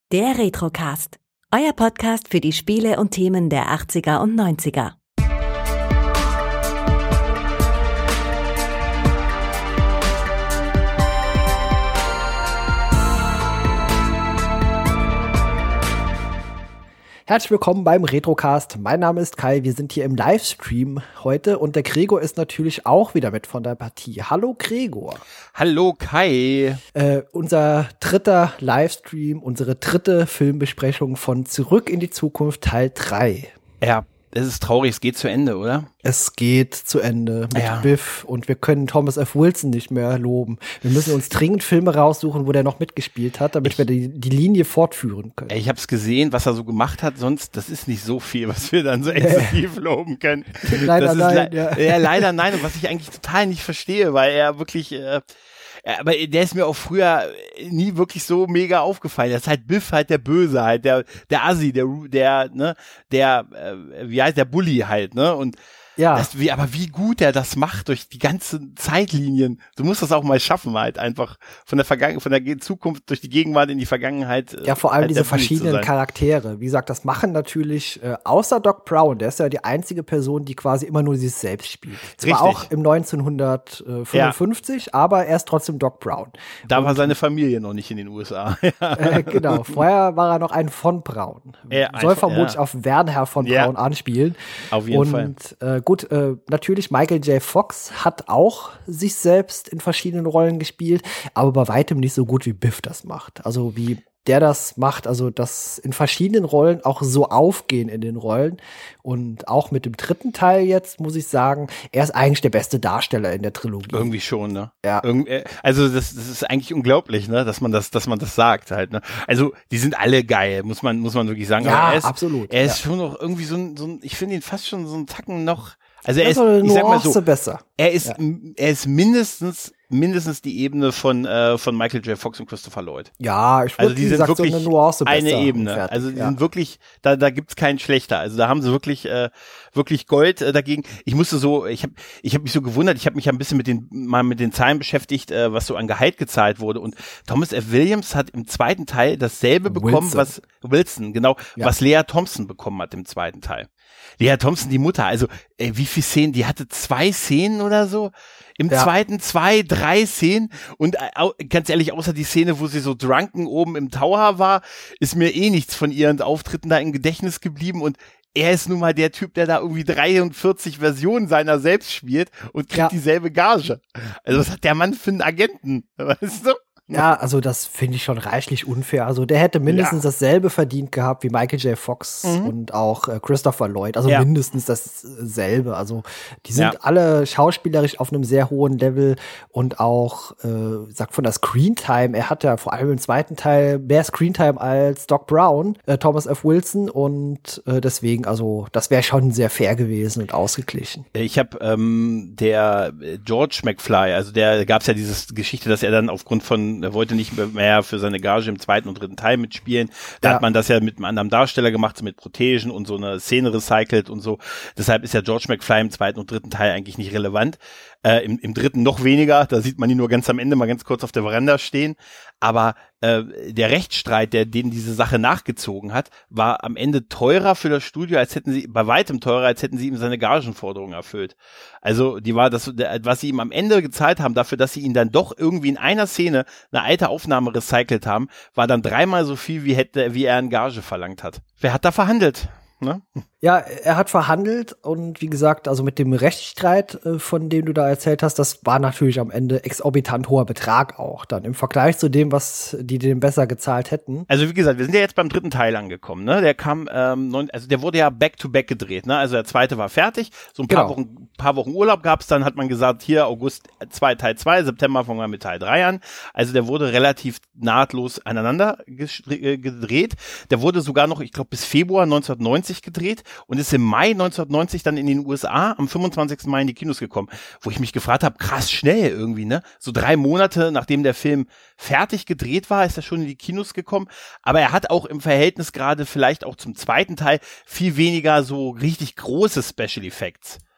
Der Retrocast, euer Podcast für die Spiele und Themen der 80er und 90er. Herzlich willkommen beim Retrocast. Mein Name ist Kai. Wir sind hier im Livestream heute und der Gregor ist natürlich auch wieder mit von der Partie. Hallo Gregor. Hallo Kai. Unser dritter Livestream, unsere dritte Filmbesprechung von Zurück in die Zukunft Teil 3. Ja, es ist traurig, es geht zu Ende, oder? Es geht zu Ende mit Biff und wir können Thomas F. Wilson nicht mehr loben. Wir müssen uns dringend Filme raussuchen, wo der noch mitgespielt hat, damit wir die Linie fortführen können. Ich habe es gesehen, was er so gemacht hat, sonst, das ist nicht so viel, was wir dann so exzessiv loben können. Leider nein. Ja, leider nein. Und was ich eigentlich total nicht verstehe, weil er wirklich... aber der ist mir auch früher nie wirklich so mega aufgefallen. Das ist halt Biff, halt der Böse, halt der Assi, wie heißt der Bully halt, ne? Und ja. Aber wie gut er das macht durch die ganzen Zeitlinien. Du musst das auch mal schaffen, halt einfach von der Zukunft durch die Gegenwart in die Vergangenheit. Ja, vor allem halt diese verschiedenen Charaktere. Wie gesagt, das machen natürlich, außer Doc Brown, der ist ja die einzige Person, die quasi immer nur sich selbst spielt. Zwar auch im 1955, aber er ist trotzdem Doc Brown. Da war seine Familie noch nicht in den USA. Genau, vorher war er noch ein von Braun. Soll vermutlich auf Werner von Braun anspielen. Auf jeden Fall. Gut, natürlich Michael J. Fox hat auch sich selbst in verschiedenen Rollen gespielt, aber bei weitem nicht so gut wie Biff das macht. Also wie der das macht, also das in verschiedenen Rollen auch so aufgehen in den Rollen. Und auch mit dem dritten Teil jetzt, muss ich sagen, er ist eigentlich der beste Darsteller in der Trilogie. Irgendwie schon, ne? Ja. Also das ist eigentlich unglaublich, ne, dass man das sagt halt, ne? Also die sind alle geil, muss man wirklich sagen. Ja, aber absolut. Er ist schon noch irgendwie so ein, ich finde ihn fast schon so einen Tacken noch. Also er ist, ich sag mal so, besser. Er ist mindestens die Ebene von Michael J. Fox und Christopher Lloyd. Ja, ich würde wirklich so eine Nuance besser. Eine Ebene. Fertig, also die sind wirklich, da gibt's keinen schlechter. Also da haben sie wirklich Gold dagegen. Ich habe mich so gewundert, ich habe mich ja ein bisschen mit den Zahlen beschäftigt, was so an Gehalt gezahlt wurde. Und Thomas F. Williams hat im zweiten Teil dasselbe bekommen, was Lea Thompson bekommen hat im zweiten Teil. Lea Thompson, die Mutter, also wie viele Szenen, die hatte 2 Szenen oder so, im zweiten 2, 3 Szenen und ganz ehrlich, außer die Szene, wo sie so drunken oben im Tower war, ist mir nichts von ihren Auftritten da im Gedächtnis geblieben und er ist nun mal der Typ, der da irgendwie 43 Versionen seiner selbst spielt und kriegt dieselbe Gage. Also was hat der Mann für einen Agenten, weißt du? Ja, also das finde ich schon reichlich unfair. Also der hätte mindestens dasselbe verdient gehabt wie Michael J. Fox und auch Christopher Lloyd. Also mindestens dasselbe. Also die sind alle schauspielerisch auf einem sehr hohen Level und auch, von der Screentime, er hat ja vor allem im zweiten Teil mehr Screentime als Doc Brown, Thomas F. Wilson und deswegen, also das wäre schon sehr fair gewesen und ausgeglichen. Ich habe der George McFly, also der gab's ja diese Geschichte, dass er dann aufgrund von er wollte nicht mehr für seine Gage im zweiten und dritten Teil mitspielen. Da hat man das ja mit einem anderen Darsteller gemacht, so mit Prothesen und so eine Szene recycelt und so. Deshalb ist ja George McFly im zweiten und dritten Teil eigentlich nicht relevant. Im dritten noch weniger, da sieht man ihn nur ganz am Ende mal ganz kurz auf der Veranda stehen. Aber der Rechtsstreit, den diese Sache nachgezogen hat, war am Ende teurer für das Studio, bei weitem teurer, als hätten sie ihm seine Gagenforderung erfüllt. Also die war das, was sie ihm am Ende gezahlt haben, dafür, dass sie ihn dann doch irgendwie in einer Szene eine alte Aufnahme recycelt haben, war dann 3-mal so viel, wie er in Gage verlangt hat. Wer hat da verhandelt? Ne? Ja, er hat verhandelt und wie gesagt, also mit dem Rechtsstreit, von dem du da erzählt hast, das war natürlich am Ende exorbitant hoher Betrag auch dann im Vergleich zu dem, was die dem besser gezahlt hätten. Also wie gesagt, wir sind ja jetzt beim dritten Teil angekommen, ne? Der kam, also der wurde ja back-to-back gedreht, ne? Also der zweite war fertig, so ein paar Wochen Urlaub gab's, dann hat man gesagt, hier August Teil 2, September fangen wir mit Teil 3 an. Also der wurde relativ nahtlos aneinander gedreht. Der wurde sogar noch, ich glaube, bis Februar 1990 gedreht. Und ist im Mai 1990 dann in den USA am 25. Mai in die Kinos gekommen, wo ich mich gefragt habe, krass schnell irgendwie, ne? So 3 Monate, nachdem der Film fertig gedreht war, ist er schon in die Kinos gekommen. Aber er hat auch im Verhältnis gerade vielleicht auch zum zweiten Teil viel weniger so richtig große Special Effects.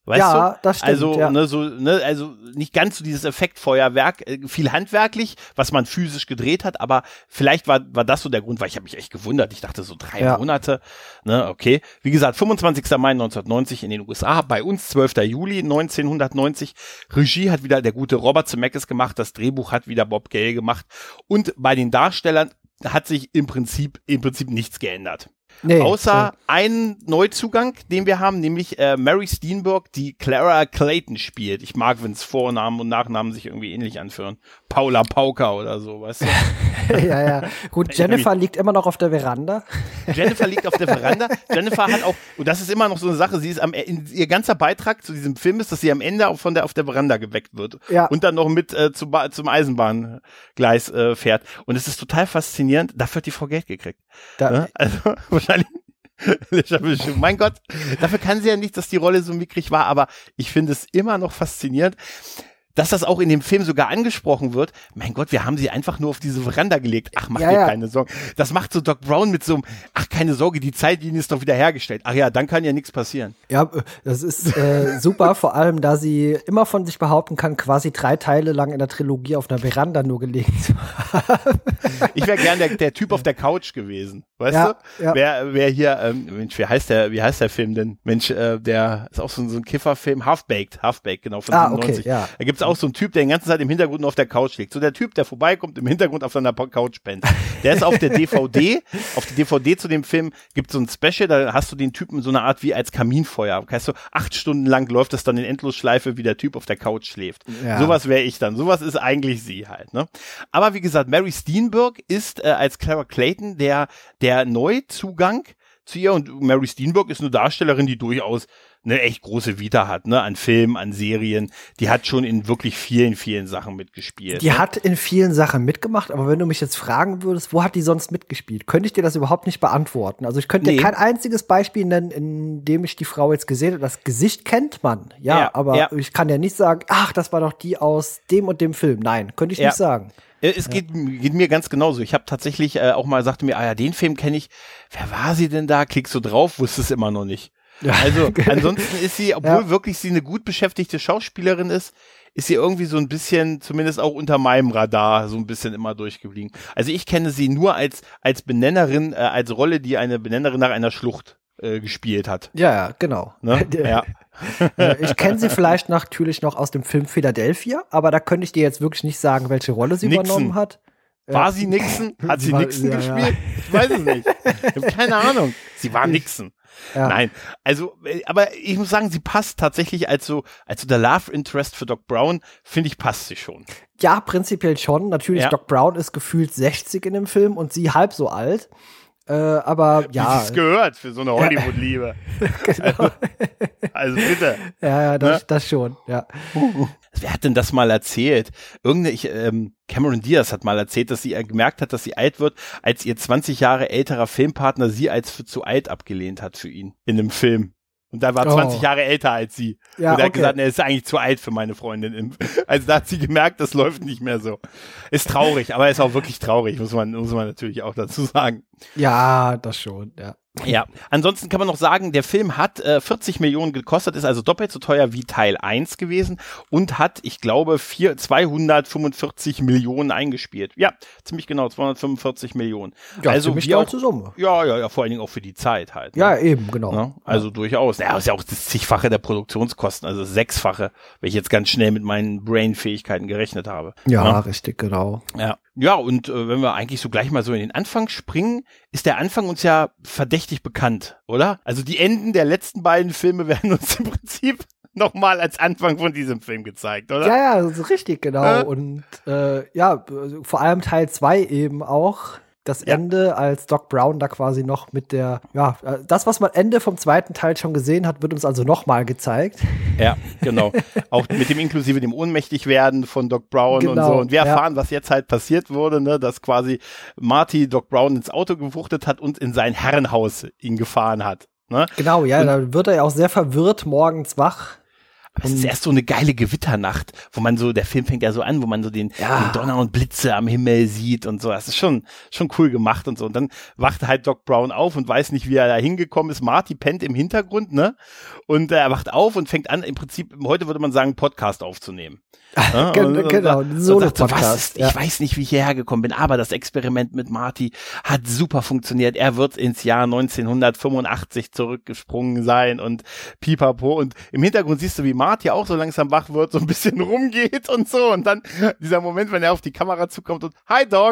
weißt du? Das stimmt. Also, also nicht ganz so dieses Effektfeuerwerk, viel handwerklich, was man physisch gedreht hat, aber vielleicht war das so der Grund, weil ich habe mich echt gewundert. Ich dachte so 3 Monate, ne, okay. Wie gesagt, 25. Mai 1990 in den USA, bei uns 12. Juli 1990. Regie hat wieder der gute Robert Zemeckis gemacht, das Drehbuch hat wieder Bob Gale gemacht und bei den Darstellern hat sich im Prinzip nichts geändert. Nee, außer einen Neuzugang, den wir haben, nämlich Mary Steenburgen, die Clara Clayton spielt. Ich mag, wenn es Vornamen und Nachnamen sich irgendwie ähnlich anführen. Paula Pauker oder so, weißt du? Ja. Gut, Jennifer liegt immer noch auf der Veranda. Jennifer liegt auf der Veranda. Jennifer hat auch, und das ist immer noch so eine Sache, sie ist ihr ganzer Beitrag zu diesem Film ist, dass sie am Ende auf der Veranda geweckt wird. Ja. Und dann noch mit zum Eisenbahngleis fährt. Und es ist total faszinierend. Dafür hat die Frau Geld gekriegt. Ne? Also wahrscheinlich. Mein Gott, dafür kann sie ja nicht, dass die Rolle so mickrig war, aber ich finde es immer noch faszinierend, dass das auch in dem Film sogar angesprochen wird. Mein Gott, wir haben sie einfach nur auf diese Veranda gelegt. Ach, mach dir keine Sorgen. Das macht so Doc Brown mit so einem, ach, keine Sorge, die Zeitlinie ist doch wieder hergestellt. Ach ja, dann kann ja nichts passieren. Ja, das ist super, vor allem, da sie immer von sich behaupten kann, quasi 3 Teile lang in der Trilogie auf einer Veranda nur gelegt zu haben. Ich wäre gern der Typ auf der Couch gewesen. Weißt du? Ja. Wer hier, Mensch, wie heißt der Film denn? Mensch, der ist auch so ein Kifferfilm, Half-Baked, genau, von 97. Okay, ja. Da gibt's auch so einen Typ, der den ganzen Zeit im Hintergrund nur auf der Couch liegt. So der Typ, der vorbeikommt, im Hintergrund auf seiner Couch pennt. Der ist auf der DVD, auf die DVD zu dem Film gibt's so ein Special, da hast du den Typen so eine Art wie als Kaminfeuer. Heißt so, 8 Stunden lang läuft das dann in Endlosschleife, wie der Typ auf der Couch schläft. Ja. Sowas wäre ich dann. Sowas ist eigentlich sie halt, ne? Aber wie gesagt, Mary Steenburgen ist als Clara Clayton der Neuzugang zu ihr, und Mary Steenburgen ist eine Darstellerin, die durchaus eine echt große Vita hat, ne, an Filmen, an Serien. Die hat schon in wirklich vielen, vielen Sachen mitgespielt. Die hat in vielen Sachen mitgemacht, aber wenn du mich jetzt fragen würdest, wo hat die sonst mitgespielt, könnte ich dir das überhaupt nicht beantworten. Also ich könnte dir kein einziges Beispiel nennen, in dem ich die Frau jetzt gesehen habe. Das Gesicht kennt man, aber ich kann ja nicht sagen, ach, das war doch die aus dem und dem Film. Nein, könnte ich nicht sagen. Es geht mir ganz genauso. Ich habe tatsächlich auch mal, sagte mir, den Film kenne ich. Wer war sie denn da? Klickst du drauf, wusste es immer noch nicht. Ja, also ansonsten ist sie, obwohl wirklich sie eine gut beschäftigte Schauspielerin ist sie irgendwie so ein bisschen, zumindest auch unter meinem Radar, so ein bisschen immer durchgeblieben. Also ich kenne sie nur als Benennerin, als Rolle, die eine Benennerin nach einer Schlucht gespielt hat. Ja, genau. Ne? Ja. Ich kenne sie vielleicht natürlich noch aus dem Film Philadelphia, aber da könnte ich dir jetzt wirklich nicht sagen, welche Rolle sie übernommen hat. War sie Nixon? Hat sie Nixon gespielt? Ich weiß es nicht. Ich habe keine Ahnung. Sie war Nixon. Ja. Nein, also, aber ich muss sagen, sie passt tatsächlich als der Love Interest für Doc Brown, finde ich, passt sie schon. Ja, prinzipiell schon. Natürlich, Doc Brown ist gefühlt 60 in dem Film und sie halb so alt. Aber ja. Wie sie es gehört für so eine Hollywood-Liebe. Genau. Also bitte. Ja, das schon, ja. Wer hat denn das mal erzählt? Cameron Diaz hat mal erzählt, dass sie gemerkt hat, dass sie alt wird, als ihr 20 Jahre älterer Filmpartner sie als für zu alt abgelehnt hat für ihn in einem Film. Und da war 20 Jahre älter als sie. Ja, und er hat gesagt, er ist eigentlich zu alt für meine Freundin. Also da hat sie gemerkt, das läuft nicht mehr so. Ist traurig, aber ist auch wirklich traurig, muss man natürlich auch dazu sagen. Ja, das schon, ja. Ja, ansonsten kann man noch sagen, der Film hat 40 Millionen gekostet, ist also doppelt so teuer wie Teil 1 gewesen und hat, ich glaube, 245 Millionen eingespielt. Ja, ziemlich genau, 245 Millionen. Ja, also ziemlich stolze Summe. Ja, vor allen Dingen auch für die Zeit halt. Ne? Ja, eben, genau. Ja, also durchaus. Ja, ist ja auch das zigfache der Produktionskosten, also 6-fache, wenn ich jetzt ganz schnell mit meinen Brain-Fähigkeiten gerechnet habe. Ja, richtig, genau. Ja, und wenn wir eigentlich so gleich mal so in den Anfang springen, ist der Anfang uns ja verdächtig bekannt, oder? Also die Enden der letzten beiden Filme werden uns im Prinzip nochmal als Anfang von diesem Film gezeigt, oder? Ja, das ist richtig, genau. Und vor allem Teil 2 eben auch. Das Ende, als Doc Brown da quasi noch mit das, was man Ende vom zweiten Teil schon gesehen hat, wird uns also nochmal gezeigt. Ja, genau. Auch mit dem inklusive dem Ohnmächtigwerden von Doc Brown und so. Und wir erfahren, was jetzt halt passiert wurde, ne, dass quasi Marty Doc Brown ins Auto gewuchtet hat und in sein Herrenhaus ihn gefahren hat. Ne? Genau, ja, da wird er ja auch sehr verwirrt morgens wach. Aber es ist erst so eine geile Gewitternacht, wo man so, der Film fängt ja so an, wo man so den Donner und Blitze am Himmel sieht und so. Das ist schon cool gemacht und so. Und dann wacht halt Doc Brown auf und weiß nicht, wie er da hingekommen ist. Marty pennt im Hintergrund, ne? Und er wacht auf und fängt an, im Prinzip, heute würde man sagen, Podcast aufzunehmen. Ja, genau, Solo-Podcast. Ich weiß nicht, wie ich hierher gekommen bin, aber das Experiment mit Marty hat super funktioniert. Er wird ins Jahr 1985 zurückgesprungen sein und pipapo. Und im Hintergrund siehst du, wie Marty auch so langsam wach wird, so ein bisschen rumgeht und so. Und dann dieser Moment, wenn er auf die Kamera zukommt und Hi Doc!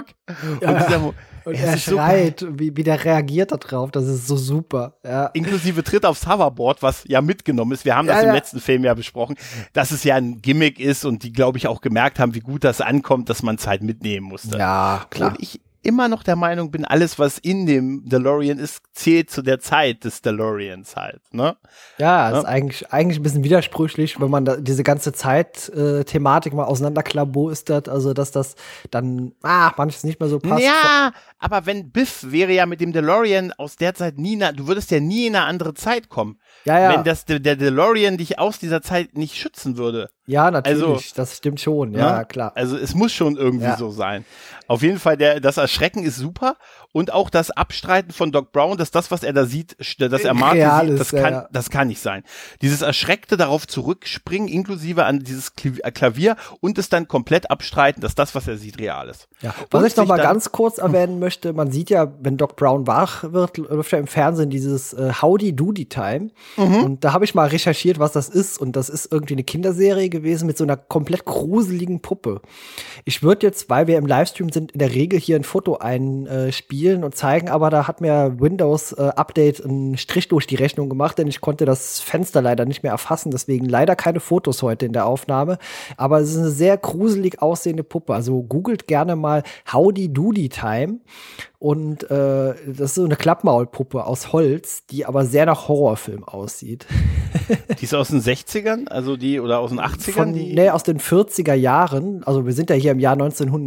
Und er schreit, wie der reagiert da drauf, das ist so super. Ja. Inklusive Tritt aufs Hoverboard, was ja mitgenommen ist. Wir haben das im letzten Film ja besprochen, dass es ja ein Gimmick ist und die, glaube ich, auch gemerkt haben, wie gut das ankommt, dass man es halt mitnehmen musste. Ja, klar. Und ich immer noch der Meinung bin, alles, was in dem DeLorean ist, zählt zu der Zeit des DeLoreans halt, ne? Ja, ist eigentlich ein bisschen widersprüchlich, wenn man da diese ganze Zeit-Thematik mal auseinanderklabustert, also dass das dann, manches nicht mehr so passt. Ja, aber wenn Biff wäre ja mit dem DeLorean aus der Zeit du würdest ja nie in eine andere Zeit kommen. Ja. Wenn der DeLorean dich aus dieser Zeit nicht schützen würde. Ja, natürlich, also, das stimmt schon, ja, klar. Also es muss schon irgendwie so sein. Auf jeden Fall, das Erschrecken ist super und auch das Abstreiten von Doc Brown, dass das, was er da sieht, dass er Marty sieht, das kann nicht sein. Dieses erschreckte darauf zurückspringen, inklusive an dieses Klavier und es dann komplett abstreiten, dass das, was er sieht, real ist. Ja. Was ich noch mal ganz kurz erwähnen möchte, man sieht ja, wenn Doc Brown wach wird, läuft ja im Fernsehen dieses Howdy Doody Time. Und da habe ich mal recherchiert, was das ist. Und das ist irgendwie eine Kinderserie gewesen mit so einer komplett gruseligen Puppe. Ich würde jetzt, weil wir im Livestream sind, in der Regel hier ein Foto einspielen und zeigen, aber da hat mir Windows Update einen Strich durch die Rechnung gemacht, denn ich konnte das Fenster leider nicht mehr erfassen, deswegen leider keine Fotos heute in der Aufnahme, aber es ist eine sehr gruselig aussehende Puppe, also googelt gerne mal Howdy Doody Time und das ist so eine Klappmaulpuppe aus Holz, die aber sehr nach Horrorfilm aussieht. Die ist aus den 60ern, also oder aus den 80ern? Nee, aus den 40er Jahren, also wir sind ja hier im Jahr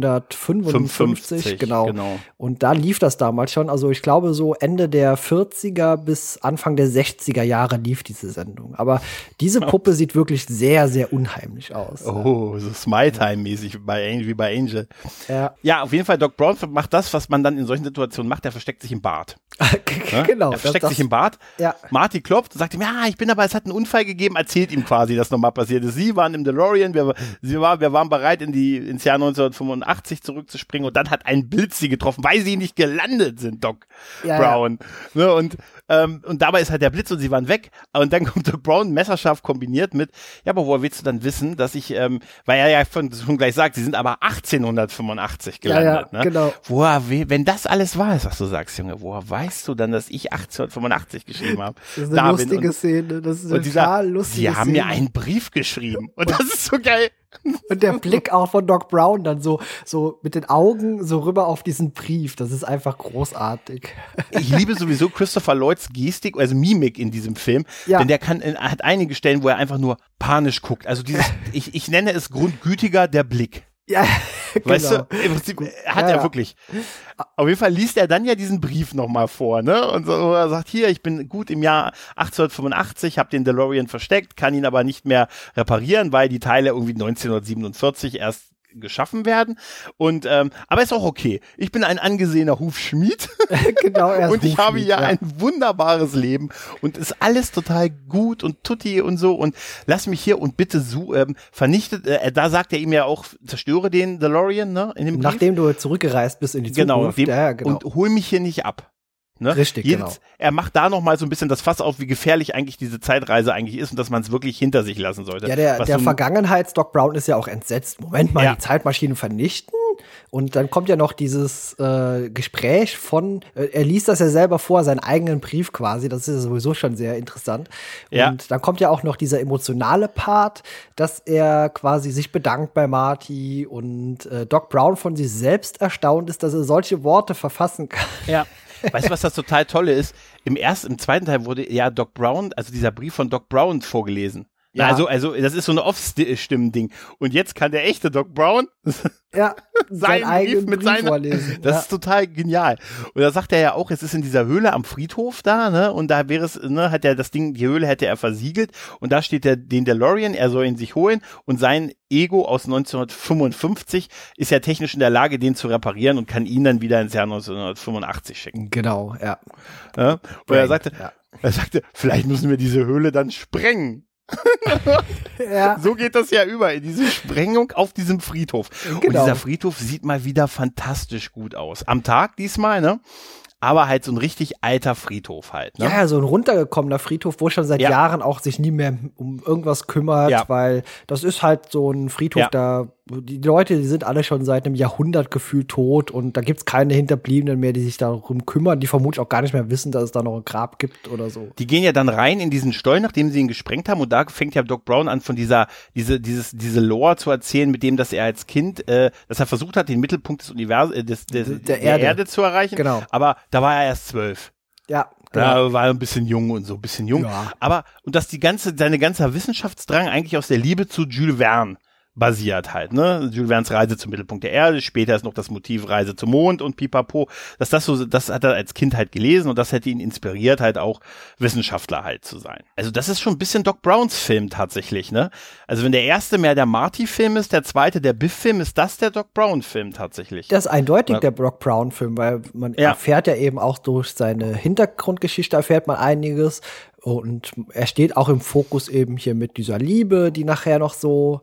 1955, genau. Und da lief das damals schon, also ich glaube so Ende der 40er bis Anfang der 60er Jahre lief diese Sendung. Aber diese Puppe sieht wirklich sehr, sehr unheimlich aus. Oh, so Smile-Time-mäßig wie bei Angel. Ja, auf jeden Fall, Doc Brown macht das, was man dann in solchen Situationen macht, er versteckt sich im Bad. Genau. Er versteckt sich im Bad. Ja. Marty klopft und sagt ihm, es hat einen Unfall gegeben, erzählt ihm quasi, dass nochmal passiert ist. Sie waren im DeLorean, wir waren bereit, ins Jahr 1985 zurückzuspringen und dann hat ein Blitz sie getroffen, weil sie nicht gelandet sind, Doc Brown. Ja. Ne, und dabei ist halt der Blitz und sie waren weg. Und dann kommt Doc Brown messerscharf kombiniert mit, aber woher willst du dann wissen, dass ich, weil er ja schon gleich sagt, sie sind aber 1885 gelandet. Ja, genau. Wenn das alles wahr ist, was du sagst, Junge, woher weißt du dann, dass ich 1885 geschrieben habe? Das ist eine lustige Szene, das ist eine total lustige Szene. Sie haben mir einen Brief geschrieben und das ist so geil. Und der Blick auch von Doc Brown dann so mit den Augen so rüber auf diesen Brief, das ist einfach großartig. Ich liebe sowieso Christopher Lloyds Gestik, also Mimik in diesem Film, denn der hat einige Stellen, wo er einfach nur panisch guckt. Also ich nenne es grundgütiger der Blick. Ja, weißt du, im Prinzip hat er wirklich. Auf jeden Fall liest er dann ja diesen Brief nochmal vor, ne? Und so, er sagt, hier, ich bin gut im Jahr 1885, habe den DeLorean versteckt, kann ihn aber nicht mehr reparieren, weil die Teile irgendwie 1947 erst geschaffen werden. Und aber ist auch okay. Ich bin ein angesehener Hufschmied. Genau, und ich habe ja ein wunderbares Leben und ist alles total gut und tutti und so und lass mich hier und bitte vernichtet, da sagt er ihm ja auch, zerstöre den DeLorean, ne? In dem Brief. Nachdem du zurückgereist bist in die Zukunft. Genau. Und hol mich hier nicht ab. Ne? Richtig, genau. Er macht da noch mal so ein bisschen das Fass auf, wie gefährlich eigentlich diese Zeitreise eigentlich ist und dass man es wirklich hinter sich lassen sollte. Ja, der Vergangenheits-Doc Brown ist ja auch entsetzt. Moment mal, die Zeitmaschinen vernichten? Und dann kommt ja noch dieses Gespräch er liest das ja selber vor, seinen eigenen Brief quasi, das ist ja sowieso schon sehr interessant. Und dann kommt ja auch noch dieser emotionale Part, dass er quasi sich bedankt bei Marty und Doc Brown von sich selbst erstaunt ist, dass er solche Worte verfassen kann. Ja. Weißt du, was das total Tolle ist? Im zweiten Teil wurde ja Doc Brown, also dieser Brief von Doc Brown vorgelesen. Ja. Also das ist so ein Off-Stimmen-Ding. Und jetzt kann der echte Doc Brown seinen Brief mit seiner vorlesen. Das ist total genial. Und da sagt er ja auch, es ist in dieser Höhle am Friedhof da, ne? Und da wäre es, ne, hat er das Ding, die Höhle hätte er versiegelt. Und da steht den DeLorean, er soll ihn sich holen. Und sein Ego aus 1955 ist ja technisch in der Lage, den zu reparieren und kann ihn dann wieder ins Jahr 1985 schicken. Genau, ja. Und er sagte, vielleicht müssen wir diese Höhle dann sprengen. Ja. So geht das ja über, in diese Sprengung auf diesem Friedhof. Genau. Und dieser Friedhof sieht mal wieder fantastisch gut aus. Am Tag diesmal, ne? Aber halt so ein richtig alter Friedhof halt. Ne? Ja, so ein runtergekommener Friedhof, wo schon seit Jahren auch sich nie mehr um irgendwas kümmert, weil das ist halt so ein Friedhof, die Leute, die sind alle schon seit einem Jahrhundert gefühlt tot und da gibt's keine Hinterbliebenen mehr, die sich darum kümmern, die vermutlich auch gar nicht mehr wissen, dass es da noch ein Grab gibt oder so. Die gehen ja dann rein in diesen Stollen, nachdem sie ihn gesprengt haben und da fängt ja Doc Brown an, von diese Lore zu erzählen, mit dem, dass er als Kind, dass er versucht hat, den Mittelpunkt des Universums, der Erde zu erreichen. Genau. Aber da war er erst 12. Ja. Genau. War ein bisschen jung und so, ein bisschen jung. Ja. Aber, und dass seine ganze Wissenschaftsdrang eigentlich aus der Liebe zu Jules Verne basiert halt, ne? Jules Verne's Reise zum Mittelpunkt der Erde, später ist noch das Motiv Reise zum Mond und pipapo. Das hat er als Kind halt gelesen und das hätte ihn inspiriert, halt auch Wissenschaftler halt zu sein. Also das ist schon ein bisschen Doc Browns Film tatsächlich, ne? Also wenn der erste mehr der Marty-Film ist, der zweite der Biff-Film, ist das der Doc Brown-Film tatsächlich. Das ist eindeutig der Doc Brown-Film, weil man erfährt ja eben auch durch seine Hintergrundgeschichte erfährt man einiges und er steht auch im Fokus eben hier mit dieser Liebe, die nachher noch so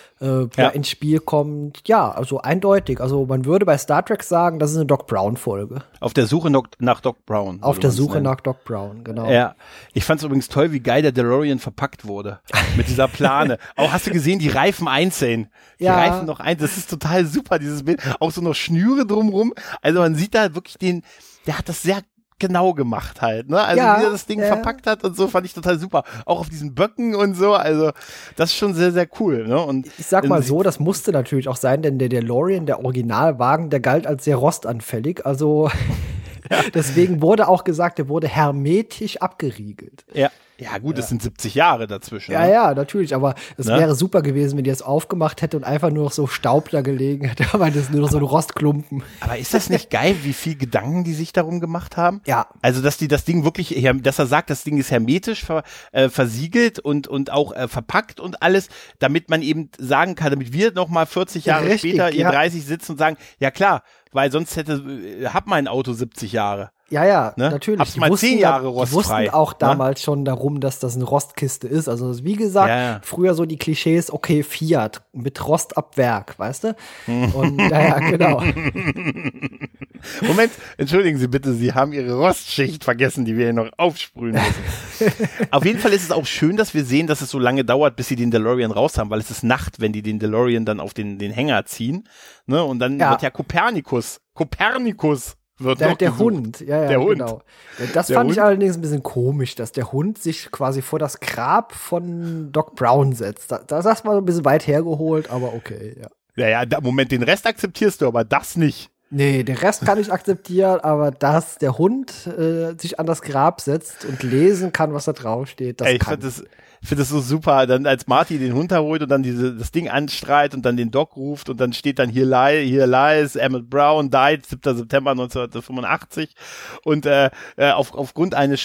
ins Spiel kommt. Ja, also eindeutig. Also man würde bei Star Trek sagen, das ist eine Doc Brown-Folge. Auf der Suche nach Doc Brown. Auf der Suche nach Doc Brown, genau. Ja, ich fand es übrigens toll, wie geil der DeLorean verpackt wurde. Mit dieser Plane. Auch hast du gesehen, die Reifen einzeln. Die Reifen noch einzeln. Das ist total super, dieses Bild. Auch so noch Schnüre drumrum. Also man sieht da wirklich der hat das sehr genau gemacht halt, ne? Also wie er das Ding verpackt hat und so, fand ich total super. Auch auf diesen Böcken und so, also das ist schon sehr, sehr cool, ne? Und ich sag mal so, das musste natürlich auch sein, denn der DeLorean, der Originalwagen, der galt als sehr rostanfällig, also deswegen wurde auch gesagt, der wurde hermetisch abgeriegelt. Ja gut, das sind 70 Jahre dazwischen. Ja, ne? Ja, natürlich, aber es wäre super gewesen, wenn die es aufgemacht hätte und einfach nur noch so Staub da gelegen hätte, aber das ist nur noch so ein Rostklumpen. Aber ist das nicht geil, wie viel Gedanken die sich darum gemacht haben? Ja. Also, dass die das Ding wirklich, dass er sagt, das Ding ist hermetisch versiegelt und auch verpackt und alles, damit man eben sagen kann, damit wir noch mal 40 Jahre später, ihr 30 sitzen und sagen, ja klar, weil sonst hat mein Auto 70 Jahre. Ja, ne? Natürlich. Hab's mal 10 Jahre rostfrei. Die wussten auch damals schon darum, dass das eine Rostkiste ist. Also wie gesagt, früher so die Klischees, okay, Fiat mit Rost ab Werk, weißt du? Und genau. Moment, entschuldigen Sie bitte, Sie haben Ihre Rostschicht vergessen, die wir hier noch aufsprühen müssen. Auf jeden Fall ist es auch schön, dass wir sehen, dass es so lange dauert, bis sie den DeLorean raus haben, weil es ist Nacht, wenn die den DeLorean dann auf den Hänger ziehen. Ne? Und dann wird ja Kopernikus wird der Hund, der Hund. Genau. Das fand ich allerdings ein bisschen komisch, dass der Hund sich quasi vor das Grab von Doc Brown setzt. Das war so ein bisschen weit hergeholt, aber okay, Ja, Moment, den Rest akzeptierst du, aber das nicht. Nee, den Rest kann ich akzeptieren, aber dass der Hund sich an das Grab setzt und lesen kann, was da draufsteht, das kann ich finde das so super, dann als Marty den Hund holt und dann das Ding anstrahlt und dann den Doc ruft und dann steht dann hier lies, Emmett Brown died 7. September 1985 und aufgrund eines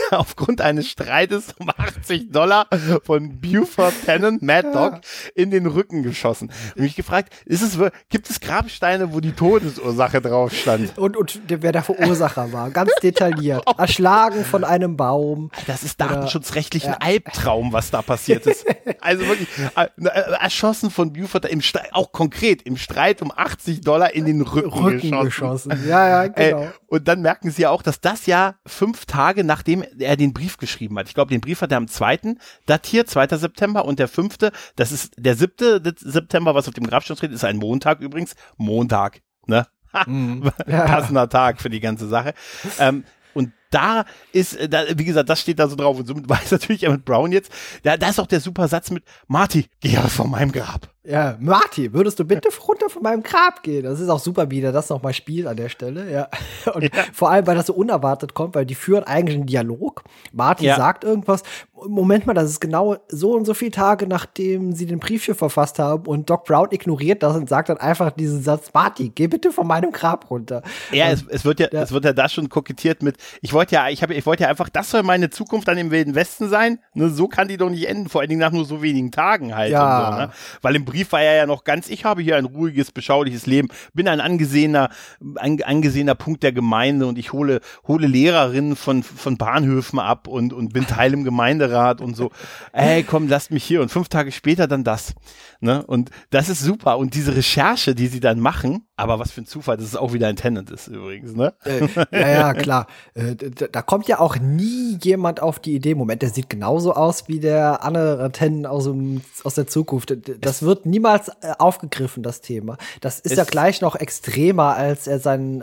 Streites um $80 von Buford Tennant, Mad Dog, in den Rücken geschossen. Und mich gefragt, gibt es Grabsteine, wo die Todesursache drauf stand? Und wer der Verursacher war, ganz detailliert. Erschlagen von einem Baum. Das ist datenschutzrechtlich ein Albtraum, was da passiert ist. Also wirklich, erschossen von Buford, auch konkret im Streit um $80 in den Rücken geschossen. Ja, genau. Und dann merken sie auch, dass das ja 5 Tage nachdem er den Brief geschrieben hat. Ich glaube, den Brief hat er am 2. datiert, 2. September und der 5., das ist der 7. September, was auf dem Grabstein steht, ist ein Montag übrigens. Montag, ne? Passender Tag für die ganze Sache. Und da ist, wie gesagt, das steht da so drauf. Und somit weiß natürlich Emmett Brown jetzt, da ist auch der super Satz mit, Marty, geh raus von meinem Grab. Ja, Marty, würdest du bitte runter von meinem Grab gehen? Das ist auch super, wie der das nochmal spielt an der Stelle, ja. Und vor allem, weil das so unerwartet kommt, weil die führen eigentlich einen Dialog. Marty sagt irgendwas. Moment mal, das ist genau so und so viele Tage, nachdem sie den Brief hier verfasst haben, und Doc Brown ignoriert das und sagt dann einfach diesen Satz: Marty, geh bitte von meinem Grab runter. Ja, es wird ja da schon kokettiert mit, ich wollte ja einfach, das soll meine Zukunft dann im Wilden Westen sein, ne, so kann die doch nicht enden, vor allen Dingen nach nur so wenigen Tagen halt. Ja. Und so, ne? Weil im Brief war er ja noch ganz, ich habe hier ein ruhiges, beschauliches Leben, bin ein angesehener Punkt der Gemeinde und ich hole Lehrerinnen von Bahnhöfen ab und bin Teil im Gemeinderat und so. Ey, komm, lasst mich hier. Und 5 Tage später dann das. Ne? Und das ist super. Und diese Recherche, die sie dann machen, aber was für ein Zufall, dass es auch wieder ein Tennant ist übrigens, ne? Ja, klar. Da kommt ja auch nie jemand auf die Idee, Moment, der sieht genauso aus wie der andere Tennant aus der Zukunft. Das wird niemals aufgegriffen, das Thema. Das ist ja gleich noch extremer, als er seinen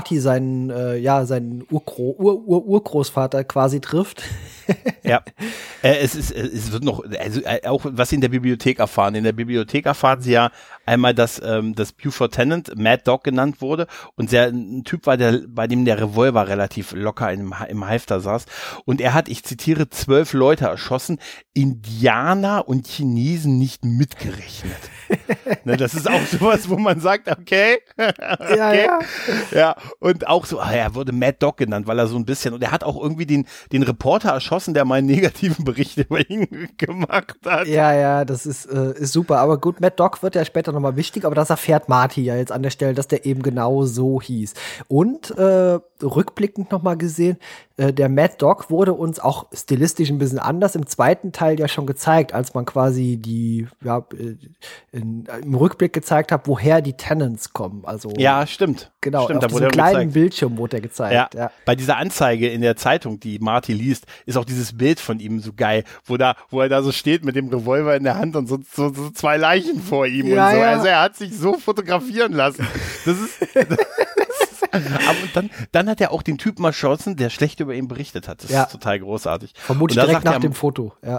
Urgroßvater quasi trifft. Ja, es wird noch, also auch was sie in der Bibliothek erfahren. In der Bibliothek erfahren sie ja einmal, dass Buford Tennant Mad Dog genannt wurde und ein Typ war, bei dem der Revolver relativ locker im Halfter saß. Und er hat, ich zitiere, 12 Leute erschossen, Indianer und Chinesen nicht mitgerechnet. Ne, das ist auch sowas, wo man sagt, okay. Ja, und auch so, er wurde Mad Dog genannt, weil er so ein bisschen, und er hat auch irgendwie den Reporter erschossen, der mal einen negativen Bericht über ihn gemacht hat. Ja, das ist super. Aber gut, Mad Dog wird ja später nochmal wichtig, aber das erfährt Marty ja jetzt an der Stelle, dass der eben genau so hieß. Und rückblickend nochmal gesehen, der Mad Dog wurde uns auch stilistisch ein bisschen anders im zweiten Teil ja schon gezeigt, als man quasi im Rückblick gezeigt hat, woher die Tennants kommen. Also, ja, stimmt. Genau, stimmt, auf diesem kleinen Bildschirm wurde er gezeigt. Ja. Bei dieser Anzeige in der Zeitung, die Marty liest, ist auch dieses Bild von ihm so geil, wo er da so steht mit dem Revolver in der Hand und so 2 Leichen vor ihm und so. Ja. Also er hat sich so fotografieren lassen. Das ist aber dann hat er auch den Typen erschossen, der schlecht über ihn berichtet hat. Das ist total großartig. Vermutlich direkt nach dem Foto, ja.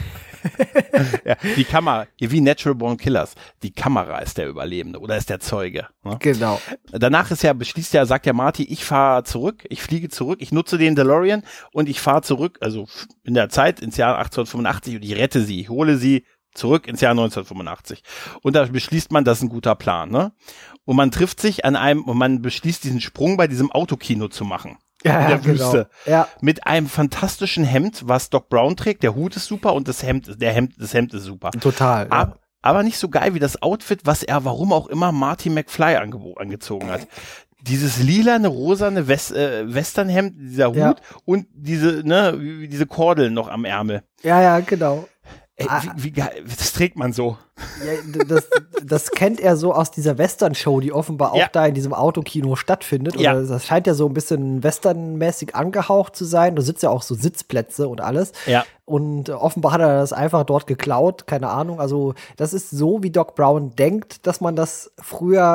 Ja, die Kamera, wie Natural Born Killers, die Kamera ist der Überlebende oder ist der Zeuge. Ne? Genau. Danach sagt ja Marty, ich fliege zurück, ich nutze den DeLorean und ich fahre zurück, also in der Zeit ins Jahr 1885 und ich rette sie, ich hole sie zurück ins Jahr 1985. Und da beschließt man, das ist ein guter Plan, ne? Und man trifft sich und man beschließt, diesen Sprung bei diesem Autokino zu machen. Ja, in der Wüste. Genau. Ja. Mit einem fantastischen Hemd, was Doc Brown trägt. Der Hut ist super und das Hemd ist super. Total. Ja. Aber nicht so geil wie das Outfit, was warum auch immer, Marty McFly angezogen hat. Dieses lilane, rosane Westernhemd, dieser Hut und diese Kordeln noch am Ärmel. Ja, genau. Ey, wie geil, das trägt man so. Ja, das kennt er so aus dieser Western-Show, die offenbar auch da in diesem Autokino stattfindet. Ja. Oder das scheint ja so ein bisschen westernmäßig angehaucht zu sein. Da sitzt ja auch so Sitzplätze und alles. Ja. Und offenbar hat er das einfach dort geklaut, keine Ahnung. Also das ist so, wie Doc Brown denkt, dass man das früher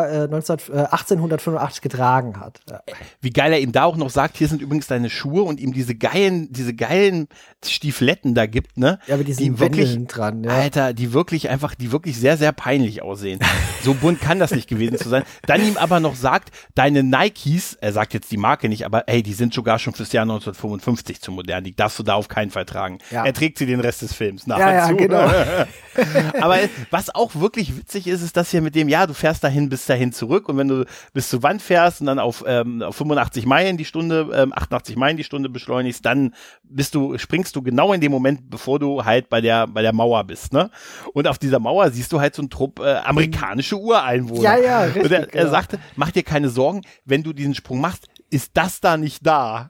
1885 getragen hat. Ja. Wie geil er ihm da auch noch sagt, hier sind übrigens deine Schuhe und ihm diese geilen Stiefeletten da gibt, ne? Ja, mit diesen Wändeln dran. Ja. Alter, die wirklich sehr, sehr peinlich aussehen. So bunt kann das nicht gewesen zu sein. Dann ihm aber noch sagt, deine Nikes, er sagt jetzt die Marke nicht, aber hey, die sind sogar schon fürs Jahr 1955 zu modern, die darfst du da auf keinen Fall tragen. Ja. Er trägt sie den Rest des Films nachher zu. Genau. Aber was auch wirklich witzig ist dass hier mit dem, du fährst bis dahin zurück und wenn du bis zur Wand fährst und dann auf 85 Meilen die Stunde, 88 Meilen die Stunde beschleunigst, dann springst du genau in dem Moment, bevor du halt bei der Mauer bist, ne? Und auf dieser Mauer siehst du halt so einen Trupp amerikanische Ureinwohner. Ja, richtig. Und er sagte, mach dir keine Sorgen, wenn du diesen Sprung machst, ist das da nicht da.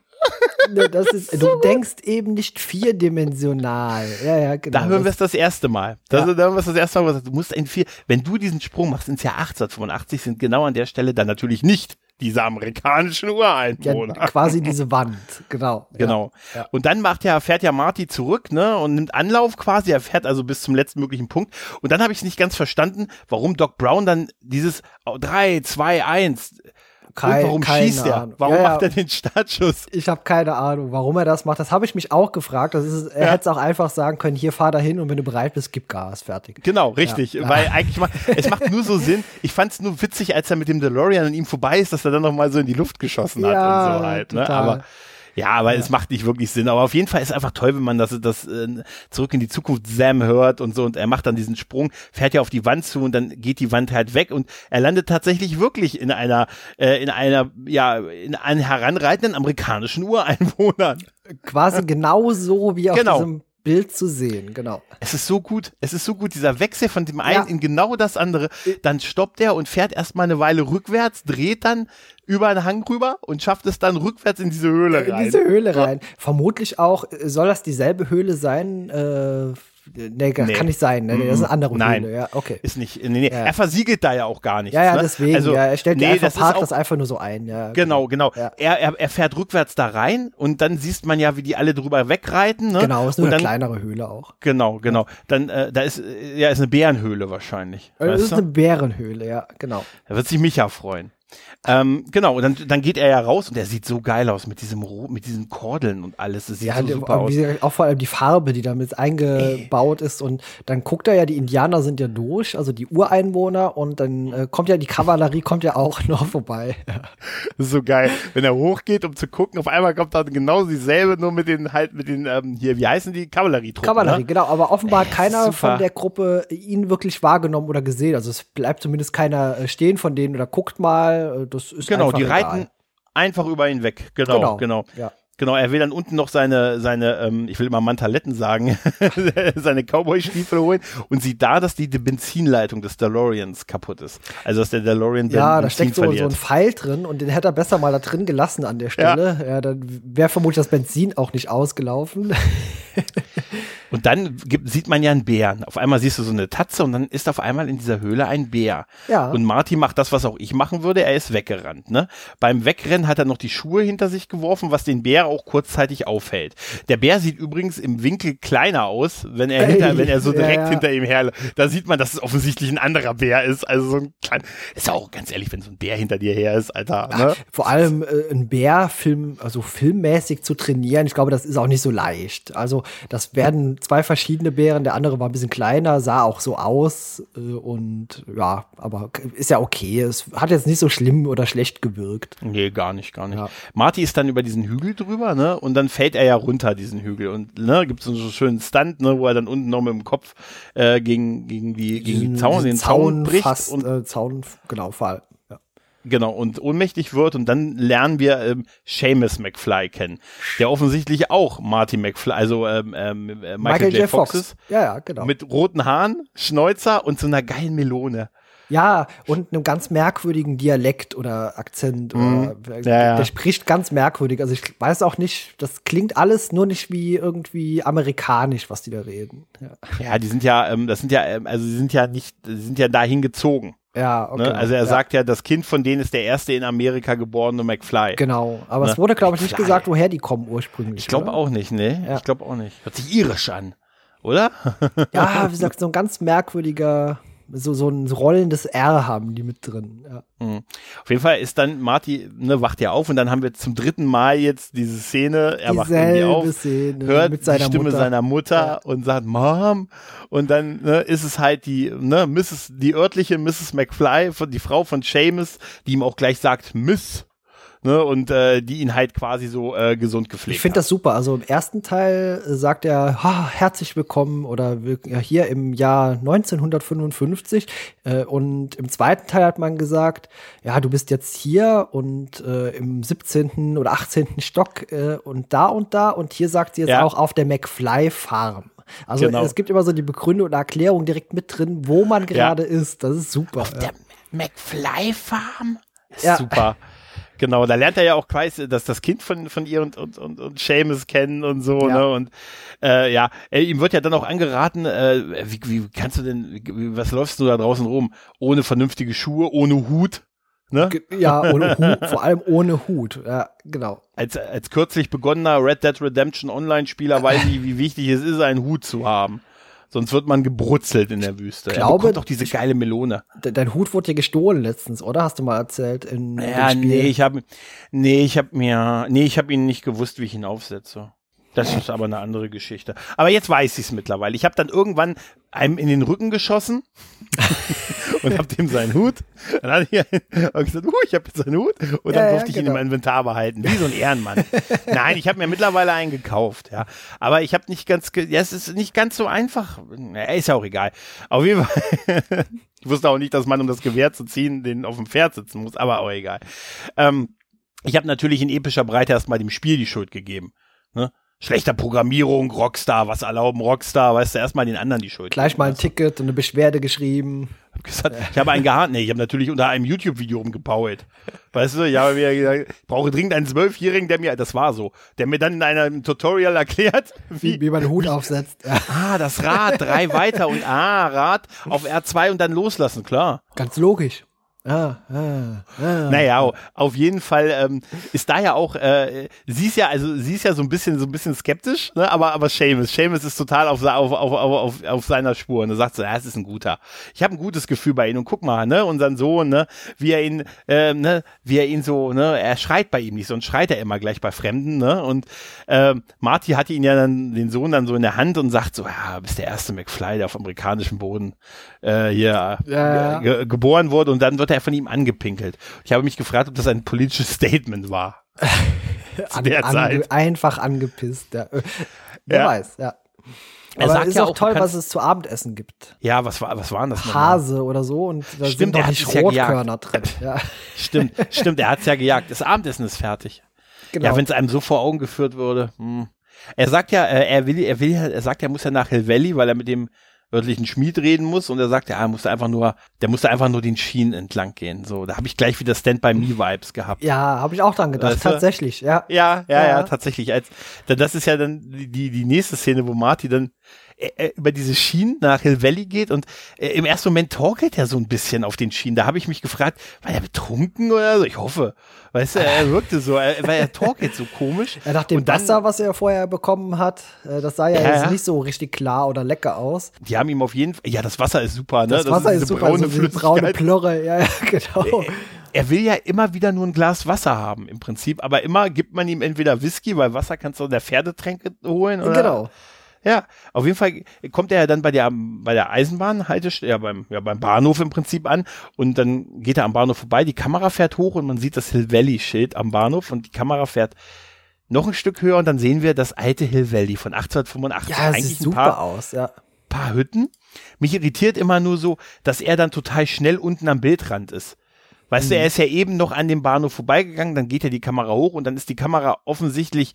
Du denkst eben nicht vierdimensional. Ja, genau. Da hören wir es das erste Mal. Da hören wir es das erste Mal. Du musst wenn du diesen Sprung machst ins Jahr 1885, sind genau an der Stelle dann natürlich nicht diese amerikanischen Ureinwohner. Ja, quasi diese Wand, genau. Genau. Ja. Und dann fährt ja Marty zurück, ne, und nimmt Anlauf quasi. Er fährt also bis zum letzten möglichen Punkt. Und dann habe ich nicht ganz verstanden, warum Doc Brown dann dieses 3, 2, 1 warum schießt er? Warum macht er den Startschuss? Ich habe keine Ahnung, warum er das macht. Das habe ich mich auch gefragt. Er hätte es auch einfach sagen können, hier, fahr da hin und wenn du bereit bist, gib Gas, fertig. Genau, richtig. Ja. Weil eigentlich es macht nur so Sinn. Ich fand es nur witzig, als er mit dem DeLorean an ihm vorbei ist, dass er dann noch mal so in die Luft geschossen hat und so halt. Ne? Aber es macht nicht wirklich Sinn. Aber auf jeden Fall ist es einfach toll, wenn man das Zurück in die Zukunft Sam hört und so. Und er macht dann diesen Sprung, fährt ja auf die Wand zu und dann geht die Wand halt weg und er landet tatsächlich wirklich in einen heranreitenden amerikanischen Ureinwohnern. Quasi genauso wie auf diesem Bild zu sehen, genau. Es ist so gut, dieser Wechsel von dem einen in genau das andere. Dann stoppt er und fährt erstmal eine Weile rückwärts, dreht dann über einen Hang rüber und schafft es dann rückwärts in diese Höhle rein. Vermutlich auch, soll das dieselbe Höhle sein, Nee, kann nicht sein. Ne? Das ist eine andere Höhle. Ja, okay. Ist nicht. Nee. Ja. Er versiegelt da ja auch gar nichts. Ja, deswegen. Also, er stellt das einfach nur so ein. Ja, genau. Ja. Er fährt rückwärts da rein und dann siehst man ja, wie die alle drüber wegreiten. Ne? Genau, ist nur eine kleinere Höhle auch. Genau. Dann da ist eine Bärenhöhle wahrscheinlich. Das ist eine Bärenhöhle, ja, genau. Da wird sich Micha freuen. Genau, und dann geht er ja raus und er sieht so geil aus mit diesen Kordeln und alles. Das sieht so super aus. Auch vor allem die Farbe, die damit eingebaut ist. Und dann guckt er ja, die Indianer sind ja durch, also die Ureinwohner, und dann kommt ja die Kavallerie auch noch vorbei. Das ist so geil. Wenn er hochgeht, um zu gucken, auf einmal kommt da genau dieselbe, nur mit den hier, wie heißen die? Kavallerietruppen. Kavallerie, genau, aber offenbar hat keiner von der Gruppe ihn wirklich wahrgenommen oder gesehen. Also es bleibt zumindest keiner stehen von denen oder guckt mal. Das ist genau, die reiten einfach über ihn weg. Genau. Ja. Genau, er will dann unten noch seine ich will immer Mantaletten sagen, seine Cowboy-Stiefel holen und sieht da, dass die Benzinleitung des DeLoreans kaputt ist. Also, dass der DeLorean da steckt so ein Pfeil drin und den hätte er besser mal da drin gelassen an der Stelle. Ja, dann wäre vermutlich das Benzin auch nicht ausgelaufen. Und dann sieht man ja einen Bären. Auf einmal siehst du so eine Tatze und dann ist auf einmal in dieser Höhle ein Bär. Ja. Und Marty macht das, was auch ich machen würde. Er ist weggerannt. Ne? Beim Wegrennen hat er noch die Schuhe hinter sich geworfen, was den Bär auch kurzzeitig auffällt. Der Bär sieht übrigens im Winkel kleiner aus, wenn er so direkt hinter ihm her. Da sieht man, dass es offensichtlich ein anderer Bär ist. Also so ein kleiner. Ist ja auch ganz ehrlich, wenn so ein Bär hinter dir her ist, Alter. Ne? Vor allem ein Bär filmmäßig zu trainieren, ich glaube, das ist auch nicht so leicht. Also das werden zwei verschiedene Bären, der andere war ein bisschen kleiner, sah auch so aus und ja, aber ist ja okay. Es hat jetzt nicht so schlimm oder schlecht gewirkt. Nee, gar nicht. Ja. Marty ist dann über diesen Hügel drüber, ne, und dann fällt er ja runter, diesen Hügel, und ne, gibt es so einen schönen Stunt, ne, wo er dann unten noch mit dem Kopf gegen den Zaun bricht. Fast, und Zaun, genau, Fall. Genau, und ohnmächtig wird, und dann lernen wir Seamus McFly kennen, der offensichtlich auch Marty McFly, also Michael J. Fox ist. Ja, genau. Mit roten Haaren, Schnäuzer und so einer geilen Melone. Ja, und einem ganz merkwürdigen Dialekt oder Akzent. Der spricht ganz merkwürdig. Also ich weiß auch nicht, das klingt alles nur nicht wie irgendwie amerikanisch, was die da reden. Ja, die sind ja, sie sind ja dahin gezogen. Ja, okay. Ne? Also er sagt ja, das Kind von denen ist der erste in Amerika geborene McFly. Genau, aber es wurde, glaube ich, nicht gesagt, woher die kommen ursprünglich. Ich glaube auch nicht, ne? Ja. Ich glaube auch nicht. Hört sich irisch an, oder? Ja, wie gesagt, so ein ganz merkwürdiger, so ein rollendes R haben die mit drin. Ja. Auf jeden Fall ist dann Marty, wacht ja auf, und dann haben wir zum 3. Mal jetzt diese Szene, er wacht irgendwie auf, hört mit seiner die Stimme seiner Mutter und sagt Mom, und dann ist es halt die örtliche Mrs. McFly, die Frau von Seamus, die ihm auch gleich sagt Miss. Ne, und die ihn halt quasi so gesund gepflegt. Ich finde das super. Also im ersten Teil sagt er, herzlich willkommen, oder hier im Jahr 1955. Und im zweiten Teil hat man gesagt, ja, du bist jetzt hier und im 17. oder 18. Stock und da. Und hier sagt sie jetzt auch auf der McFly Farm. Also Es gibt immer so die Begründung und Erklärung direkt mit drin, wo man gerade ist. Das ist super. Auf der McFly Farm? Ist super. Genau, da lernt er ja auch quasi, dass das Kind von ihr und Seamus kennen und so, ne? Und ihm wird ja dann auch angeraten, wie kannst du denn, was läufst du da draußen rum? Ohne vernünftige Schuhe, ohne Hut, ne? Ja, ohne Hut, vor allem ohne Hut, ja, genau. Als kürzlich begonnener Red Dead Redemption Online-Spieler weiß ich, wie wichtig es ist, einen Hut zu haben. Sonst wird man gebrutzelt in der Wüste. Er bekommt doch diese geile Melone. Dein Hut wurde dir gestohlen letztens, oder? Hast du mal erzählt in dem Spiel? Ich habe ihn nicht gewusst, wie ich ihn aufsetze. Das ist aber eine andere Geschichte. Aber jetzt weiß ich es mittlerweile. Ich habe dann irgendwann einem in den Rücken geschossen und habe dem seinen Hut. Dann hat er gesagt, ich habe jetzt seinen Hut. Und dann durfte ich ihn im Inventar behalten. Wie so ein Ehrenmann. Nein, ich habe mir mittlerweile einen gekauft. Ja. Aber ich habe nicht es ist nicht ganz so einfach. Ist ja auch egal. Auf jeden Fall. Ich wusste auch nicht, dass man, um das Gewehr zu ziehen, den auf dem Pferd sitzen muss. Aber auch egal. Ich habe natürlich in epischer Breite erstmal dem Spiel die Schuld gegeben. Ne? Schlechter Programmierung, Rockstar, was erlauben Rockstar, weißt du, erstmal den anderen die Schuld. Gleich mal ein Ticket und eine Beschwerde geschrieben. Ich habe einen gehabt, ich habe natürlich unter einem YouTube-Video rumgepault. Weißt du, ich habe mir gesagt, ich brauche dringend einen 12-Jährigen, der mir dann in einem Tutorial erklärt, wie man einen Hut aufsetzt. Das Rad, 3 weiter und Rad auf R2 und dann loslassen, klar. Ganz logisch. Naja, auf jeden Fall ist da ja auch, sie ist ja so ein bisschen skeptisch, ne? aber Seamus ist total auf seiner Spur und er sagt so, es ist ein guter. Ich habe ein gutes Gefühl bei ihm und guck mal, ne, unseren Sohn, ne, wie er ihn so, ne, er schreit bei ihm nicht, sonst schreit er immer gleich bei Fremden, ne, und Marty hatte ihn ja dann, den Sohn dann so in der Hand und sagt so, bist der erste McFly, der auf amerikanischem Boden geboren wurde und dann wird er von ihm angepinkelt. Ich habe mich gefragt, ob das ein politisches Statement war. Zu der Zeit. Einfach angepisst. Ja. Wer weiß, ja. Aber es ist auch toll, was es zu Abendessen gibt. Ja, was waren das? Hase oder so und da sind doch nicht Rotkörner drin. Ja. Stimmt, er hat es ja gejagt. Das Abendessen ist fertig. Genau. Ja, wenn es einem so vor Augen geführt würde. Er sagt ja, er sagt, er muss ja nach Hill Valley, weil er mit dem örtlichen Schmied reden muss und er sagt, der musste einfach nur den Schienen entlang gehen. So, da habe ich gleich wieder Stand-by-Me-Vibes gehabt. Ja, habe ich auch dran gedacht, tatsächlich, ja. Ja, tatsächlich. Das ist ja dann die nächste Szene, wo Marty dann über diese Schienen nach Hill Valley geht und im ersten Moment torkelt er so ein bisschen auf den Schienen. Da habe ich mich gefragt, war er betrunken oder so? Ich hoffe. Weißt du, er wirkte so, weil er torkelt so komisch. Ja, nach dem Wasser, was er vorher bekommen hat, das sah jetzt nicht so richtig klar oder lecker aus. Die haben ihm auf jeden Fall, das Wasser ist super, ne? Das Wasser ist super, braune braune Plörre, ja, genau. Er will ja immer wieder nur ein Glas Wasser haben, im Prinzip, aber immer gibt man ihm entweder Whisky, weil Wasser kannst du in der Pferdetränke holen, oder? Genau. Ja, auf jeden Fall kommt er ja dann bei der Eisenbahnhaltestelle, beim Bahnhof im Prinzip an und dann geht er am Bahnhof vorbei, die Kamera fährt hoch und man sieht das Hill Valley Schild am Bahnhof und die Kamera fährt noch ein Stück höher und dann sehen wir das alte Hill Valley von 1885. Ja, das sieht super aus, ja. Paar Hütten. Mich irritiert immer nur so, dass er dann total schnell unten am Bildrand ist. Weißt du, er ist ja eben noch an dem Bahnhof vorbeigegangen, dann geht ja die Kamera hoch und dann ist die Kamera offensichtlich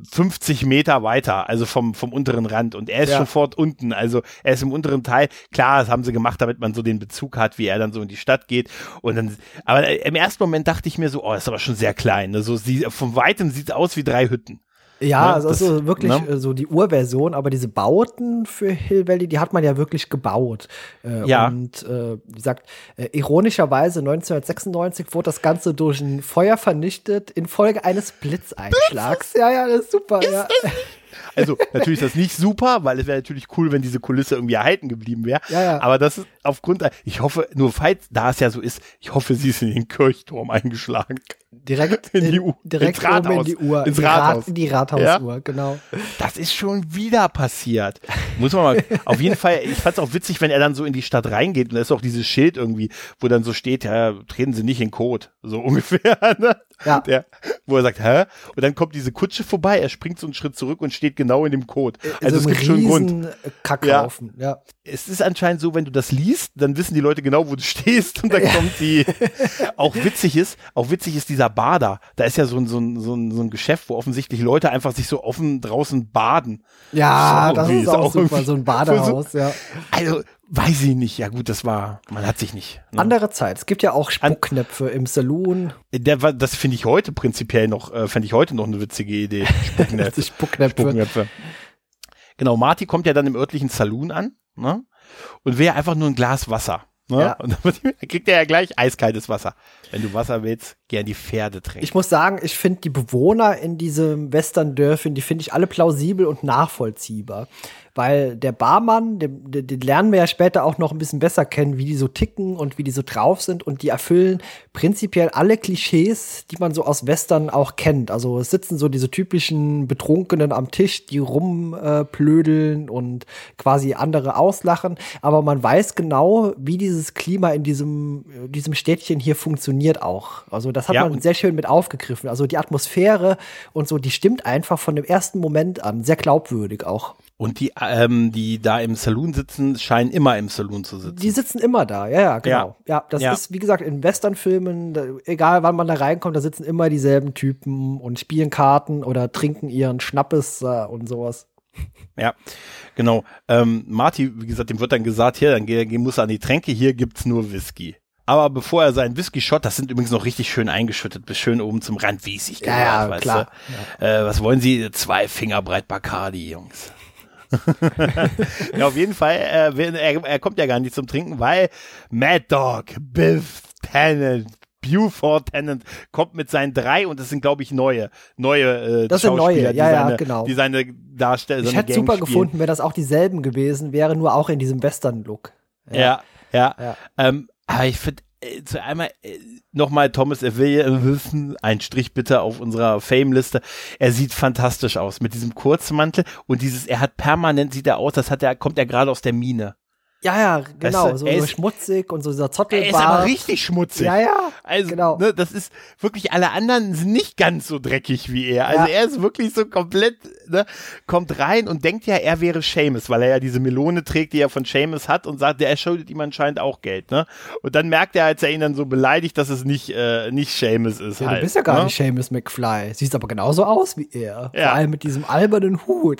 50 Meter weiter, also vom unteren Rand und er ist sofort unten, also er ist im unteren Teil. Klar, das haben sie gemacht, damit man so den Bezug hat, wie er dann so in die Stadt geht und dann, aber im ersten Moment dachte ich mir so, ist aber schon sehr klein, also von Weitem sieht es aus wie 3 Hütten. Ja, also wirklich so die Urversion, aber diese Bauten für Hill Valley, die hat man ja wirklich gebaut. Und wie gesagt, ironischerweise 1996 wurde das Ganze durch ein Feuer vernichtet infolge eines Blitzeinschlags. Ja, das ist super. Also natürlich ist das nicht super, weil es wäre natürlich cool, wenn diese Kulisse irgendwie erhalten geblieben wäre. Ja. Aber das ist ich hoffe, nur falls da es ja so ist, ich hoffe, sie ist in den Kirchturm eingeschlagen. Direkt in die Uhr. Ins Rathaus. In die Rathausuhr, genau. Das ist schon wieder passiert. Muss man mal, auf jeden Fall, ich fand es auch witzig, wenn er dann so in die Stadt reingeht und da ist auch dieses Schild irgendwie, wo dann so steht, treten Sie nicht in Kot. So ungefähr, ne? Ja. Wo er sagt, Und dann kommt diese Kutsche vorbei, er springt so einen Schritt zurück und steht genau in dem Code. Also es gibt schon einen Grund. Kackhaufen, ja. Es ist anscheinend so, wenn du das liest, dann wissen die Leute genau, wo du stehst und dann kommt die. Auch witzig ist dieser Bar da. Da ist ja so ein Geschäft, wo offensichtlich Leute einfach sich so offen draußen baden. Ja, das ist auch super, so ein Badehaus, ja. Also, weiß ich nicht. Ja gut, man hat sich nicht. Ne? Andere Zeit. Es gibt ja auch Spuckknöpfe im Saloon. Das finde ich heute prinzipiell noch, eine witzige Idee. Spuckknöpfe. Genau, Marty kommt ja dann im örtlichen Saloon an, ne? Und will ja einfach nur ein Glas Wasser. Ne? Ja. Und dann kriegt er ja gleich eiskaltes Wasser. Wenn du Wasser willst, gern die Pferde trinken. Ich muss sagen, ich finde die Bewohner in diesem Western-Dörfchen, die finde ich alle plausibel und nachvollziehbar. weil der Barmann, den lernen wir ja später auch noch ein bisschen besser kennen, wie die so ticken und wie die so drauf sind und die erfüllen prinzipiell alle Klischees, die man so aus Western auch kennt. Also es sitzen so diese typischen Betrunkenen am Tisch, die rumplödeln und quasi andere auslachen, aber man weiß genau, wie dieses Klima in diesem Städtchen hier funktioniert auch. Also das hat man sehr schön mit aufgegriffen. Also die Atmosphäre und so, die stimmt einfach von dem ersten Moment an, sehr glaubwürdig auch. Und die da im Saloon sitzen, scheinen immer im Saloon zu sitzen. Die sitzen immer da, ja, genau. Ja, das ist, wie gesagt, in Westernfilmen, egal wann man da reinkommt, da sitzen immer dieselben Typen und spielen Karten oder trinken ihren Schnappes und sowas. Ja, genau. Marty, wie gesagt, dem wird dann gesagt, hier, dann muss er an die Tränke, hier gibt's nur Whisky. Aber bevor er seinen Whisky-Shot, das sind übrigens noch richtig schön eingeschüttet, bis schön oben zum Rand, wie es sich gehört, ja, klar. Was wollen Sie? 2 Finger breit Bacardi, Jungs. Ja, auf jeden Fall, er kommt ja gar nicht zum Trinken, weil Mad Dog, Biff Tannen, Buford Tennant kommt mit seinen 3 und das sind, glaube ich, neue das sind neue, genau. Die seine Darsteller. Ich hätte super gefunden, wenn das auch dieselben gewesen wäre, nur auch in diesem Western-Look. Ja. Aber ich finde, zu einmal nochmal Thomas Wilson, ein Strich bitte auf unserer Fame-Liste. Er sieht fantastisch aus mit diesem Kurzmantel und sieht er aus, kommt er gerade aus der Mine. Ja, genau, weißt du, so schmutzig und so dieser Zottelbart. Er ist aber richtig schmutzig. Ja, also, genau. Ne, das ist wirklich, alle anderen sind nicht ganz so dreckig wie er. Also er ist wirklich so komplett, kommt rein und denkt ja, er wäre Seamus, weil er ja diese Melone trägt, die er von Seamus hat und sagt, er schuldet ihm anscheinend auch Geld, ne? Und dann merkt er, als er ihn dann so beleidigt, dass es nicht Seamus ist. Ja, halt, du bist ja gar nicht Seamus McFly. Siehst aber genauso aus wie er. Ja. Vor allem mit diesem albernen Hut,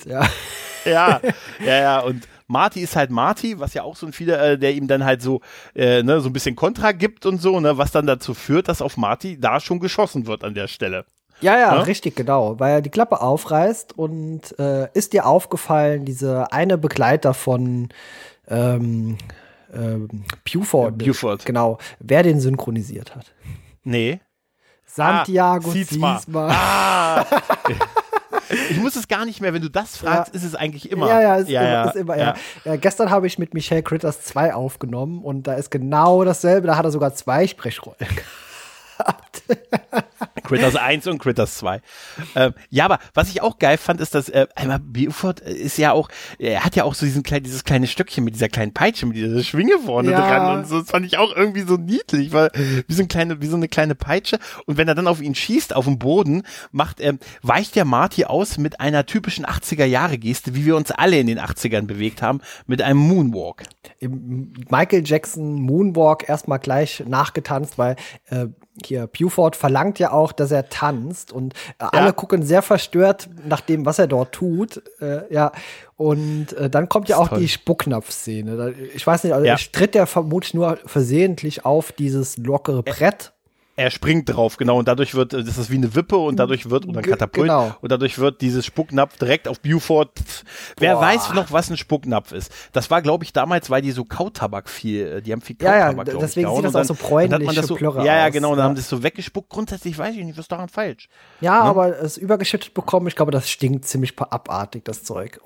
Ja, und Marty ist halt Marty, was ja auch so ein vieler, der ihm dann halt so, so ein bisschen Kontra gibt und so, ne, was dann dazu führt, dass auf Marty da schon geschossen wird an der Stelle. Ja, richtig, genau, weil er die Klappe aufreißt und ist dir aufgefallen, diese eine Begleiter von Buford, genau, wer den synchronisiert hat. Nee. Santiago Ziesma. Ich muss es gar nicht mehr, wenn du das fragst, ist es eigentlich immer. Ist immer. Ja. Gestern habe ich mit Michelle Critters 2 aufgenommen und da ist genau dasselbe, da hat er sogar 2 Sprechrollen gehabt. Critters 1 und Critters 2. Aber was ich auch geil fand, ist, dass einmal Buford ist ja auch, er hat ja auch so dieses kleine Stöckchen mit dieser kleinen Peitsche, mit dieser Schwinge vorne dran und so, das fand ich auch irgendwie so niedlich, weil wie so eine kleine Peitsche und wenn er dann auf ihn schießt, auf dem Boden, weicht der Marty aus mit einer typischen 80er-Jahre-Geste, wie wir uns alle in den 80ern bewegt haben, mit einem Moonwalk. Im Michael Jackson Moonwalk erstmal gleich nachgetanzt, weil hier Buford verlangt ja auch, dass er tanzt und alle gucken sehr verstört nach dem, was er dort tut. Und dann kommt ja auch die Spucknapf-Szene. Ich weiß nicht, also tritt der vermutlich nur versehentlich auf dieses lockere Brett. Er springt drauf, genau, und dadurch wird, das ist wie eine Wippe und dadurch wird, oder ein Katapult, und dadurch wird dieses Spucknapf direkt auf Buford. Wer weiß noch, was ein Spucknapf ist? Das war, glaube ich, damals, weil die so Kautabak die haben viel Kautabak, glaube ich. Deswegen sieht das auch so bräunlich aus. Ja, genau, und dann haben sie es so weggespuckt. Grundsätzlich weiß ich nicht, was ist daran falsch. Ja, aber es übergeschüttet bekommen, ich glaube, das stinkt ziemlich abartig, das Zeug.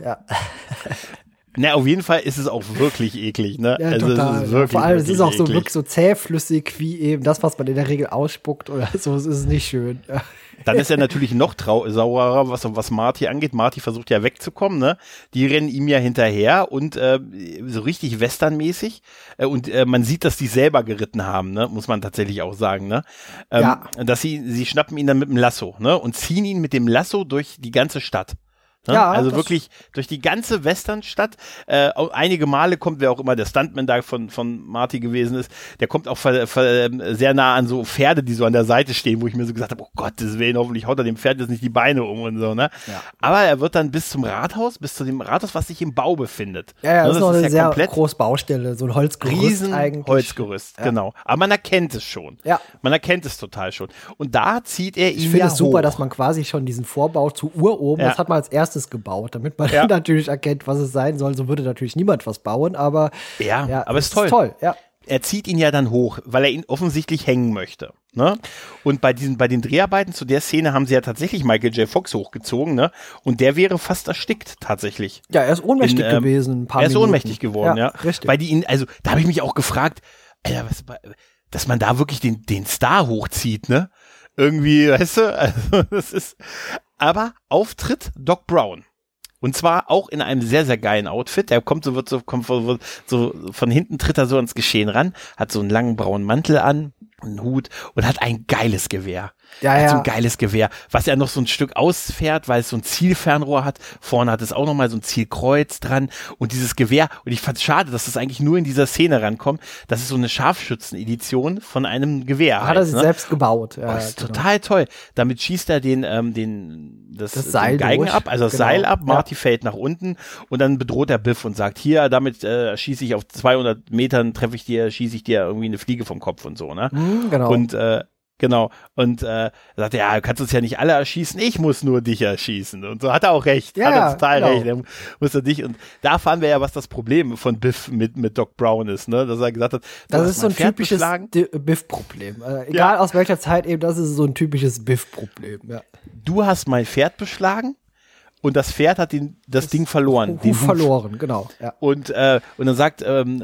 Na, auf jeden Fall ist es auch wirklich eklig, ne? Ja, also total. Es ist wirklich, vor allem, es ist auch so wirklich so zähflüssig wie eben das, was man in der Regel ausspuckt oder so. Es ist nicht schön. Ja. Dann ist er natürlich noch saurer, was Marty angeht. Marty versucht ja wegzukommen, ne? Die rennen ihm ja hinterher und so richtig westernmäßig. Und man sieht, dass die selber geritten haben, ne? Muss man tatsächlich auch sagen, ne? Dass sie schnappen ihn dann mit dem Lasso, ne? Und ziehen ihn mit dem Lasso durch die ganze Stadt. Ne? Ja, also wirklich durch die ganze Westernstadt. Einige Male kommt, wer auch immer der Stuntman da von Marty gewesen ist, der kommt auch sehr nah an so Pferde, die so an der Seite stehen, wo ich mir so gesagt habe, oh Gottes Willen, hoffentlich haut er dem Pferd jetzt nicht die Beine um und so, ne? Ja. Aber er wird dann bis zu dem Rathaus, was sich im Bau befindet. Ja, das ist noch eine sehr große Baustelle, so ein Holzgerüst eigentlich. Holzgerüst, genau. Aber man erkennt es schon. Ja. Man erkennt es total schon. Und da zieht er ihn Ich finde es super, dass man quasi schon diesen Vorbau zu Uhr oben, das hat man als erstes gebaut, damit man natürlich erkennt, was es sein soll. So würde natürlich niemand was bauen, aber aber es ist toll. Ja. er zieht ihn ja dann hoch, weil er ihn offensichtlich hängen möchte. Ne? Und bei den Dreharbeiten zu der Szene haben sie ja tatsächlich Michael J. Fox hochgezogen, ne? Und der wäre fast erstickt tatsächlich. Ja, er ist ohnmächtig gewesen. Er ist ohnmächtig geworden, ja. Richtig. Weil die ihn, also da habe ich mich auch gefragt, Alter, dass man da wirklich den Star hochzieht, ne? Irgendwie, weißt du, also das ist. Aber Auftritt Doc Brown. Und zwar auch in einem sehr, sehr geilen Outfit. Der kommt so von hinten tritt er so ans Geschehen ran, hat so einen langen braunen Mantel an, einen Hut und hat ein geiles Gewehr. Hat so ein geiles Gewehr, was er noch so ein Stück ausfährt, weil es so ein Zielfernrohr hat. Vorne hat es auch nochmal so ein Zielkreuz dran und dieses Gewehr. Und ich fand es schade, dass das eigentlich nur in dieser Szene rankommt. Das ist so eine Scharfschützen-Edition von einem Gewehr. Hat er sich selbst gebaut. Ja, das ist total toll. Damit schießt er das Seil den Geigen durch. Ab, also das Seil ab. Marty fällt nach unten und dann bedroht er Biff und sagt, hier, damit schieße ich auf 200 Metern, schieße ich dir irgendwie eine Fliege vom Kopf und so, ne? Genau. Und genau. Und er sagt, ja, du kannst uns ja nicht alle erschießen, ich muss nur dich erschießen. Und so hat er auch recht. Ja, hat er total genau. recht. Er muss er dich. Und da erfahren wir ja, was das Problem von Biff mit Doc Brown ist, ne? Dass er gesagt hat, das ist so ein typisches Biff-Problem. Egal aus welcher Zeit eben, das ist so ein typisches Biff-Problem. Ja. Du hast mein Pferd beschlagen. Und das Pferd hat das Ding verloren. Den Huf verloren, genau. Ja. Und dann sagt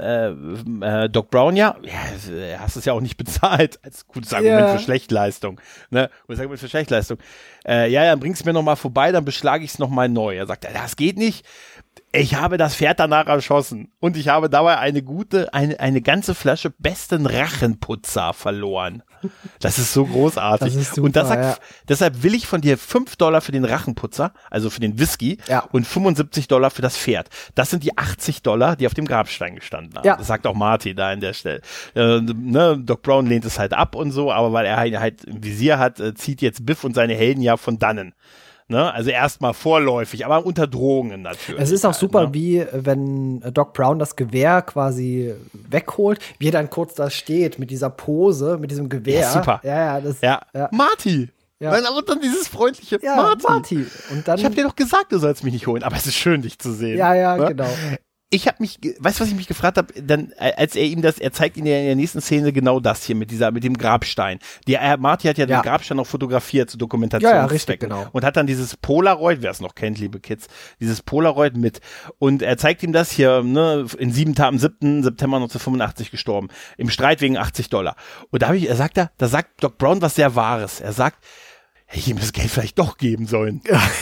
Doc Brown hast es ja auch nicht bezahlt, als gutes Argument für Schlechtleistung. Ne? Gutes Argument für Schlechtleistung. Dann bring's mir nochmal vorbei, dann beschlage ich es nochmal neu. Er sagt, das geht nicht. Ich habe das Pferd danach erschossen und ich habe dabei eine ganze Flasche besten Rachenputzer verloren. Das ist so großartig. Das ist super, und deshalb will ich von dir $5 für den Rachenputzer, also für den Whisky, und $75 für das Pferd. Das sind die $80, die auf dem Grabstein gestanden haben. Ja. Das sagt auch Marty da an der Stelle. Doc Brown lehnt es halt ab und so, aber weil er halt im Visier hat, zieht jetzt Biff und seine Helden ja von dannen. Ne? Also erstmal vorläufig, aber unter Drohungen natürlich. Es ist auch super, wie wenn Doc Brown das Gewehr quasi wegholt, wie er dann kurz da steht mit dieser Pose, mit diesem Gewehr. Ja, super. Ja. Marty. Ja. Und dann dieses freundliche Marty. Und dann, ich hab dir doch gesagt, du sollst mich nicht holen, aber es ist schön, dich zu sehen. Ja, ne? Genau. Weißt du, was ich mich gefragt habe, dann, als er zeigt ihn ja in der nächsten Szene genau das hier mit dem Grabstein. Marty hat ja den Grabstein auch fotografiert zu Dokumentationszwecken. Ja, richtig, genau. Und hat dann dieses Polaroid, wer es noch kennt, liebe Kids, dieses Polaroid mit. Und er zeigt ihm das hier, ne, am 7. September 1985 gestorben. Im Streit wegen $80. Und da sagt Doc Brown was sehr Wahres. Er sagt, ich ihm das Geld vielleicht doch geben sollen.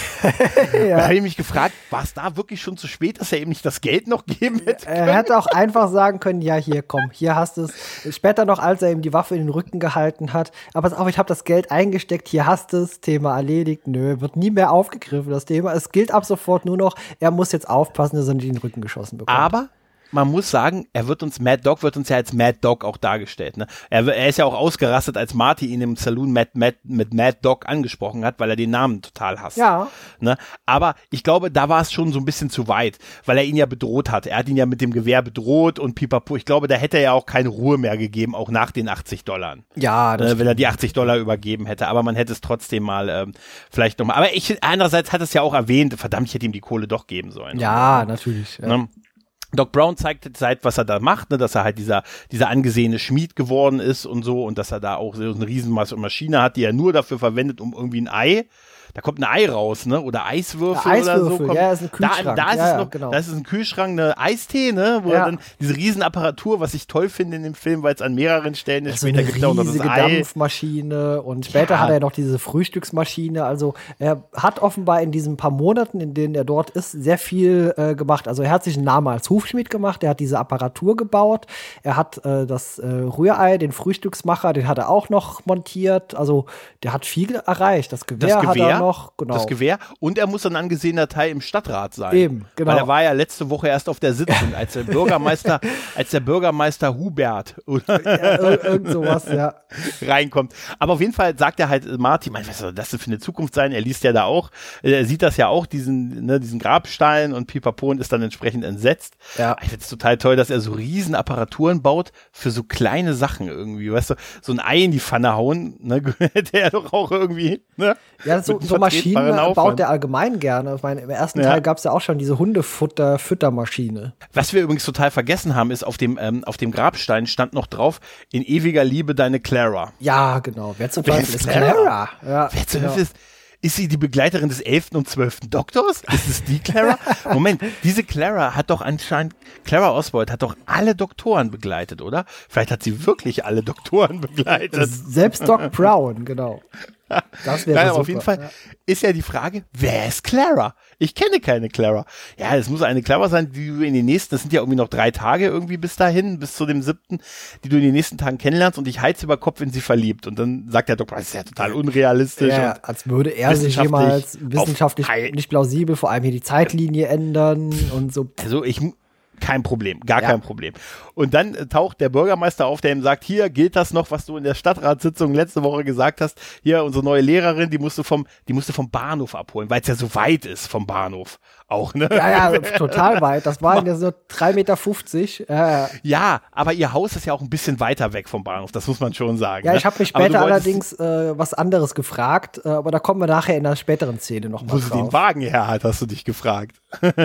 Da habe ich mich gefragt, war es da wirklich schon zu spät, dass er ihm nicht das Geld noch geben hätte können? Er hätte auch einfach sagen können, ja, hier, komm, hier hast du es. Später noch, als er ihm die Waffe in den Rücken gehalten hat. Aber pass auf, ich habe das Geld eingesteckt, hier hast du es, Thema erledigt. Nö, wird nie mehr aufgegriffen, das Thema. Es gilt ab sofort nur noch, er muss jetzt aufpassen, dass er nicht in den Rücken geschossen bekommt. Aber man muss sagen, Mad Dog wird uns ja als Mad Dog auch dargestellt. Ne? Er ist ja auch ausgerastet, als Marty ihn im Saloon mit Mad Dog angesprochen hat, weil er den Namen total hasst. Ja. Ne? Aber ich glaube, da war es schon so ein bisschen zu weit, weil er ihn ja bedroht hat. Er hat ihn ja mit dem Gewehr bedroht und pipapo. Ich glaube, da hätte er ja auch keine Ruhe mehr gegeben, auch nach den $80. Ja, das wenn er die $80 übergeben hätte. Aber man hätte es trotzdem mal vielleicht nochmal. Aber andererseits hat es ja auch erwähnt, verdammt, ich hätte ihm die Kohle doch geben sollen. Ja, natürlich. Ja. Ne? Doc Brown zeigt, was er da macht, ne, dass er halt dieser angesehene Schmied geworden ist und so und dass er da auch so eine riesen Maschine hat, die er nur dafür verwendet, um irgendwie ein Ei. Da kommt ein Ei raus, ne? Oder Eiswürfel oder so. Kommt. Ja, ist ein Kühlschrank. Da ist es noch, genau. Da ist es ein Kühlschrank, eine Eistee, ne? Wo er dann diese Riesenapparatur, was ich toll finde in dem Film, weil es an mehreren Stellen ist. Später gibt er auch noch das Ei. Dampfmaschine und später hat er noch diese Frühstücksmaschine. Also er hat offenbar in diesen paar Monaten, in denen er dort ist, sehr viel gemacht. Also er hat sich einen Namen als Hufschmied gemacht, er hat diese Apparatur gebaut, er hat das Rührei, den Frühstücksmacher, den hat er auch noch montiert. Also der hat viel erreicht. Das Gewehr hat er noch, genau. Das Gewehr und er muss ein angesehener Teil im Stadtrat sein. Eben, genau. Weil er war ja letzte Woche erst auf der Sitzung, als der Bürgermeister Hubert oder irgend sowas, reinkommt. Aber auf jeden Fall sagt er halt Marty, was soll das denn für eine Zukunft sein? Er liest ja da auch, er sieht das ja auch, diesen Grabstein und pipapo und ist dann entsprechend entsetzt. Ja. Ich finde es total toll, dass er so riesen Apparaturen baut für so kleine Sachen irgendwie, weißt du, so ein Ei in die Pfanne hauen, ne, hätte er doch auch irgendwie, ne? Ja, so so Maschinen baut der allgemein gerne. Ich meine, im ersten Teil gab es ja auch schon diese Hundefutter-Füttermaschine. Was wir übrigens total vergessen haben, ist, auf dem Grabstein stand noch drauf, in ewiger Liebe deine Clara. Ja, genau. Wer zum Teufel ist Clara? Ja, wer zum Teufel ist sie die Begleiterin des 11. und 12. Doktors? Ist es die Clara? Moment, diese Clara hat doch anscheinend, Clara Oswald hat doch alle Doktoren begleitet, oder? Vielleicht hat sie wirklich alle Doktoren begleitet. Selbst Doc Brown, genau. Das wäre super. Auf jeden Fall ist ja die Frage, wer ist Clara? Ich kenne keine Clara. Ja, es muss eine Clara sein, die du in den nächsten, das sind ja irgendwie noch 3 Tage irgendwie bis dahin, bis zu dem 7., die du in den nächsten Tagen kennenlernst und dich Hals über Kopf in sie verliebt. Und dann sagt der Doktor, das ist ja total unrealistisch. Ja, und als würde er sich jemals wissenschaftlich nicht plausibel, vor allem hier die Zeitlinie ändern und so. Also kein Problem, kein Problem. Und dann taucht der Bürgermeister auf, der ihm sagt, hier gilt das noch, was du in der Stadtratssitzung letzte Woche gesagt hast. Hier, unsere neue Lehrerin, die musst du vom Bahnhof abholen, weil es ja so weit ist vom Bahnhof. Auch, ne? Ja, total weit. Das waren ja so 3,50 Meter. Ja, aber ihr Haus ist ja auch ein bisschen weiter weg vom Bahnhof, das muss man schon sagen. Ja, ich habe mich später allerdings was anderes gefragt, aber da kommen wir nachher in einer späteren Szene noch mal drauf. Wo sie den Wagen her hat, hast du dich gefragt.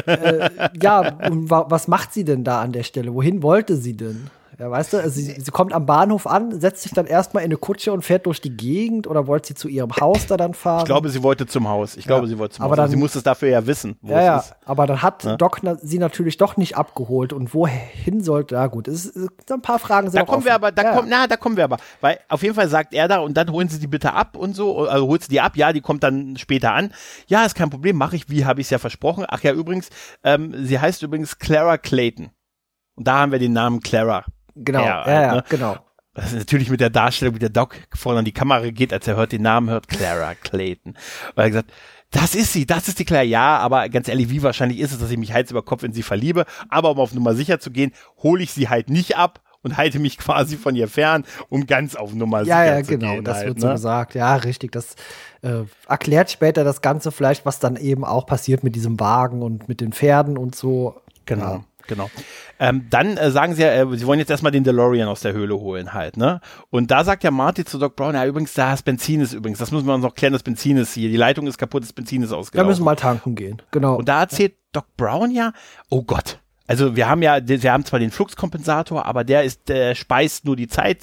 Ja, und was macht sie denn da an der Stelle? Wohin wollte sie denn? Ja, weißt du, also sie kommt am Bahnhof an, setzt sich dann erstmal in eine Kutsche und fährt durch die Gegend, oder wollte sie zu ihrem Haus da dann fahren? Ich glaube, sie wollte zum Haus. Aber sie musste es dafür ja wissen, wo es ist. Aber dann hat Doc sie natürlich doch nicht abgeholt, und wohin sollte, ja gut, es ist ein paar Fragen sind da kommen wir aber, weil auf jeden Fall sagt er da, und dann holen Sie die bitte ab und so, also holst du die ab, ja, die kommt dann später an. Ja, ist kein Problem, mache ich, wie habe ich es ja versprochen. Ach ja, übrigens, sie heißt übrigens Clara Clayton. Und da haben wir den Namen Clara. Genau, genau. Das ist natürlich mit der Darstellung, wie der Doc vorne an die Kamera geht, als er den Namen hört, Clara Clayton. Weil er gesagt, das ist die Clara. Ja, aber ganz ehrlich, wie wahrscheinlich ist es, dass ich mich Hals über Kopf in sie verliebe? Aber um auf Nummer sicher zu gehen, hole ich sie halt nicht ab und halte mich quasi von ihr fern, um ganz auf Nummer sicher zu gehen. Ja, genau, das wird so gesagt. Ja, richtig, das erklärt später das Ganze vielleicht, was dann eben auch passiert mit diesem Wagen und mit den Pferden und so. Genau. Genau. Dann sagen sie ja, sie wollen jetzt erstmal den DeLorean aus der Höhle holen halt, ne? Und da sagt ja Marty zu Doc Brown, ja übrigens, das Benzin ist übrigens, das müssen wir uns noch klären, das Benzin ist hier, die Leitung ist kaputt, das Benzin ist ausgelaufen. Da müssen wir mal tanken gehen, genau. Und da erzählt Doc Brown ja, oh Gott, also wir haben zwar den Fluxkompensator, aber der speist nur die Zeit,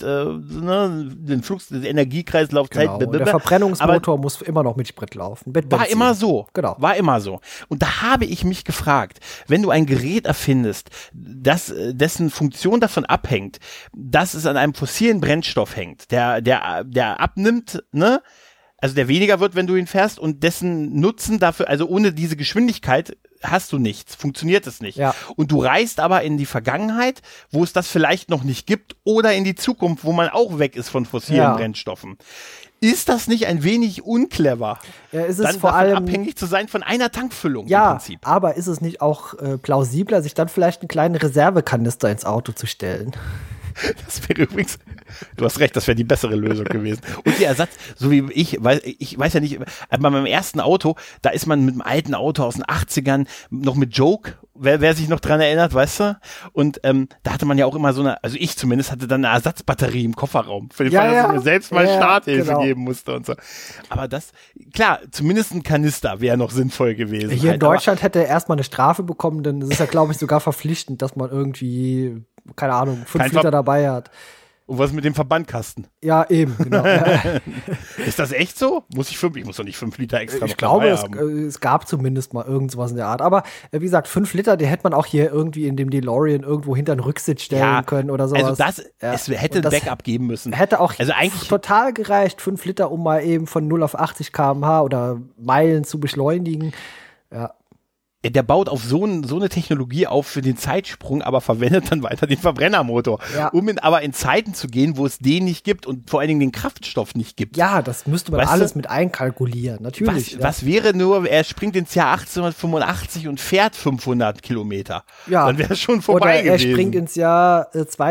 den Energiekreislauf. Genau. Und der Verbrennungsmotor muss immer noch mit Sprit laufen. War immer so. Genau. War immer so. Und da habe ich mich gefragt, wenn du ein Gerät erfindest, dessen Funktion davon abhängt, dass es an einem fossilen Brennstoff hängt, der abnimmt, ne? Also der weniger wird, wenn du ihn fährst, und dessen Nutzen dafür, also ohne diese Geschwindigkeit hast du nichts, funktioniert es nicht. Ja. Und du reist aber in die Vergangenheit, wo es das vielleicht noch nicht gibt, oder in die Zukunft, wo man auch weg ist von fossilen Brennstoffen. Ist das nicht ein wenig unclever? Ja, ist es dann vor allem abhängig zu sein von einer Tankfüllung im Prinzip. Ja, aber ist es nicht auch plausibler, sich dann vielleicht einen kleinen Reservekanister ins Auto zu stellen? Das wäre übrigens, du hast recht, das wäre die bessere Lösung gewesen. Und der Ersatz, so wie ich weiß ja nicht, bei meinem ersten Auto, da ist man mit einem alten Auto aus den 80ern noch mit Joke, wer sich noch dran erinnert, weißt du? Und da hatte man ja auch immer so eine, also ich zumindest hatte dann eine Ersatzbatterie im Kofferraum, für den Fall, dass ich mir selbst mal Starthilfe geben musste und so. Aber das, klar, zumindest ein Kanister wäre noch sinnvoll gewesen. Hier in Deutschland hätte er erstmal eine Strafe bekommen, denn es ist ja, glaube ich, sogar verpflichtend, dass man irgendwie, keine Ahnung, 5 Liter dabei hat. Und was mit dem Verbandkasten? Ja, eben, genau. Ist das echt so? Ich muss doch nicht 5 Liter extra Ich glaube, es gab zumindest mal irgendwas in der Art. Aber wie gesagt, 5 Liter, die hätte man auch hier irgendwie in dem DeLorean irgendwo hinter den Rücksitz stellen können oder sowas. Also es hätte ein Backup geben müssen. Hätte auch eigentlich total gereicht, 5 Liter, um mal eben von 0 auf 80 km/h oder Meilen zu beschleunigen. Ja. Der baut auf so eine Technologie auf für den Zeitsprung, aber verwendet dann weiter den Verbrennermotor, um aber in Zeiten zu gehen, wo es den nicht gibt und vor allen Dingen den Kraftstoff nicht gibt. Ja, das müsste man alles mit einkalkulieren, natürlich. Was wäre nur, er springt ins Jahr 1885 und fährt 500 Kilometer. Ja. Dann wäre es schon vorbei gewesen. Oder er springt ins Jahr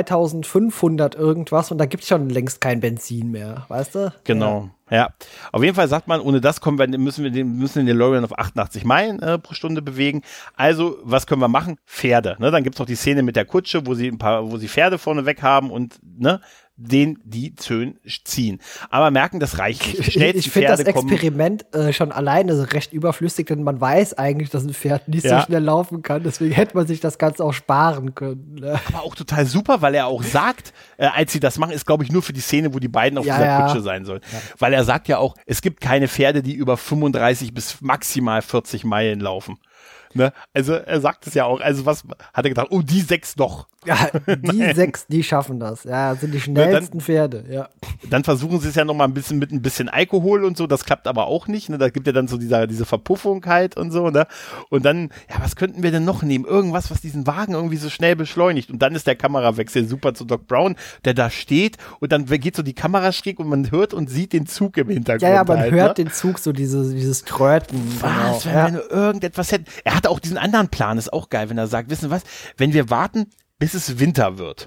2500 irgendwas und da gibt es schon längst kein Benzin mehr, weißt du? Genau. Ja, auf jeden Fall sagt man, ohne das müssen wir den DeLorean auf 88 Meilen pro Stunde bewegen. Also, was können wir machen? Pferde. Ne? Dann gibt's noch die Szene mit der Kutsche, wo sie Pferde vorne weg haben und ne, den die Zöhn ziehen. Aber merken, das reicht nicht. Ich finde das Experiment schon alleine recht überflüssig, denn man weiß eigentlich, dass ein Pferd nicht so schnell laufen kann. Deswegen hätte man sich das Ganze auch sparen können. Ne? Aber auch total super, weil er auch sagt, als sie das machen, ist, glaube ich, nur für die Szene, wo die beiden auf dieser Kutsche sein sollen. Ja. Weil er sagt ja auch, es gibt keine Pferde, die über 35 bis maximal 40 Meilen laufen. Ne? Also er sagt es ja auch. Also was hat er gedacht? Oh, die 6 doch. Ja, die 6, die schaffen das. Ja, sind die schnellsten Pferde. Ja. Dann versuchen sie es ja noch mal ein bisschen mit ein bisschen Alkohol und so. Das klappt aber auch nicht. Ne? Da gibt ja dann so diese Verpuffung halt und so. Ne? Und dann, ja, was könnten wir denn noch nehmen? Irgendwas, was diesen Wagen irgendwie so schnell beschleunigt. Und dann ist der Kamerawechsel super zu Doc Brown, der da steht. Und dann geht so die Kamera schräg und man hört und sieht den Zug im Hintergrund. Ja, man hört den Zug, so dieses Tröten. Was, wenn wir nur irgendetwas hätten. Er hat auch diesen anderen Plan, ist auch geil, wenn er sagt, wissen Sie was, wenn wir warten, bis es Winter wird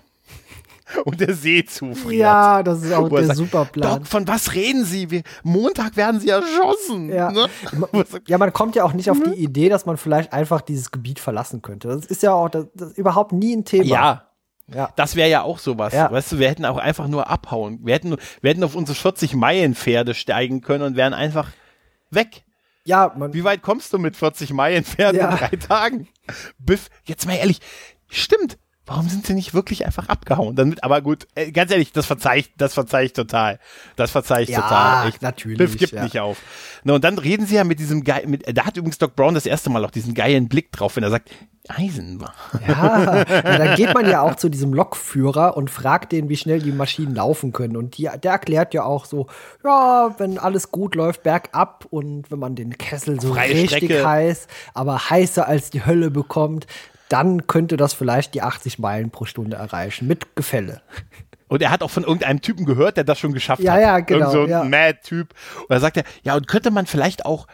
und der See zufriert. Ja, das ist auch der super Plan. Doc, von was reden Sie? Montag werden Sie erschossen. Ja. Ne? Ja, man kommt ja auch nicht auf die Idee, dass man vielleicht einfach dieses Gebiet verlassen könnte. Das ist ja auch das überhaupt nie ein Thema. Ja, das wäre ja auch sowas. Ja. Weißt du, wir hätten auch einfach nur abhauen. Wir hätten auf unsere 40-Meilen-Pferde steigen können und wären einfach weg. Ja, wie weit kommst du mit 40 Meilen-Pferden in 3 Tagen? Biff, jetzt mal ehrlich, stimmt. Warum sind sie nicht wirklich einfach abgehauen? Aber gut, ganz ehrlich, das verzeih ich total. Das verzeih ich total. Natürlich. Biff gibt nicht auf. Na, und dann reden sie ja mit diesem da hat übrigens Doc Brown das erste Mal auch diesen geilen Blick drauf, wenn er sagt, Eisenbahn. Ja, dann geht man ja auch zu diesem Lokführer und fragt den, wie schnell die Maschinen laufen können. Und der erklärt ja auch so, ja, wenn alles gut läuft, bergab und wenn man den Kessel so freie richtig Strecke. heiß, aber heißer als die Hölle bekommt, dann könnte das vielleicht die 80 Meilen pro Stunde erreichen, mit Gefälle. Und er hat auch von irgendeinem Typen gehört, der das schon geschafft hat. Ja, genau. Irgend so ein Mad-Typ. Und da sagt er, ja, und könnte man vielleicht auch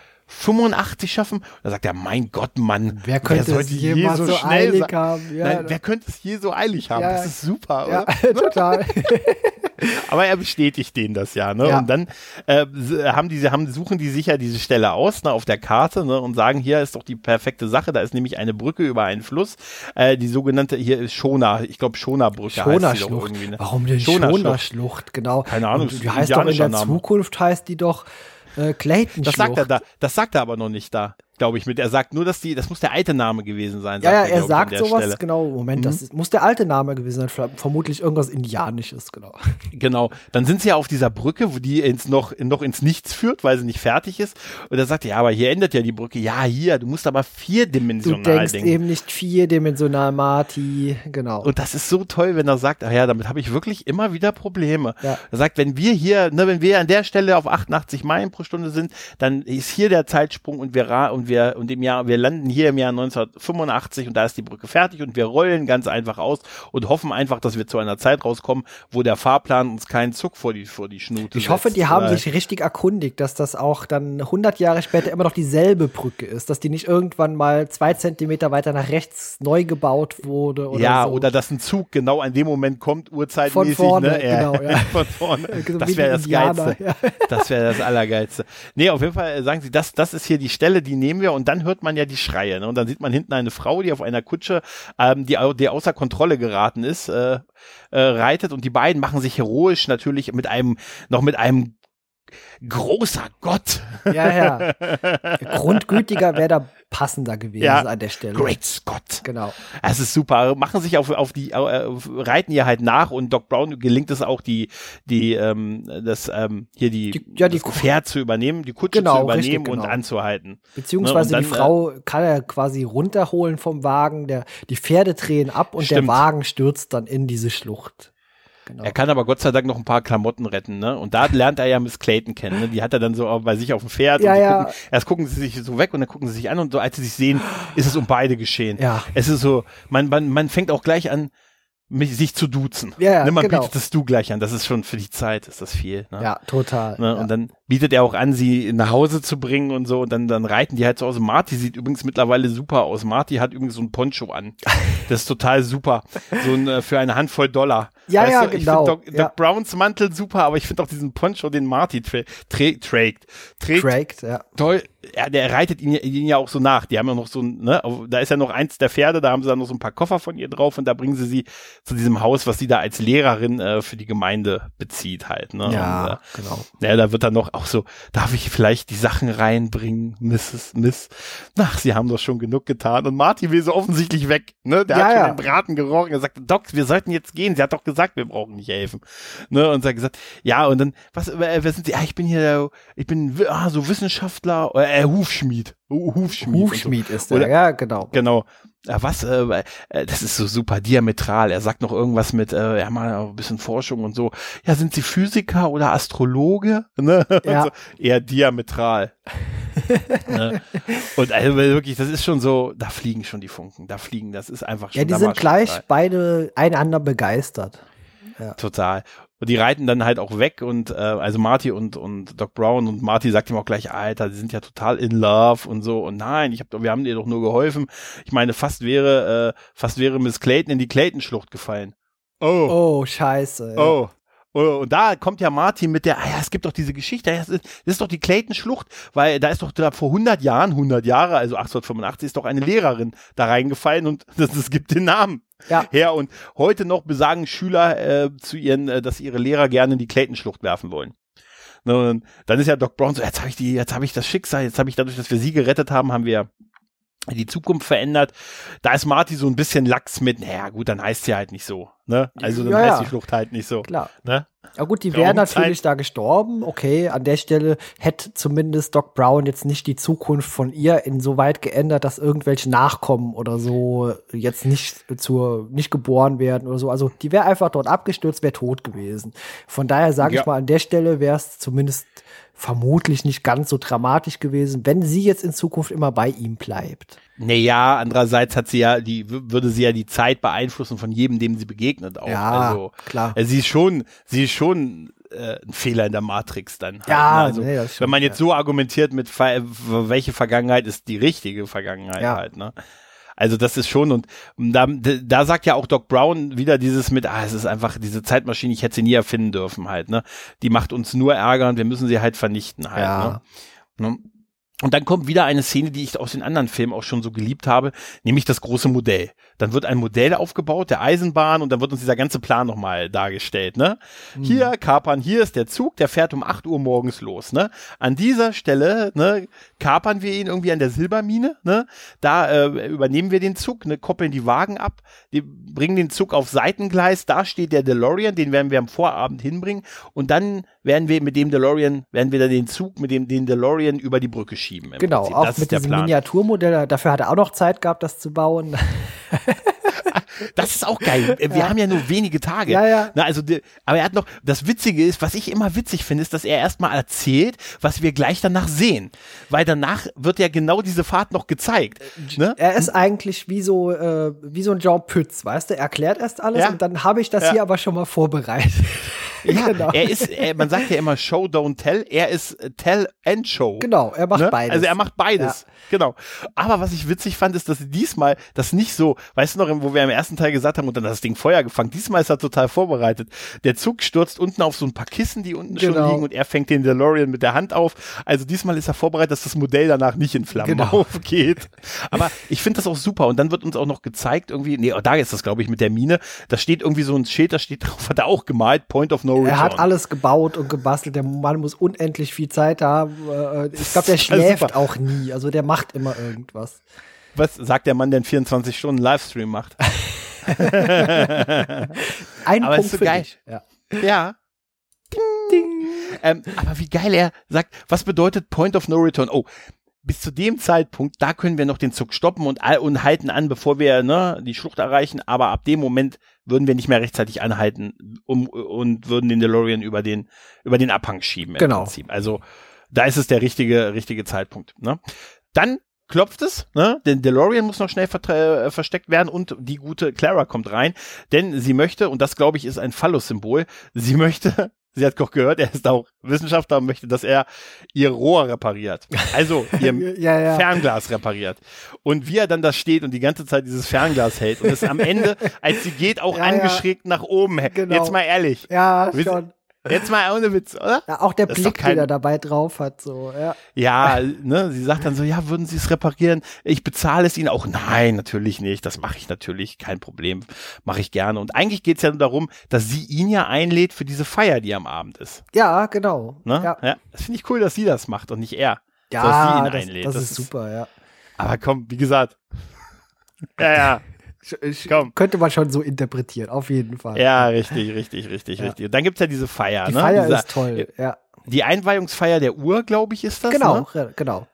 85 schaffen? Und da sagt er, mein Gott, Mann, wer könnte es jemals so eilig haben? Ja, nein, wer könnte es je so eilig haben? Das ist super, oder? Ja, total. Aber er bestätigt denen das ja, ne? Ja. Und dann suchen die sich ja diese Stelle aus, ne, auf der Karte, ne, und sagen, hier ist doch die perfekte Sache, da ist nämlich eine Brücke über einen Fluss, die sogenannte, hier ist Schona, ich glaube Schona-Brücke heißt die doch irgendwie. Ne? Warum denn Schona-Schlucht? Genau. Keine Ahnung. Und die heißt doch in der Zukunft, heißt die doch Clayton-Schlucht. Das sagt er aber noch nicht da, glaube ich. Er sagt nur, das muss der alte Name gewesen sein. Er sagt sowas, Stelle. Genau, Moment, das muss der alte Name gewesen sein, vermutlich irgendwas Indianisches, genau. Genau, dann sind sie ja auf dieser Brücke, wo die noch ins Nichts führt, weil sie nicht fertig ist. Und er sagt, ja, aber hier endet ja die Brücke. Ja, hier, du musst aber vierdimensional denken. Du denkst eben nicht vierdimensional, Marty, genau. Und das ist so toll, wenn er sagt, ach ja, damit habe ich wirklich immer wieder Probleme. Ja. Er sagt, wenn wir hier, ne, wenn wir an der Stelle auf 88 Meilen pro Stunde sind, dann ist hier der Zeitsprung und wir landen hier im Jahr 1985 und da ist die Brücke fertig und wir rollen ganz einfach aus und hoffen einfach, dass wir zu einer Zeit rauskommen, wo der Fahrplan uns keinen Zuck vor die Schnute Ich hoffe, die haben sich richtig erkundigt, dass das auch dann 100 Jahre später immer noch dieselbe Brücke ist, dass die nicht irgendwann mal 2 Zentimeter weiter nach rechts neu gebaut wurde oder ja, so. oder dass ein Zug genau an dem Moment kommt, uhrzeitmäßig. Von vorne, ne? Genau, ja. Von vorne. Das wäre das Geilste. Ja. Das wäre das Allergeilste. Nee, auf jeden Fall sagen sie, das ist hier die Stelle, die nehmen wir und dann hört man ja die Schreie. Ne? Und dann sieht man hinten eine Frau, die auf einer Kutsche, die außer Kontrolle geraten ist, reitet und die beiden machen sich heroisch natürlich mit einem großer Gott. Ja. Grundgütiger wäre da passender gewesen an der Stelle. Great Scott. Genau. Es ist super. Machen sich reiten ihr halt nach und Doc Brown gelingt es auch, das Pferd zu übernehmen, die Kutsche zu übernehmen und anzuhalten. Beziehungsweise die Frau kann er quasi runterholen vom Wagen, die Pferde drehen ab und der Wagen stürzt dann in diese Schlucht. Genau. Er kann aber Gott sei Dank noch ein paar Klamotten retten, ne? Und da lernt er ja Miss Clayton kennen, ne? Die hat er dann so bei sich auf dem Pferd und erst gucken sie sich so weg und dann gucken sie sich an und so, als sie sich sehen, ist es um beide geschehen. Ja. Es ist so, man fängt auch gleich an, sich zu duzen. Ja, ne? Man genau. bietet das Du gleich an. Das ist schon für die Zeit, ist das viel. Ne? Ja, total. Ne? Ja. Und dann bietet er auch an, sie nach Hause zu bringen und so. Und dann reiten die halt zu Hause. Marty sieht übrigens mittlerweile super aus. Marty hat übrigens so ein Poncho an. Das ist total super. Für eine Handvoll $. Ja, weißt ja, du? genau. Ich finde Doc Browns Mantel super, aber ich finde auch diesen Poncho, den Marty trägt ja. toll. Ja, der reitet ihn ja auch so nach. Die haben ja noch so ne, da ist ja noch eins der Pferde, da haben sie dann noch so ein paar Koffer von ihr drauf und da bringen sie zu diesem Haus, was sie da als Lehrerin für die Gemeinde bezieht halt. Ne? Ja, und, genau. Ja, da wird dann noch auch so, darf ich vielleicht die Sachen reinbringen, Miss? Ach, sie haben doch schon genug getan. Und Marty will so offensichtlich weg. Ne? Der hat schon den Braten gerochen. Er sagt, Doc, wir sollten jetzt gehen. Sie hat doch gesagt, wir brauchen nicht helfen. Ne? Und sie hat gesagt, ja, und dann, wer sind Sie? Ich bin so Wissenschaftler, Hufschmied. Hufschmied so. ist der, ja, genau. Genau. Ja, das ist so super diametral. Er sagt noch irgendwas mit, ja, mal ein bisschen Forschung und so. Ja, sind Sie Physiker oder Astrologe? Ne? Ja. So, eher diametral. Ne? Und also wirklich, das ist schon so, da fliegen schon die Funken. Das ist einfach schon. Ja, die sind gleich beide einander begeistert. Ja. Total. Und die reiten dann halt auch weg und also Marty und Doc Brown und Marty sagt ihm auch gleich, Alter, die sind ja total in love und so und nein, wir haben dir doch nur geholfen. Ich meine, fast wäre Miss Clayton in die Clayton-Schlucht gefallen. Oh, scheiße. Ja. Oh. Und da kommt ja Marty mit der, es gibt doch diese Geschichte, das ist doch die Clayton-Schlucht, weil da ist doch vor 100 Jahre, also 1885, ist doch eine Lehrerin da reingefallen und das gibt den Namen her. Und heute noch besagen Schüler zu ihren, dass ihre Lehrer gerne in die Clayton-Schlucht werfen wollen. Und dann ist ja Doc Brown so, jetzt habe ich das Schicksal, jetzt habe ich dadurch, dass wir sie gerettet haben, haben wir die Zukunft verändert. Da ist Marty so ein bisschen lax mit, naja gut, dann heißt sie halt nicht so. Ne? Also dann heißt die Flucht halt nicht so. Klar. Ne? Ja gut, die wären natürlich da gestorben. Okay, an der Stelle hätte zumindest Doc Brown jetzt nicht die Zukunft von ihr insoweit geändert, dass irgendwelche Nachkommen oder so jetzt nicht geboren werden oder so. Also die wäre einfach dort abgestürzt, wäre tot gewesen. Von daher sage ich mal, an der Stelle wäre es zumindest vermutlich nicht ganz so dramatisch gewesen, wenn sie jetzt in Zukunft immer bei ihm bleibt. Naja, andererseits würde sie ja die Zeit beeinflussen von jedem, dem sie begegnet auch. Ja, also, klar. Sie ist schon ein Fehler in der Matrix dann. Halt, ja, ne? Also, das wenn man jetzt so argumentiert mit welche Vergangenheit ist die richtige Vergangenheit halt, ne? Also das ist schon, und da sagt ja auch Doc Brown wieder dieses mit, es ist einfach diese Zeitmaschine, ich hätte sie nie erfinden dürfen halt, ne? Die macht uns nur Ärger und wir müssen sie halt vernichten halt, ne? Und dann kommt wieder eine Szene, die ich aus den anderen Filmen auch schon so geliebt habe, nämlich das große Modell. Dann wird ein Modell aufgebaut, der Eisenbahn, und dann wird uns dieser ganze Plan nochmal dargestellt, ne? Hier, kapern, hier ist der Zug, der fährt um 8 Uhr morgens los, ne? An dieser Stelle, ne, kapern wir ihn irgendwie an der Silbermine, ne? Da übernehmen wir den Zug, ne, koppeln die Wagen ab, die bringen den Zug auf Seitengleis, da steht der DeLorean, den werden wir am Vorabend hinbringen, und dann werden wir dann den Zug mit dem DeLorean über die Brücke schieben. Genau, Prinzip. auch Das mit diesem Miniaturmodell, dafür hat er auch noch Zeit gehabt, das zu bauen. Das ist auch geil. Wir haben ja nur wenige Tage. Ja. Na, also, aber er hat noch, das Witzige ist, was ich immer witzig finde, ist, dass er erstmal erzählt, was wir gleich danach sehen. Weil danach wird ja genau diese Fahrt noch gezeigt. Ne? Er ist eigentlich wie so ein Jean Pütz, weißt du? Er erklärt erst alles und dann habe ich das hier aber schon mal vorbereitet. Ja, genau. Man sagt ja immer Show, don't tell. Er ist Tell and Show. Genau, er macht beides. Also er macht beides. Ja. Genau. Aber was ich witzig fand, ist, dass diesmal das nicht so, weißt du noch, wo wir im ersten Teil gesagt haben, und dann hat das Ding Feuer gefangen. Diesmal ist er total vorbereitet. Der Zug stürzt unten auf so ein paar Kissen, die unten schon liegen, und er fängt den DeLorean mit der Hand auf. Also diesmal ist er vorbereitet, dass das Modell danach nicht in Flammen aufgeht. Aber ich finde das auch super. Und dann wird uns auch noch gezeigt, irgendwie, da ist das, glaube ich, mit der Mine. Da steht irgendwie so ein Schild, da steht drauf, hat er auch gemalt, Point of No Return. Er hat alles gebaut und gebastelt. Der Mann muss unendlich viel Zeit haben. Ich glaube, der schläft auch nie. Also der macht immer irgendwas. Was sagt der Mann, der einen 24-Stunden-Livestream macht? Ein aber Punkt ist so für geil. dich. Ja. Ja. Ding. Aber wie geil er sagt, was bedeutet Point of No Return? Oh, bis zu dem Zeitpunkt, da können wir noch den Zug stoppen und halten an, bevor wir die Schlucht erreichen, aber ab dem Moment würden wir nicht mehr rechtzeitig anhalten und würden den DeLorean über den Abhang schieben. Im Prinzip. Also da ist es der richtige Zeitpunkt. Ne? Dann klopft es, ne? Denn DeLorean muss noch schnell versteckt werden und die gute Clara kommt rein, denn sie möchte, und das glaube ich ist ein Phallus-Symbol, sie möchte Sie hat Koch gehört, er ist auch Wissenschaftler und möchte, dass er ihr Rohr repariert. Also ihr Fernglas repariert. Und wie er dann da steht und die ganze Zeit dieses Fernglas hält und es am Ende, als sie geht, auch angeschrägt nach oben hält. Genau. Jetzt mal ehrlich. Ja, schon. Jetzt mal ohne Witz, oder? Ja, auch der Blick, den er dabei drauf hat, so, ja. Ja, ne, sie sagt dann so, ja, würden Sie es reparieren? Ich bezahle es Ihnen auch. Nein, natürlich nicht, das mache ich natürlich, kein Problem, mache ich gerne. Und eigentlich geht's ja nur darum, dass sie ihn ja einlädt für diese Feier, die am Abend ist. Ja, genau. Ne? Ja. Das finde ich cool, dass sie das macht und nicht er. Ja, dass sie ihn einlädt. Das ist super, ja. Aber komm, wie gesagt. Ja. Könnte man schon so interpretieren, auf jeden Fall. Ja, richtig. Und dann gibt's ja diese Feier. Die Feier ist toll, ja. Die Einweihungsfeier der Uhr, glaube ich, ist das. Genau, ne? Genau.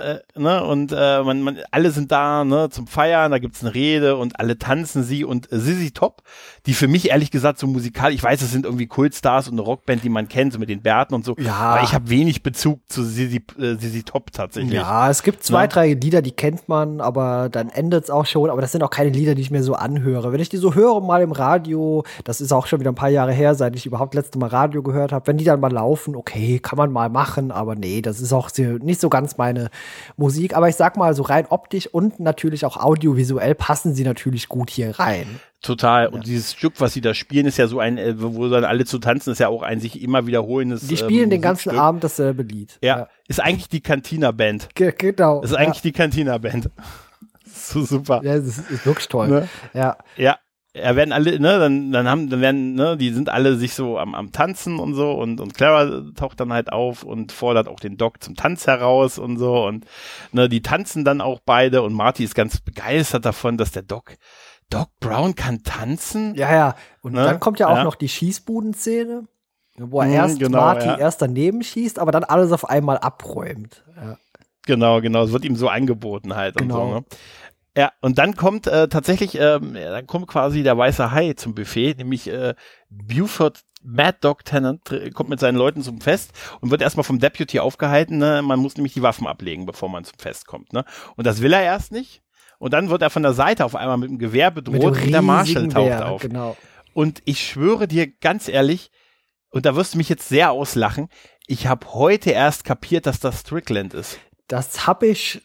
Und alle sind da, ne, zum Feiern, da gibt's eine Rede und alle tanzen sie und Sissy Top, die für mich ehrlich gesagt so musikal, ich weiß, es sind irgendwie Kultstars und eine Rockband, die man kennt, so mit den Bärten und so, aber ich habe wenig Bezug zu Sissy Top tatsächlich. Ja, es gibt 2, 3 Lieder, die kennt man, aber dann endet's auch schon, aber das sind auch keine Lieder, die ich mir so anhöre. Wenn ich die so höre mal im Radio, das ist auch schon wieder ein paar Jahre her, seit ich überhaupt letzte Mal Radio gehört habe, wenn die dann mal laufen, okay, kann man mal machen, aber nee, das ist auch nicht so ganz meine Musik, aber ich sag mal, so rein optisch und natürlich auch audiovisuell passen sie natürlich gut hier rein. Total. Und dieses Stück, was sie da spielen, ist ja so ein, wo dann alle zu tanzen, ist ja auch ein sich immer wiederholendes. Die spielen den ganzen Abend dasselbe Lied. Ja. Ist eigentlich die Cantina-Band. Genau. Ist eigentlich die Cantina-Band. So super. Ja, das ist wirklich toll. Ne? Ja. Ja, werden alle, ne, dann werden, ne, die sind alle sich so am Tanzen und so und Clara taucht dann halt auf und fordert auch den Doc zum Tanz heraus und so und, ne, die tanzen dann auch beide und Marty ist ganz begeistert davon, dass der Doc Brown kann tanzen. Ja. Und dann kommt ja auch noch die Schießbudenszene, wo er Marty erst daneben schießt, aber dann alles auf einmal abräumt. Ja. Genau, es wird ihm so angeboten halt und so, ne. Ja, und dann kommt tatsächlich, dann kommt quasi der weiße Hai zum Buffet, nämlich Buford Mad Dog Tennant kommt mit seinen Leuten zum Fest und wird erstmal vom Deputy aufgehalten, ne? Man muss nämlich die Waffen ablegen, bevor man zum Fest kommt, ne? Und das will er erst nicht. Und dann wird er von der Seite auf einmal mit dem Gewehr bedroht und der Marshall taucht auf. Genau. Und ich schwöre dir ganz ehrlich, und da wirst du mich jetzt sehr auslachen, ich habe heute erst kapiert, dass das Strickland ist. Das habe ich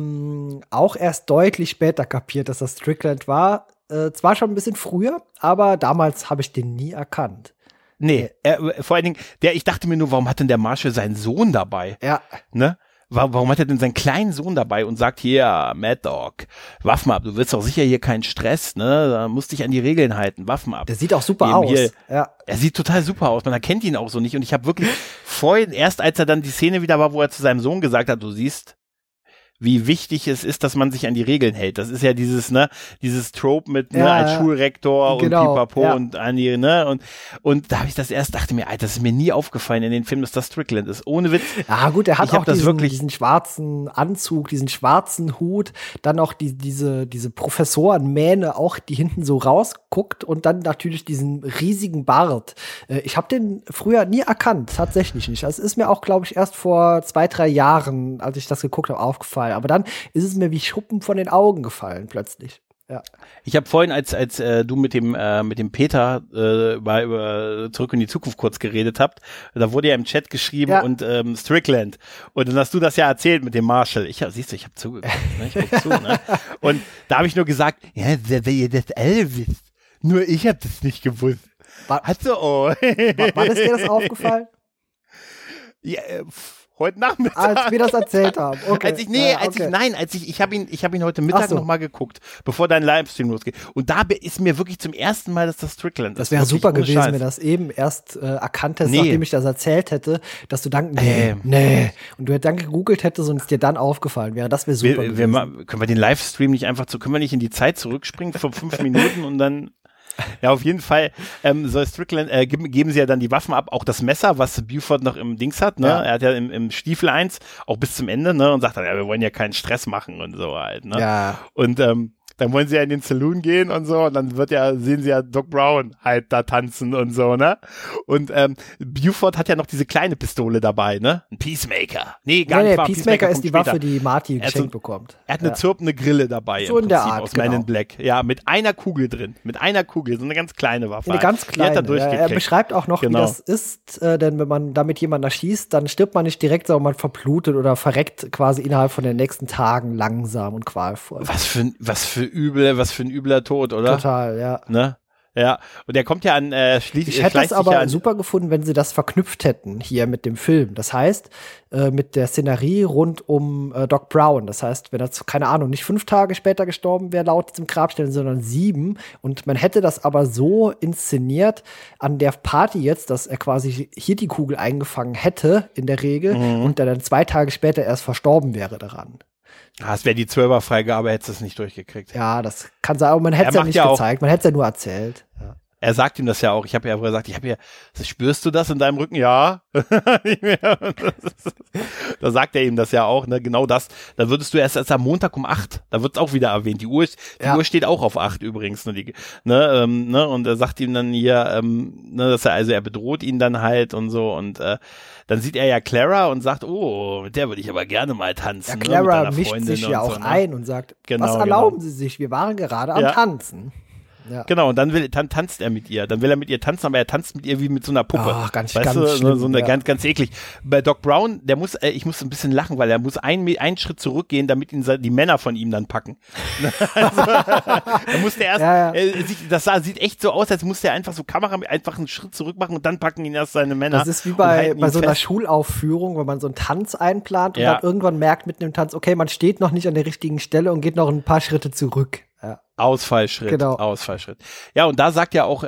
auch erst deutlich später kapiert, dass das Strickland war. Zwar schon ein bisschen früher, aber damals habe ich den nie erkannt. Nee, vor allen Dingen, ich dachte mir nur, warum hat denn der Marshall seinen Sohn dabei? Ja. Ne? Warum hat er denn seinen kleinen Sohn dabei und sagt, hier, Mad Dog, Waffen ab, du willst doch sicher hier keinen Stress, ne? Da musst dich an die Regeln halten, Waffen ab. Der sieht auch super aus. Ja. Er sieht total super aus, man erkennt ihn auch so nicht und ich habe wirklich vorhin, erst als er dann die Szene wieder war, wo er zu seinem Sohn gesagt hat, du siehst, wie wichtig es ist, dass man sich an die Regeln hält. Das ist ja dieses Trope mit, als Schulrektor und Pipapo und Annie, ne, und da habe ich das erst, dachte mir, Alter, das ist mir nie aufgefallen in den Film, dass das Strickland ist. Ohne Witz. Ja, gut, er hat auch diesen schwarzen Anzug, diesen schwarzen Hut, dann auch diese Professorenmähne auch, die hinten so rausguckt und dann natürlich diesen riesigen Bart. Ich habe den früher nie erkannt, tatsächlich nicht. Das ist mir auch, glaube ich, erst vor 2, 3 Jahren, als ich das geguckt habe, aufgefallen. Aber dann ist es mir wie Schuppen von den Augen gefallen, plötzlich. Ja. Ich habe vorhin, als du mit dem Peter über Zurück in die Zukunft kurz geredet habt, da wurde ja im Chat geschrieben und Strickland. Und dann hast du das ja erzählt mit dem Marshall. Siehst du, ich habe zugehört. Ne? Ich guck zu, ne? Und da habe ich nur gesagt, ja, das Elvis. Nur ich habe das nicht gewusst. Wann ist dir das aufgefallen? Ja, heute Nachmittag. Als wir das erzählt haben. Okay. Ich habe ihn heute Mittag noch mal geguckt, bevor dein Livestream losgeht. Und da ist mir wirklich zum ersten Mal, dass das Strickland ist. Das wäre super gewesen, wenn du das eben erst erkannt hättest, nachdem ich das erzählt hätte, dass du dann, nee. Und du dann gegoogelt hättest und es dir dann aufgefallen wäre. Das wäre super gewesen. Können wir den Livestream nicht können wir nicht in die Zeit zurückspringen für 5 Minuten und dann ja, auf jeden Fall soll Strickland, geben sie ja dann die Waffen ab, auch das Messer, was Buford noch im Dings hat, ne? Ja. Er hat ja im Stiefel 1, auch bis zum Ende, ne? Und sagt dann, ja, wir wollen ja keinen Stress machen und so halt, ne? Ja. Und dann wollen sie ja in den Saloon gehen und so und dann sehen sie ja Doc Brown halt da tanzen und so, ne? Und Buford hat ja noch diese kleine Pistole dabei, ne? Ein Peacemaker. Nee, gar nicht. Peacemaker ist die Waffe, die Marty geschenkt bekommt. Er hat eine zirpende Grille dabei so in der Art, aus Man in Black. Ja, mit einer Kugel drin. Mit einer Kugel, so eine ganz kleine Waffe. Eine ganz kleine. Er beschreibt auch noch, wie das ist, denn wenn man damit jemanden erschießt, dann stirbt man nicht direkt, sondern man verblutet oder verreckt quasi innerhalb von den nächsten Tagen langsam und qualvoll. Was für ein übler Tod, oder? Total, ja. Ne? Ja, und der kommt ja an schließlich. Ich hätte es aber super gefunden, wenn sie das verknüpft hätten hier mit dem Film. Das heißt, mit der Szenerie rund um Doc Brown. Das heißt, wenn er, keine Ahnung, nicht 5 Tage später gestorben wäre, laut diesem Grabstellen, sondern 7. Und man hätte das aber so inszeniert an der Party jetzt, dass er quasi hier die Kugel eingefangen hätte, in der Regel, und dann 2 Tage später erst verstorben wäre daran. Es wäre die 12er-Freigabe, hättest du es nicht durchgekriegt. Ja, das kann sein, aber man hätte es ja nicht gezeigt, man hätte es ja nur erzählt. Ja. Er sagt ihm das ja auch. Ich habe ja gesagt, spürst du das in deinem Rücken? Ja. Da sagt er ihm das ja auch, ne? Genau das. Da würdest du erst am Montag um 8. Da wird es auch wieder erwähnt. Die Uhr steht auch auf 8 übrigens. Ne? Und er sagt ihm dann hier, dass er bedroht ihn dann halt und so. Und dann sieht er ja Clara und sagt, oh, mit der würde ich aber gerne mal tanzen. Ja, Clara mischt sich ja auch ein und sagt, was erlauben Sie sich? Wir waren gerade am Tanzen. Ja. Genau, und dann tanzt er mit ihr. Dann will er mit ihr tanzen, aber er tanzt mit ihr wie mit so einer Puppe. Ach, ganz schlimm, ganz eklig. Bei Doc Brown, ich muss ein bisschen lachen, weil er muss einen Schritt zurückgehen, damit ihn die Männer von ihm dann packen. Also, da musste er erst, sieht echt so aus, als musste er einfach so einfach einen Schritt zurück machen und dann packen ihn erst seine Männer. Das ist wie bei so einer Schulaufführung, wenn man so einen Tanz einplant und dann irgendwann merkt mitten im Tanz, okay, man steht noch nicht an der richtigen Stelle und geht noch ein paar Schritte zurück. Ja. Ausfallschritt. Genau. Ausfallschritt. Ja, und da sagt ja auch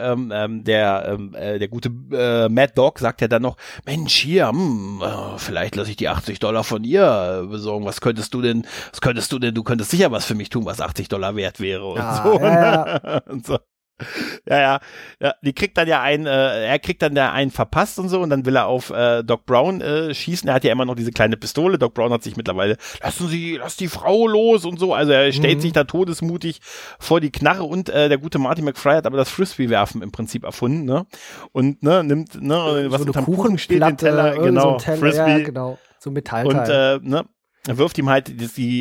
der gute Mad Dog sagt ja dann noch, Mensch, hier, vielleicht lasse ich die $80 von ihr besorgen. Was könntest du denn, du könntest sicher was für mich tun, was $80 wert wäre und so. Ja. Und so. Ja, die kriegt dann ja er kriegt dann einen verpasst und so und dann will er auf Doc Brown schießen. Er hat ja immer noch diese kleine Pistole. Doc Brown hat sich mittlerweile, lass die Frau los und so. Also er stellt sich da todesmutig vor die Knarre und der gute Marty McFly hat aber das Frisbee-Werfen im Prinzip erfunden, ne? Und nimmt, was so unterm Kuchen steht, den Teller, genau, so ein Teller, Frisbee. Ja, genau, so ein Metallteil. Und er wirft ihm halt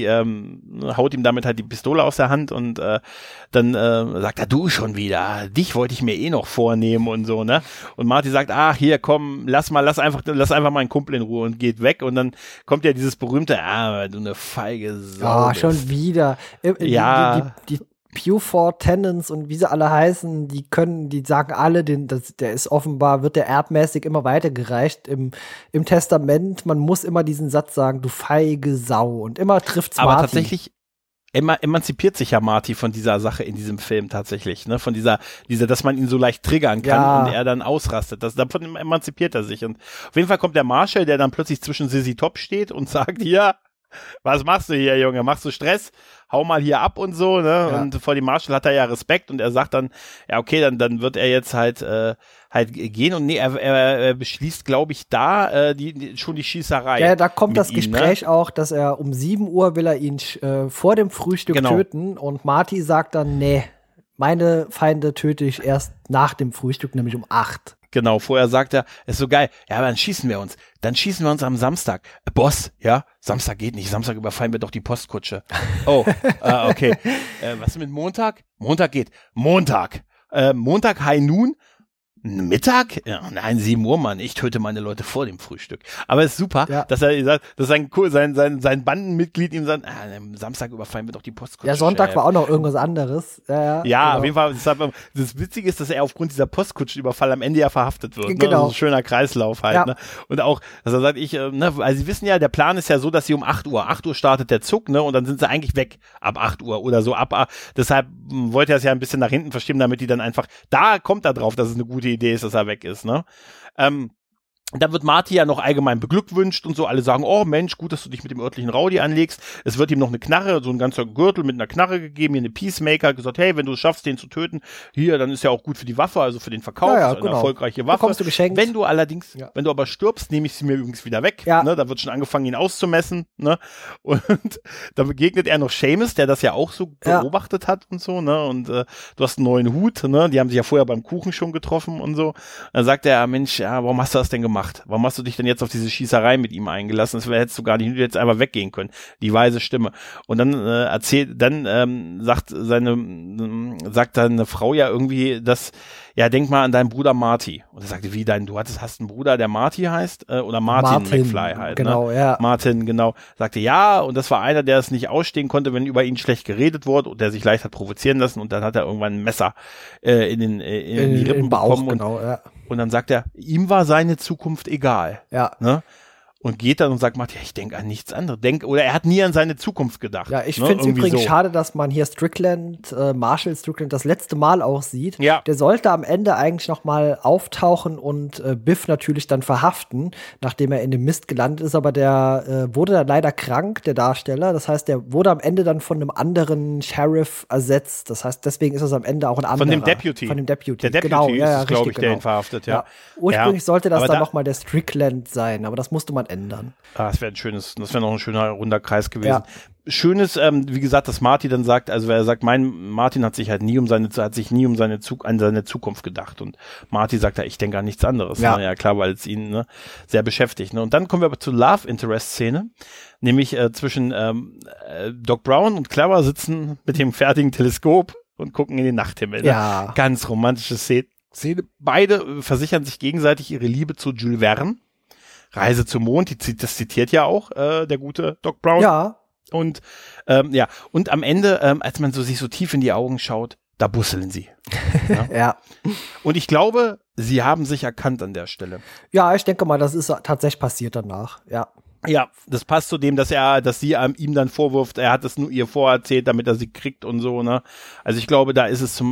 haut ihm damit halt die Pistole aus der Hand und dann sagt er, du schon wieder, dich wollte ich mir noch vornehmen und so, ne? Und Marty sagt, ach hier, komm, lass einfach meinen Kumpel in Ruhe und geht weg und dann kommt ja dieses berühmte, du eine feige Sau. Schon wieder. Ja. Die Buford Tenants und wie sie alle heißen, die sagen alle, der ist offenbar, wird der erbmäßig immer weitergereicht im Testament. Man muss immer diesen Satz sagen, du feige Sau. Und immer trifft's Marty. Aber tatsächlich emanzipiert sich ja Marty von dieser Sache in diesem Film tatsächlich, ne? Von dieser, dass man ihn so leicht triggern kann und er dann ausrastet. Davon emanzipiert er sich. Und auf jeden Fall kommt der Marshall, der dann plötzlich zwischen Sissy Top steht und sagt, hier, was machst du hier, Junge? Machst du Stress? Hau mal hier ab und so, ne? Ja. Und vor dem Marshall hat er ja Respekt und er sagt dann, ja, okay, dann wird er jetzt halt gehen und er beschließt, glaube ich, da schon die Schießerei. Ja, da kommt das Gespräch auch, dass er um 7 Uhr will er ihn vor dem Frühstück töten und Marty sagt dann, nee, meine Feinde töte ich erst nach dem Frühstück, nämlich um 8. Genau, vorher sagt er, ist so geil, ja, aber dann schießen wir uns am Samstag. Boss, ja, Samstag geht nicht, Samstag überfallen wir doch die Postkutsche. Oh, okay. Was ist mit Montag? Montag geht. Montag High Noon? Mittag? Ja, nein, 7 Uhr, Mann. Ich töte meine Leute vor dem Frühstück. Aber es ist super, dass er sagt, dass sein Bandenmitglied ihm sagt, am Samstag überfallen wir doch die Postkutsche. Ja, Sonntag war auch noch irgendwas anderes. Ja, genau. Auf jeden Fall. Das Witzige ist, dass er aufgrund dieser Postkutschenüberfall am Ende ja verhaftet wird. Genau. Ne? Also ein schöner Kreislauf halt. Ja. Ne? Und auch, dass er sagt, also Sie wissen ja, der Plan ist ja so, dass sie um 8 Uhr startet der Zug, ne? Und dann sind sie eigentlich weg ab 8 Uhr oder so. Deshalb wollte er es ja ein bisschen nach hinten verschieben, damit die dann einfach, da kommt er drauf, dass es eine gute Idee ist, dass er weg ist, ne? Da wird Marty ja noch allgemein beglückwünscht und so. Alle sagen, oh Mensch, gut, dass du dich mit dem örtlichen Rowdy anlegst. Es wird ihm noch eine Knarre, so ein ganzer Gürtel mit einer Knarre gegeben, hier eine Peacemaker, gesagt, hey, wenn du es schaffst, den zu töten, hier, dann ist ja auch gut für die Waffe, also für den Verkauf, ja, eine erfolgreiche Waffe. Bekommst du geschenkt. Wenn du aber stirbst, nehme ich sie mir übrigens wieder weg. Ja. Ne? Da wird schon angefangen, ihn auszumessen. Ne? Und da begegnet er noch Seamus, der das ja auch so beobachtet hat und so. Ne? Und du hast einen neuen Hut. Ne? Die haben sich ja vorher beim Kuchen schon getroffen und so. Dann sagt er, Mensch, ja, warum hast du das denn gemacht? Warum hast du dich denn jetzt auf diese Schießerei mit ihm eingelassen? Das hättest du gar nicht, du hättest einfach weggehen können. Die weise Stimme. Und dann sagt seine Frau ja irgendwie, dass, ja, denk mal an deinen Bruder Marty. Und er sagte, wie du hast einen Bruder, der Marty heißt? Oder Martin McFly halt. Genau, ne? ja. Martin, genau. Sagte, ja, und das war einer, der es nicht ausstehen konnte, wenn über ihn schlecht geredet wurde und der sich leicht hat provozieren lassen und dann hat er irgendwann ein Messer in die Rippen bekommen. Genau, ja. Und dann sagt er, ihm war seine Zukunft egal. Ja. Ne? Und geht dann und sagt, Marty, ich denke an nichts anderes. Oder er hat nie an seine Zukunft gedacht. Ja, ich finde es übrigens schade, dass man hier Marshall Strickland das letzte Mal auch sieht. Ja. Der sollte am Ende eigentlich noch mal auftauchen und Biff natürlich dann verhaften, nachdem er in dem Mist gelandet ist. Aber der wurde dann leider krank, der Darsteller. Das heißt, der wurde am Ende dann von einem anderen Sheriff ersetzt. Das heißt, deswegen ist es am Ende auch ein anderer. Von dem Deputy. Von dem Deputy. Der Deputy genau, ist es, glaube ich, der ihn verhaftet, ja. Ursprünglich sollte das dann noch mal der Strickland sein, aber das musste man ändern. Das wäre noch ein schöner runder Kreis gewesen. Ja. Schönes, wie gesagt, dass Marty dann sagt, also er sagt, Martin hat sich halt nie an seine Zukunft gedacht und Marty sagt ja, ich denke an nichts anderes. Ja, ja klar, weil es ihn sehr beschäftigt. Ne? Und dann kommen wir aber zur Love Interest Szene, nämlich zwischen Doc Brown und Clara sitzen mit dem fertigen Teleskop und gucken in den Nachthimmel. Ja. Ne? Ganz romantische Szene. Beide versichern sich gegenseitig ihre Liebe zu Jules Verne. Reise zum Mond, das zitiert ja auch der gute Doc Brown. Ja. Und und am Ende, als man sich so tief in die Augen schaut, da busseln sie. Ja. Ja. Und ich glaube, sie haben sich erkannt an der Stelle. Ja, ich denke mal, das ist tatsächlich passiert danach. Ja. Ja, das passt zu dem, dass sie ihm dann vorwirft, er hat es nur ihr vorerzählt, damit er sie kriegt und so, ne? Also ich glaube, es ist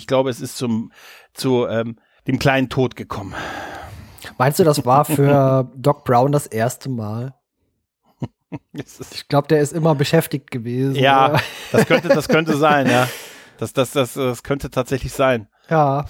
zu dem kleinen Tod gekommen. Meinst du, das war für Doc Brown das erste Mal? Ich glaube, der ist immer beschäftigt gewesen. Ja, das könnte sein, ja. Das könnte tatsächlich sein. Ja.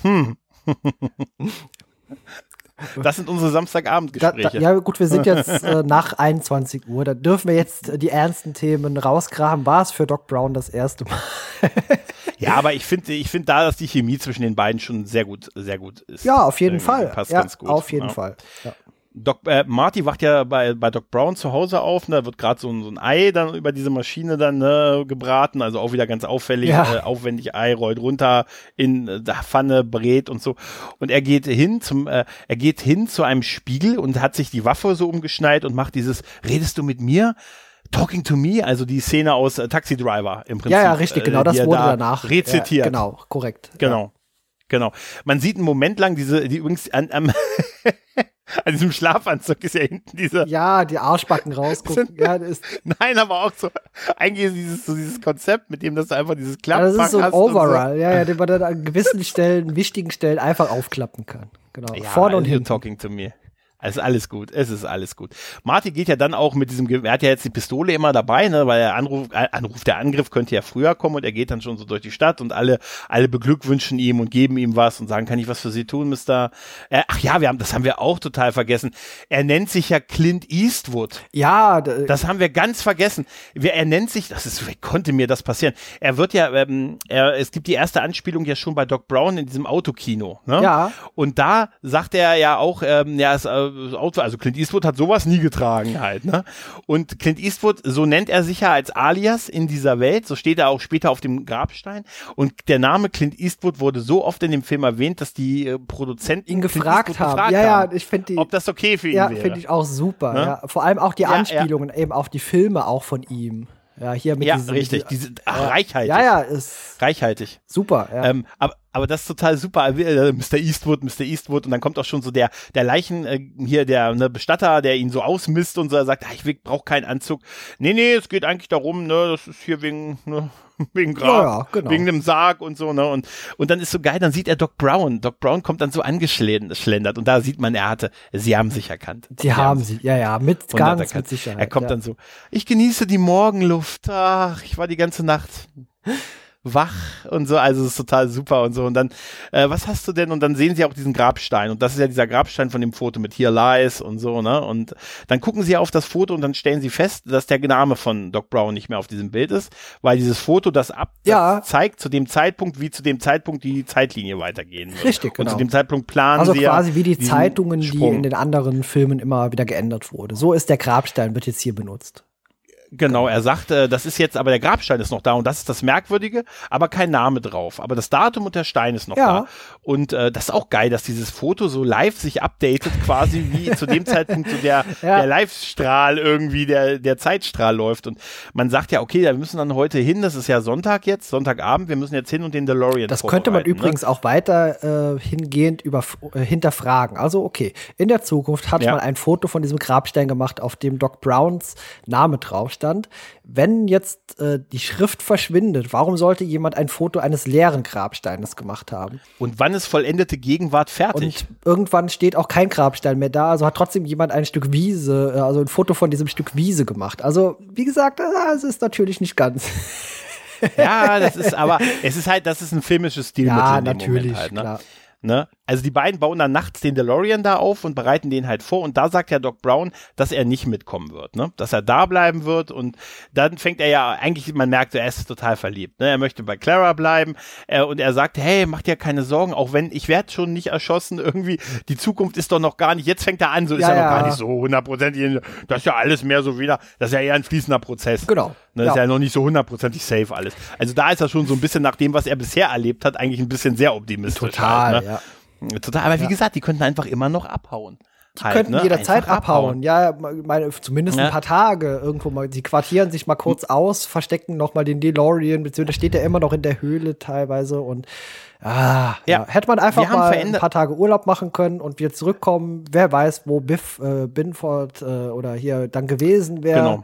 Das sind unsere Samstagabendgespräche. Ja gut, wir sind jetzt nach 21 Uhr. Da dürfen wir jetzt die ernsten Themen rausgraben. War es für Doc Brown das erste Mal? Ja, aber ich finde da, dass die Chemie zwischen den beiden schon sehr gut ist. Ja, auf jeden Fall. Passt ja, ganz gut. Auf jeden Fall. Ja. Marty wacht ja bei Doc Brown zu Hause auf, da wird gerade so ein Ei dann über diese Maschine dann gebraten, also auch wieder ganz auffällig, aufwendig Ei, rollt runter in der Pfanne, brät und so. Und er geht hin zu einem Spiegel und hat sich die Waffe so umgeschnallt und macht dieses, redest du mit mir? Talking to me, also die Szene aus Taxi Driver im Prinzip. Ja, richtig, genau, das wurde danach rezitiert. Ja, genau, korrekt. Genau. Man sieht einen Moment lang die übrigens an diesem Schlafanzug ist ja hinten dieser. Ja, die Arschbacken rausgucken. Ja, Nein, aber auch so. Eigentlich ist dieses Konzept, mit dem dass du einfach dieses Klappback hast. Das ist so ein Overall, so. Ja, den man dann an gewissen wichtigen Stellen einfach aufklappen kann. Genau. Ja, vorne und hinten. Talking to me. Es ist alles gut. Marty geht ja dann auch mit er hat ja jetzt die Pistole immer dabei, ne, weil der Angriff könnte ja früher kommen und er geht dann schon so durch die Stadt und alle beglückwünschen ihm und geben ihm was und sagen, kann ich was für Sie tun, Mr. Das haben wir auch total vergessen. Er nennt sich ja Clint Eastwood. Ja. Das haben wir ganz vergessen. Er nennt sich, wie konnte mir das passieren? Er wird ja, es gibt die erste Anspielung ja schon bei Doc Brown in diesem Autokino, ne? Ja. Und da sagt er ja auch, also Clint Eastwood hat sowas nie getragen halt, ne? Und Clint Eastwood, so nennt er sich ja als Alias in dieser Welt, so steht er auch später auf dem Grabstein und der Name Clint Eastwood wurde so oft in dem Film erwähnt, dass die Produzenten ihn gefragt haben. Ich finde ob das okay für ihn wäre. Ja, finde ich auch super, ne? Ja. Vor allem auch die Anspielungen eben auf die Filme auch von ihm. Ja, hier mit richtig, reichhaltig. Ja, ist reichhaltig. Super, ja. Aber das ist total super. Mr. Eastwood. Und dann kommt auch schon so der Leichen, hier der Bestatter, der ihn so ausmisst und so. Er sagt, ich brauche keinen Anzug. Nee, es geht eigentlich darum, das ist hier wegen Grab, genau. wegen dem Sarg und so, ne? Und dann ist so geil, dann sieht er Doc Brown. Doc Brown kommt dann so angeschlendert und da sieht man, sie haben sich erkannt. Die haben sie, mit Sicherheit. Er kommt dann so, ich genieße die Morgenluft. Ach, ich war die ganze Nacht wach und so, also es ist total super und so. Und dann, was hast du denn? Und dann sehen sie auch diesen Grabstein und das ist ja dieser Grabstein von dem Foto mit Here Lies und so, ne? Und dann gucken sie auf das Foto und dann stellen sie fest, dass der Name von Doc Brown nicht mehr auf diesem Bild ist, weil dieses Foto das zeigt zu dem Zeitpunkt, wie zu dem Zeitpunkt die Zeitlinie weitergehen wird. Richtig, genau. Und zu dem Zeitpunkt planen sie also quasi wie die Zeitungen, die in den anderen Filmen immer wieder geändert wurde. So ist der Grabstein, wird jetzt hier benutzt. Genau, er sagt, das ist jetzt, aber der Grabstein ist noch da und das ist das Merkwürdige, aber kein Name drauf. Aber das Datum und der Stein ist noch da. Und das ist auch geil, dass dieses Foto so live sich updatet, quasi wie zu dem Zeitpunkt so der Live-Strahl irgendwie, der Zeitstrahl läuft. Und man sagt ja, okay, wir müssen dann heute hin, das ist ja Sonntagabend, wir müssen jetzt hin und den DeLorean Das könnte man übrigens auch weiter hingehend hinterfragen. Also okay, in der Zukunft hat man ein Foto von diesem Grabstein gemacht, auf dem Doc Browns Name drauf stand. Wenn jetzt die Schrift verschwindet, warum sollte jemand ein Foto eines leeren Grabsteines gemacht haben? Und wann ist vollendete Gegenwart fertig? Und irgendwann steht auch kein Grabstein mehr da, also hat trotzdem jemand ein Stück Wiese, also ein Foto von diesem Stück Wiese gemacht. Also, wie gesagt, es ist natürlich nicht ganz. Ja, das ist ein filmisches Stilmittel. Ja, in dem natürlich, Moment halt, ne? klar. Ne? Also die beiden bauen dann nachts den DeLorean da auf und bereiten den halt vor und da sagt ja Doc Brown, dass er nicht mitkommen wird, ne? Dass er da bleiben wird und dann fängt er ja, eigentlich, man merkt, er ist total verliebt, ne? Er möchte bei Clara bleiben und er sagt, hey, mach dir keine Sorgen, auch wenn, ich werde schon nicht erschossen, irgendwie, die Zukunft ist doch noch gar nicht, jetzt fängt er an, so ist er noch gar nicht so 100%, das ist ja alles mehr so wieder, das ist ja eher ein fließender Prozess. Genau. Ne? Das ist ja noch nicht so 100% safe alles. Also da ist er schon so ein bisschen nach dem, was er bisher erlebt hat, eigentlich ein bisschen sehr optimistisch. Total, halt, ne? Total, aber wie gesagt, die könnten einfach immer noch abhauen. Die könnten jederzeit abhauen. Ja, zumindest ein paar Tage irgendwo mal. Sie quartieren sich mal kurz aus, verstecken noch mal den DeLorean, beziehungsweise steht er immer noch in der Höhle teilweise und hätte man einfach mal ein paar Tage Urlaub machen können und wir zurückkommen. Wer weiß, wo Biff Binford oder hier dann gewesen wäre. Genau.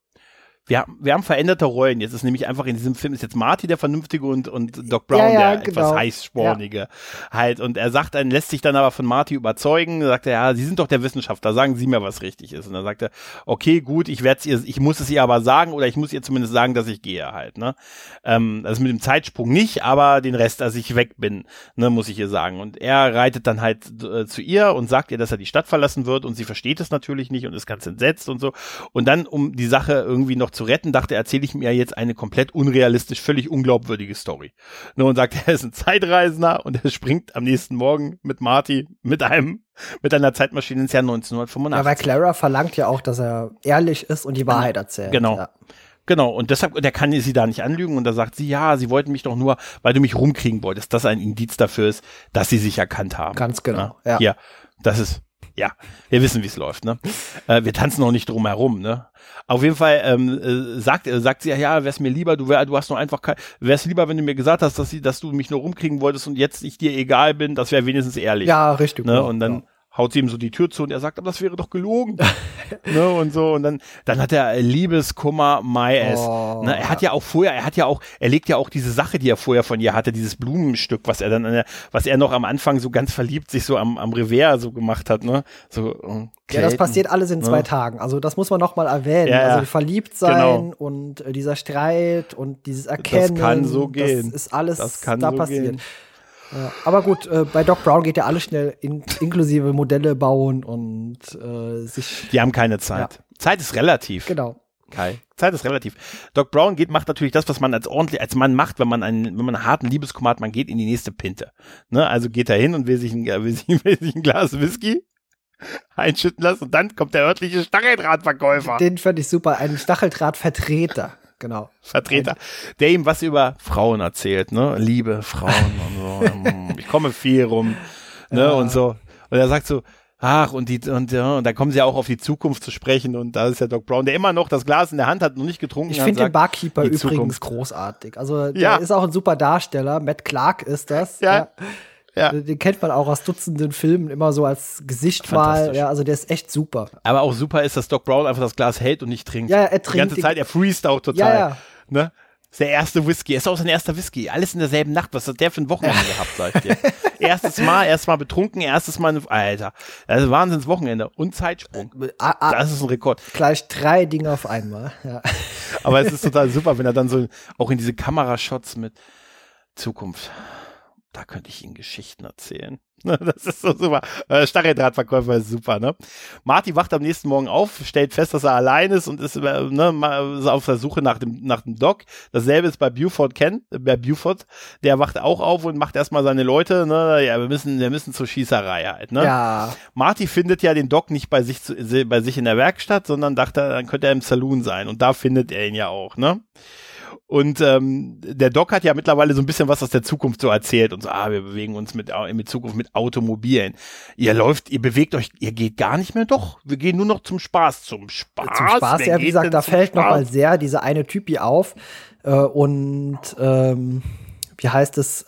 Wir haben veränderte Rollen. Jetzt ist nämlich einfach in diesem Film ist jetzt Marty der Vernünftige und Doc Brown der etwas heißspornige halt. Und er sagt dann, lässt sich dann aber von Marty überzeugen, sagt er, ja, Sie sind doch der Wissenschaftler, sagen Sie mir, was richtig ist. Und dann sagt er, okay, gut, ich muss es ihr aber sagen oder ich muss ihr zumindest sagen, dass ich gehe halt, ne. Das mit dem Zeitsprung nicht, aber den Rest, dass ich weg bin, ne, muss ich ihr sagen. Und er reitet dann halt zu ihr und sagt ihr, dass er die Stadt verlassen wird und sie versteht es natürlich nicht und ist ganz entsetzt und so. Und dann, um die Sache irgendwie noch zu retten, dachte, erzähle ich mir jetzt eine komplett unrealistisch, völlig unglaubwürdige Story. Ne, und sagt, er ist ein Zeitreisender und er springt am nächsten Morgen mit Marty mit einer Zeitmaschine ins Jahr 1985. Ja, weil Clara verlangt ja auch, dass er ehrlich ist und die Wahrheit erzählt. Genau. Ja. Genau, und deshalb, der kann sie da nicht anlügen und da sagt sie, ja, sie wollten mich doch nur, weil du mich rumkriegen wolltest, dass ein Indiz dafür ist, dass sie sich erkannt haben. Ganz genau, ja. Hier, das ist, ja, wir wissen, wie es läuft, ne? Wir tanzen auch nicht drum herum, ne? Auf jeden Fall sagt sie, ja, wär's mir lieber, du hast noch einfach wär's lieber, wenn du mir gesagt hast, dass du mich nur rumkriegen wolltest und jetzt ich dir egal bin, das wäre wenigstens ehrlich. Ja, richtig. Ne? Und dann haut sie ihm so die Tür zu und er sagt, aber das wäre doch gelogen. Ne, und so, und dann hat er Liebeskummer, my ass. Ne, er legt ja auch diese Sache, die er vorher von ihr hatte, dieses Blumenstück, was er noch am Anfang so ganz verliebt sich so am Revers so gemacht hat, ne, so. Ja, das passiert alles in 2 Tagen. Also das muss man noch mal erwähnen. Ja, also verliebt sein und dieser Streit und dieses Erkennen. Das kann so gehen. Das ist alles da passiert. Gehen. Ja, aber gut, bei Doc Brown geht ja alles schnell, inklusive Modelle bauen und sich. Die haben keine Zeit. Ja. Zeit ist relativ. Genau. Kai. Zeit ist relativ. Doc Brown macht natürlich das, was man als Mann macht, wenn man einen harten Liebeskummer hat, man geht in die nächste Pinte. Ne? Also geht er hin und will sich ein Glas Whisky einschütten lassen und dann kommt der örtliche Stacheldrahtverkäufer. Den fand ich super, ein Stacheldrahtvertreter. Genau. Vertreter, der ihm was über Frauen erzählt, ne? Liebe Frauen und so. Ich komme viel rum, ne? Und so. Und er sagt so, Ach, und da kommen sie ja auch auf die Zukunft zu sprechen und da ist ja Doc Brown, der immer noch das Glas in der Hand hat, noch nicht getrunken. Ich finde den Barkeeper übrigens Zukunft. Großartig. Also der ist auch ein super Darsteller. Matt Clark ist das. Ja. Den kennt man auch aus Dutzenden Filmen immer so als Gesicht mal. Ja, also der ist echt super. Aber auch super ist, dass Doc Brown einfach das Glas hält und nicht trinkt. Ja, er trinkt. Die ganze Zeit, er freest auch total. Ja. Ne? Das ist der erste Whisky. Ist auch sein erster Whisky. Alles in derselben Nacht. Was hat der für ein Wochenende gehabt, sag ich dir. Erstes Mal betrunken, Alter. Das ist ein Wahnsinns-Wochenende. Und Zeitsprung. Das ist ein Rekord. Gleich 3 Dinge auf einmal. Ja. Aber es ist total super, wenn er dann so auch in diese Kamerashots mit Zukunft. Da könnte ich Ihnen Geschichten erzählen. Das ist so super. Stacheldrahtverkäufer ist super, ne? Marty wacht am nächsten Morgen auf, stellt fest, dass er allein ist und ist auf der Suche nach dem Doc. Dasselbe ist bei Buford. Der wacht auch auf und macht erstmal seine Leute, ne? Ja, wir müssen zur Schießerei halt, ne? Ja. Marty findet ja den Doc nicht bei sich in der Werkstatt, sondern dachte, dann könnte er im Saloon sein. Und da findet er ihn ja auch, ne? Und der Doc hat ja mittlerweile so ein bisschen was aus der Zukunft so erzählt und so, wir bewegen uns mit Zukunft mit Automobilen. Ihr bewegt euch, ihr geht gar nicht mehr, doch, wir gehen nur noch zum Spaß. Zum Spaß, ja, wie gesagt, da fällt nochmal sehr dieser eine Typi auf und wie heißt es,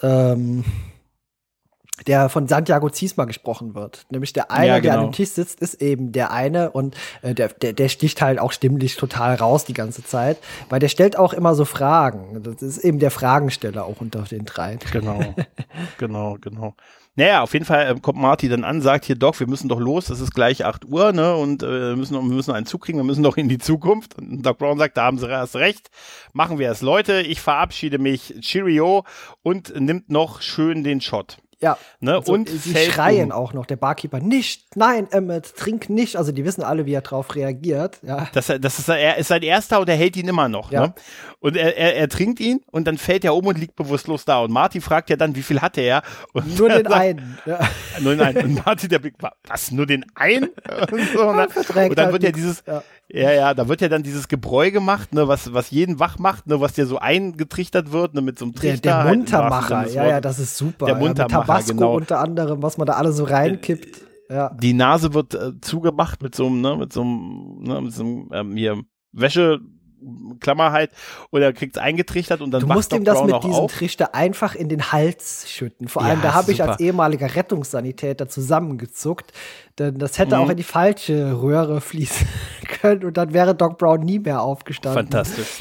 der von Santiago Ziesma gesprochen wird. Nämlich der eine, der an dem Tisch sitzt, ist eben der eine und der sticht halt auch stimmlich total raus die ganze Zeit, weil der stellt auch immer so Fragen. Das ist eben der Fragensteller auch unter den 3. Genau. Naja, auf jeden Fall kommt Marty dann an, sagt hier, Doc, wir müssen doch los, es ist gleich 8 Uhr, ne, und wir müssen einen Zug kriegen, wir müssen doch in die Zukunft. Und Doc Brown sagt, da haben sie erst recht, machen wir es. Leute, ich verabschiede mich, Cheerio, und nimmt noch schön den Shot. Ja, ne? Also, und sie schreien auch noch, der Barkeeper, nicht, nein, Emmett, trink nicht. Also die wissen alle, wie er drauf reagiert. Ja. Er ist sein erster und er hält ihn immer noch. Ja. Ne? Und er trinkt ihn und dann fällt er um und liegt bewusstlos da. Und Marty fragt ja dann, wie viel hatte er? Und nur den einen. Ja. Nur den einen. Und Marty, der Blick, was, nur den einen? Und, so, ne? Und dann wird ja dieses, da wird ja dann dieses Gebräu gemacht, ne, was jeden wach macht, ne, was dir so eingetrichtert wird, ne, mit so einem Trichter. Der Muntermacher, ja, das ist super. Der Muntermacher, Tabasco genau. Unter anderem, was man da alles so reinkippt. Ja. Die Nase wird zugemacht mit so einem hier Wäscheklammer halt, und er kriegt es eingetrichtert und dann du musst ihm das mit diesem Trichter einfach in den Hals schütten. Vor allem, da habe ich als ehemaliger Rettungssanitäter zusammengezuckt, denn das hätte auch in die falsche Röhre fließen können und dann wäre Doc Brown nie mehr aufgestanden. Fantastisch.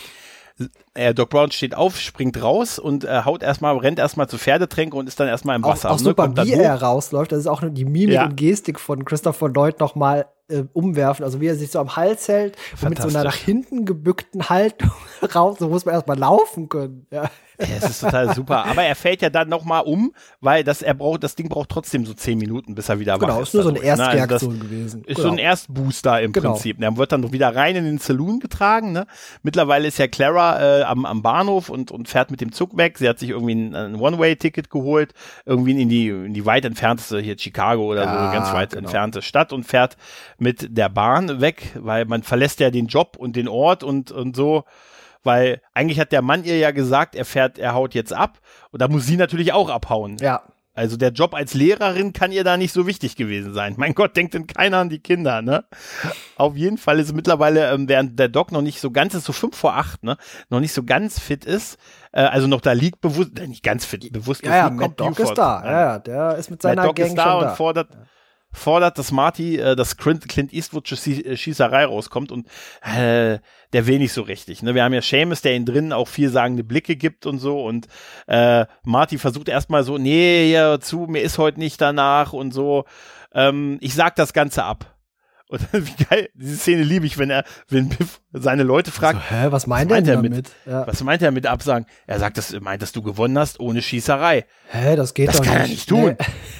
Doc Brown steht auf, springt raus und rennt erstmal zur Pferdetränke und ist dann erstmal im Wasser. Auch super, wie er rausläuft. Das ist auch nur die Mimik und Gestik von Christopher Lloyd nochmal umwerfen. Also wie er sich so am Hals hält und mit so einer nach hinten gebückten Haltung raus. So muss man erstmal laufen können. Ja. Es ist total super. Aber er fällt ja dann nochmal um, weil das Ding braucht trotzdem so 10 Minuten, bis er wieder wach ist. Genau, ist nur so eine Erstreaktion gewesen. Ist so ein Erstbooster im Prinzip. Er wird dann wieder rein in den Saloon getragen. Ne? Mittlerweile ist ja Clara am Bahnhof und fährt mit dem Zug weg. Sie hat sich irgendwie ein One-Way-Ticket geholt, irgendwie in die weit entfernteste, hier Chicago oder so, ganz weit entfernte Stadt, und fährt mit der Bahn weg, weil man verlässt ja den Job und den Ort und so. Weil eigentlich hat der Mann ihr ja gesagt, er haut jetzt ab, und da muss sie natürlich auch abhauen. Ja. Also der Job als Lehrerin kann ihr da nicht so wichtig gewesen sein. Mein Gott, denkt denn keiner an die Kinder, ne? Auf jeden Fall ist es mittlerweile, während der Doc noch nicht so ganz ist, so 7:45, ne? Noch nicht so ganz fit ist, also noch da liegt nicht ganz fit, bewusst. Ja, Matt Doc ist da. Ja, der ist mit seiner Gang schon da. Und fordert, dass Marty, dass Clint Eastwood Schießerei rauskommt, und der will nicht so richtig. Ne? Wir haben ja Seamus, der ihn drinnen auch vielsagende Blicke gibt und so, und Marty versucht erstmal so, nee, ja, mir ist heute nicht danach und so, ich sag das Ganze ab. Und wie geil, diese Szene liebe ich, wenn Biff seine Leute fragt. So, was meint er damit? Ja. Was meint er mit Absagen? Er sagt, meint, dass du gewonnen hast ohne Schießerei. Das geht doch nicht. Das kann er nicht tun.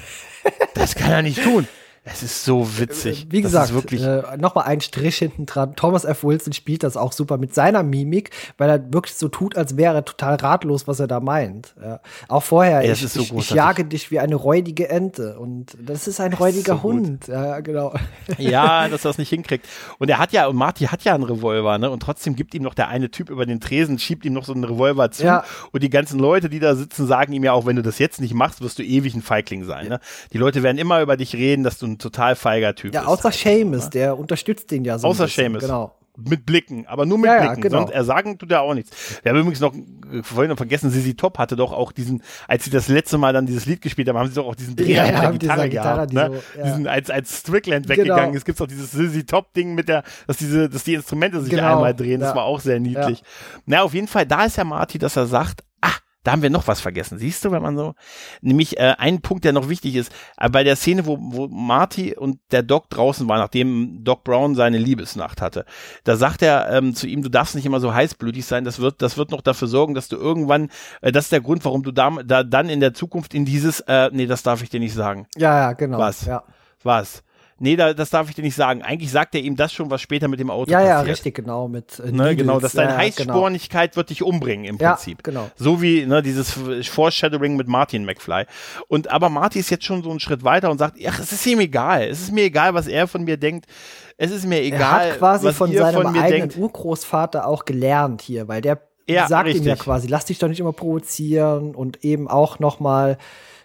Das kann er nicht tun. Es ist so witzig. Wie gesagt, nochmal ein Strich hinten dran. Thomas F. Wilson spielt das auch super mit seiner Mimik, weil er wirklich so tut, als wäre er total ratlos, was er da meint. Ja. Auch vorher, ich jage dich wie eine räudige Ente, und das ist ein räudiger so Hund. Ja, genau. Ja, dass er das nicht hinkriegt. Und Marty hat ja einen Revolver, ne? Und trotzdem gibt ihm noch der eine Typ über den Tresen, schiebt ihm noch so einen Revolver zu. Ja. Und die ganzen Leute, die da sitzen, sagen ihm ja auch, wenn du das jetzt nicht machst, wirst du ewig ein Feigling sein. Ne? Die Leute werden immer über dich reden, dass du ein total feiger Typ ist. Ja, außer Seamus, der unterstützt den ja so außer ein bisschen. Seamus. Genau. Mit Blicken, aber nur mit Blicken. Ja, genau. Sonst er sagen tut er auch nichts. Wir haben übrigens noch vorhin noch vergessen, Sissy Top hatte doch auch diesen, als sie das letzte Mal dann dieses Lied gespielt haben sie doch auch diesen Dreher mit der Gitarre gehabt. Ne? Diesen, als Strickland weggegangen ist, gibt's auch dieses Sissy Top Ding mit der, dass die Instrumente sich einmal drehen. Das war auch sehr niedlich. Ja. Na, auf jeden Fall, da ist ja Marty, dass er sagt, da haben wir noch was vergessen, siehst du, wenn man so, nämlich ein Punkt, der noch wichtig ist, bei der Szene, wo Marty und der Doc draußen war, nachdem Doc Brown seine Liebesnacht hatte, da sagt er zu ihm, du darfst nicht immer so heißblütig sein, das wird noch dafür sorgen, dass du irgendwann, das ist der Grund, warum du da dann in der Zukunft in dieses, nee, das darf ich dir nicht sagen. Ja, genau. Was? Ja. Was? Nee, das darf ich dir nicht sagen. Eigentlich sagt er ihm das schon, was später mit dem Auto passiert. Ja, richtig, genau. Genau, dass deine Heißspornigkeit wird dich umbringen im Prinzip. Ja, genau. So wie dieses Foreshadowing mit Martin McFly. Aber Marty ist jetzt schon so einen Schritt weiter und sagt, ach, es ist ihm egal. Es ist mir egal, was er von mir denkt. Es ist mir egal, er hat quasi was von ihr seinem von mir eigenen denkt. Urgroßvater auch gelernt hier, weil der sagt richtig. ihm ja quasi, lass dich doch nicht immer provozieren und eben auch nochmal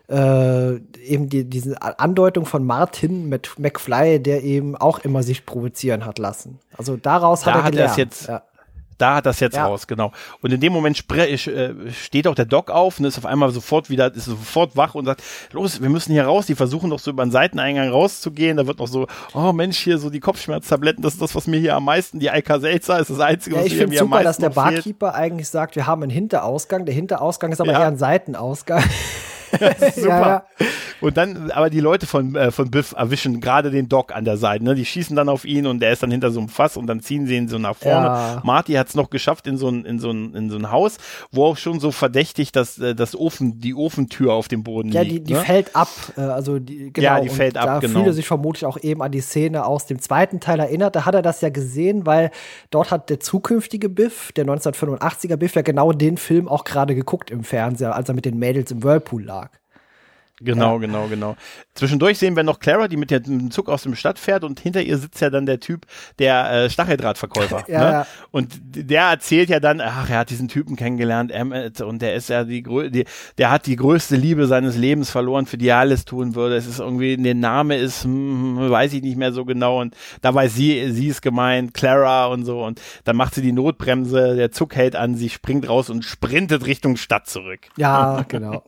eben diese Andeutung von Martin mit McFly, der eben auch immer sich provozieren hat lassen. Also daraus hat er gelernt. Da hat das jetzt raus, genau. Und in dem Moment steht auch der Doc auf und ist auf einmal sofort wach und sagt, los, wir müssen hier raus. Die versuchen doch so über den Seiteneingang rauszugehen. Da wird noch so, oh Mensch, hier so die Kopfschmerztabletten, das ist das, was mir hier am meisten, die Alka-Seltzer ist das Einzige, was mir am meisten Ich finde super, dass der Barkeeper eigentlich sagt, wir haben einen Hinterausgang. Der Hinterausgang ist aber eher ein Seitenausgang. Super. Ja. Und dann, aber die Leute von Biff erwischen gerade den Doc an der Seite, ne? Die schießen dann auf ihn und der ist dann hinter so einem Fass und dann ziehen sie ihn so nach vorne. Ja. Marty hat es noch geschafft in so ein Haus, wo auch schon so verdächtig, dass die Ofentür auf dem Boden liegt. Die fällt ab. Die fällt ab, da genau. fühlt er sich vermutlich auch eben an die Szene aus dem zweiten Teil erinnert. Da hat er das ja gesehen, weil dort hat der zukünftige Biff, der 1985er Biff, ja genau den Film auch gerade geguckt im Fernseher, als er mit den Mädels im Whirlpool lag. Genau. Zwischendurch sehen wir noch Clara, die mit dem Zug aus dem Stadt fährt und hinter ihr sitzt ja dann der Typ, der Stacheldrahtverkäufer. Ne? Und der erzählt ja dann, ach, er hat diesen Typen kennengelernt, Emmett, und der ist ja der hat die größte Liebe seines Lebens verloren, für die er alles tun würde. Es ist irgendwie, der Name ist, weiß ich nicht mehr so genau, und da weiß sie ist gemeint, Clara und so, und dann macht sie die Notbremse, der Zug hält an, sie springt raus und sprintet Richtung Stadt zurück. Ja, genau.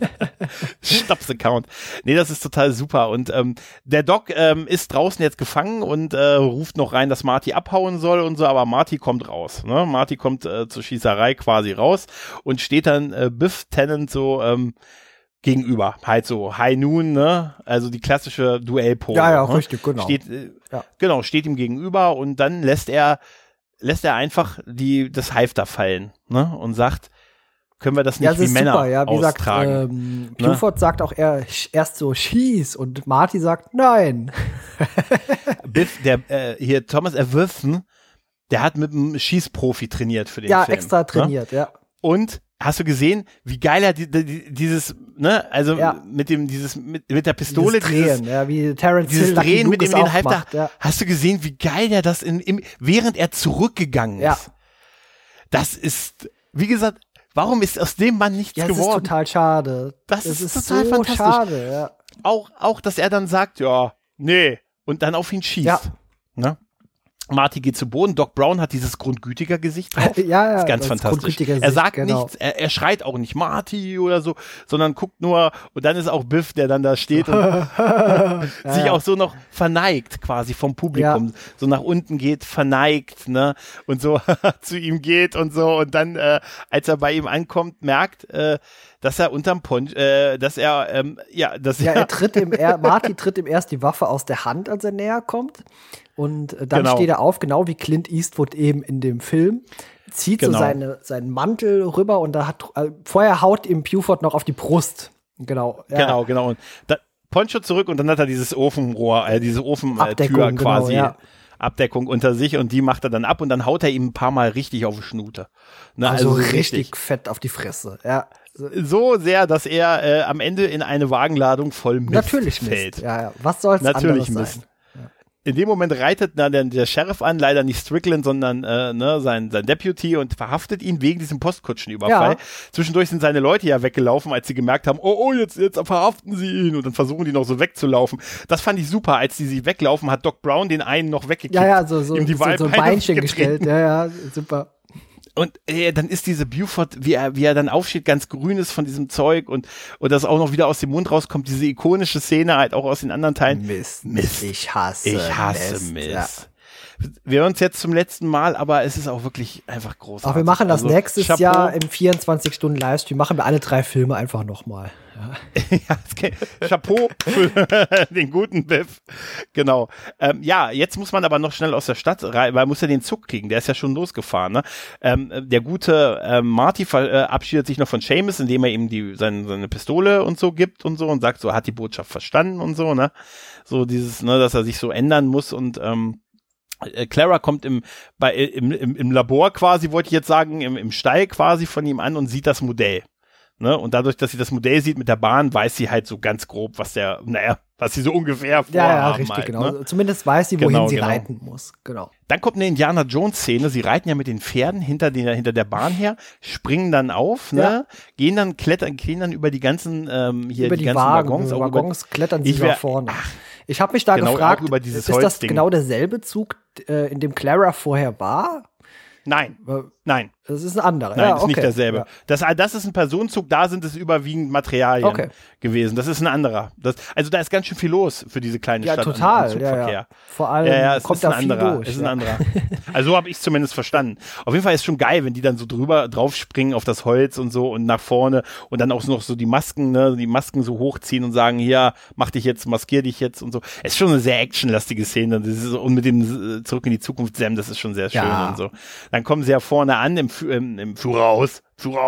Stops Account. Nee, das ist total super. Und der Doc ist draußen jetzt gefangen und ruft noch rein, dass Marty abhauen soll und so, aber Marty kommt raus. Ne? Marty kommt zur Schießerei quasi raus und steht dann Biff Tennant so gegenüber. Halt so High Noon, ne? Also die klassische Duellpose. Ja, ne? richtig, genau. Genau, steht ihm gegenüber und dann lässt er einfach das Halfter fallen, ne? Und sagt, können wir das nicht wie Männer super, ja. Wie austragen. Gesagt, Buford sagt auch erst so, schieß, und Marty sagt, nein. Biff, hier Thomas Erwürfen, der hat mit einem Schießprofi trainiert für den Film. Ja, extra trainiert, ja. Und hast du gesehen, wie geil er dieses, ne, also mit der Pistole, dieses Drehen, wie Terrence Hill, Drehen mit dem den Halfter, macht, ja. Hast du gesehen, wie geil er das während er zurückgegangen ist? Ja. Das ist, wie gesagt, warum ist aus dem Mann nichts geworden? Das ist total schade. Das ist total so fantastisch. Schade, ja. Auch, dass er dann sagt, ja, nee, und dann auf ihn schießt. Ja. Ne? Marty geht zu Boden. Doc Brown hat dieses grundgütiger Gesicht drauf. Ja, das ist ganz fantastisch. Er sagt nichts, er schreit auch nicht Marty oder so, sondern guckt nur, und dann ist auch Biff, der dann da steht und sich auch so noch verneigt quasi vom Publikum, so nach unten geht, verneigt, ne, und so zu ihm geht und so, und dann, als er bei ihm ankommt, merkt, dass er unterm Marty tritt ihm erst die Waffe aus der Hand, als er näher kommt. Und dann steht er auf, genau wie Clint Eastwood eben in dem Film, zieht so seinen Mantel rüber, und vorher haut ihm Buford noch auf die Brust. Genau. Ja. Genau. Und Poncho zurück, und dann hat er dieses Ofenrohr, diese Ofentür quasi. Genau, Abdeckung unter sich, und die macht er dann ab, und dann haut er ihm ein paar Mal richtig auf die Schnute. Ne, also richtig fett auf die Fresse, ja. So sehr, dass er am Ende in eine Wagenladung voll Mist fällt. Ja. Was soll's natürlich anderes Mist. sein? in dem Moment reitet der Sheriff an, leider nicht Strickland, sondern sein Deputy und verhaftet ihn wegen diesem Postkutschenüberfall. Ja. Zwischendurch sind seine Leute ja weggelaufen, als sie gemerkt haben, jetzt verhaften sie ihn und dann versuchen die noch so wegzulaufen. Das fand ich super, als sie weglaufen, hat Doc Brown den einen noch weggekickt. Ja, so ein Beinchen gestellt. Ja, super. Und dann ist diese Buford, wie er dann aufsteht, ganz grün ist von diesem Zeug und das auch noch wieder aus dem Mund rauskommt, diese ikonische Szene halt auch aus den anderen Teilen. Mist. Ich hasse Mist. Ja. Wir hören uns jetzt zum letzten Mal, aber es ist auch wirklich einfach großartig. Auch wir machen das nächstes Jahr im 24-Stunden-Livestream, machen wir alle 3 Filme einfach nochmal. Ja. Chapeau für den guten Biff. Genau. Jetzt muss man aber noch schnell aus der Stadt rein, weil er muss ja den Zug kriegen, der ist ja schon losgefahren. Ne? Der gute Marty verabschiedet sich noch von Seamus, indem er ihm seine Pistole und so gibt und so und sagt, so hat die Botschaft verstanden und so, ne? So dieses, ne, dass er sich so ändern muss und Clara kommt im Labor quasi, wollte ich jetzt sagen, im Stall quasi von ihm an und sieht das Modell. Ne? Und dadurch, dass sie das Modell sieht mit der Bahn, weiß sie halt so ganz grob, was sie so ungefähr vorhaben. Ja, richtig, halt, genau. Ne? Zumindest weiß sie, wohin sie reiten muss. Genau. Dann kommt eine Indiana Jones-Szene. Sie reiten ja mit den Pferden hinter der Bahn her, springen dann auf, ne? Gehen dann über die ganzen über die ganzen Waggons klettern sie nach vorne. Ich habe mich da gefragt, ist das genau derselbe Zug, in dem Clara vorher war? Nein. Das ist ein anderer. Nein, das ist nicht derselbe. Ja. Das ist ein Personenzug, da sind es überwiegend Materialien gewesen. Das ist ein anderer. Also da ist ganz schön viel los für diese kleine Stadt. Ja, total. An Zugverkehr. Ja. Vor allem kommt da viel durch. Es ist ein anderer. Also so habe ich es zumindest verstanden. Auf jeden Fall ist es schon geil, wenn die dann so drauf springen auf das Holz und so und nach vorne und dann auch noch so die Masken so hochziehen und sagen, hier, maskier dich jetzt und so. Es ist schon eine sehr actionlastige Szene. Und mit dem Zurück in die Zukunft Sam, das ist schon sehr schön und so. Dann kommen sie ja vorne an im Führerhaus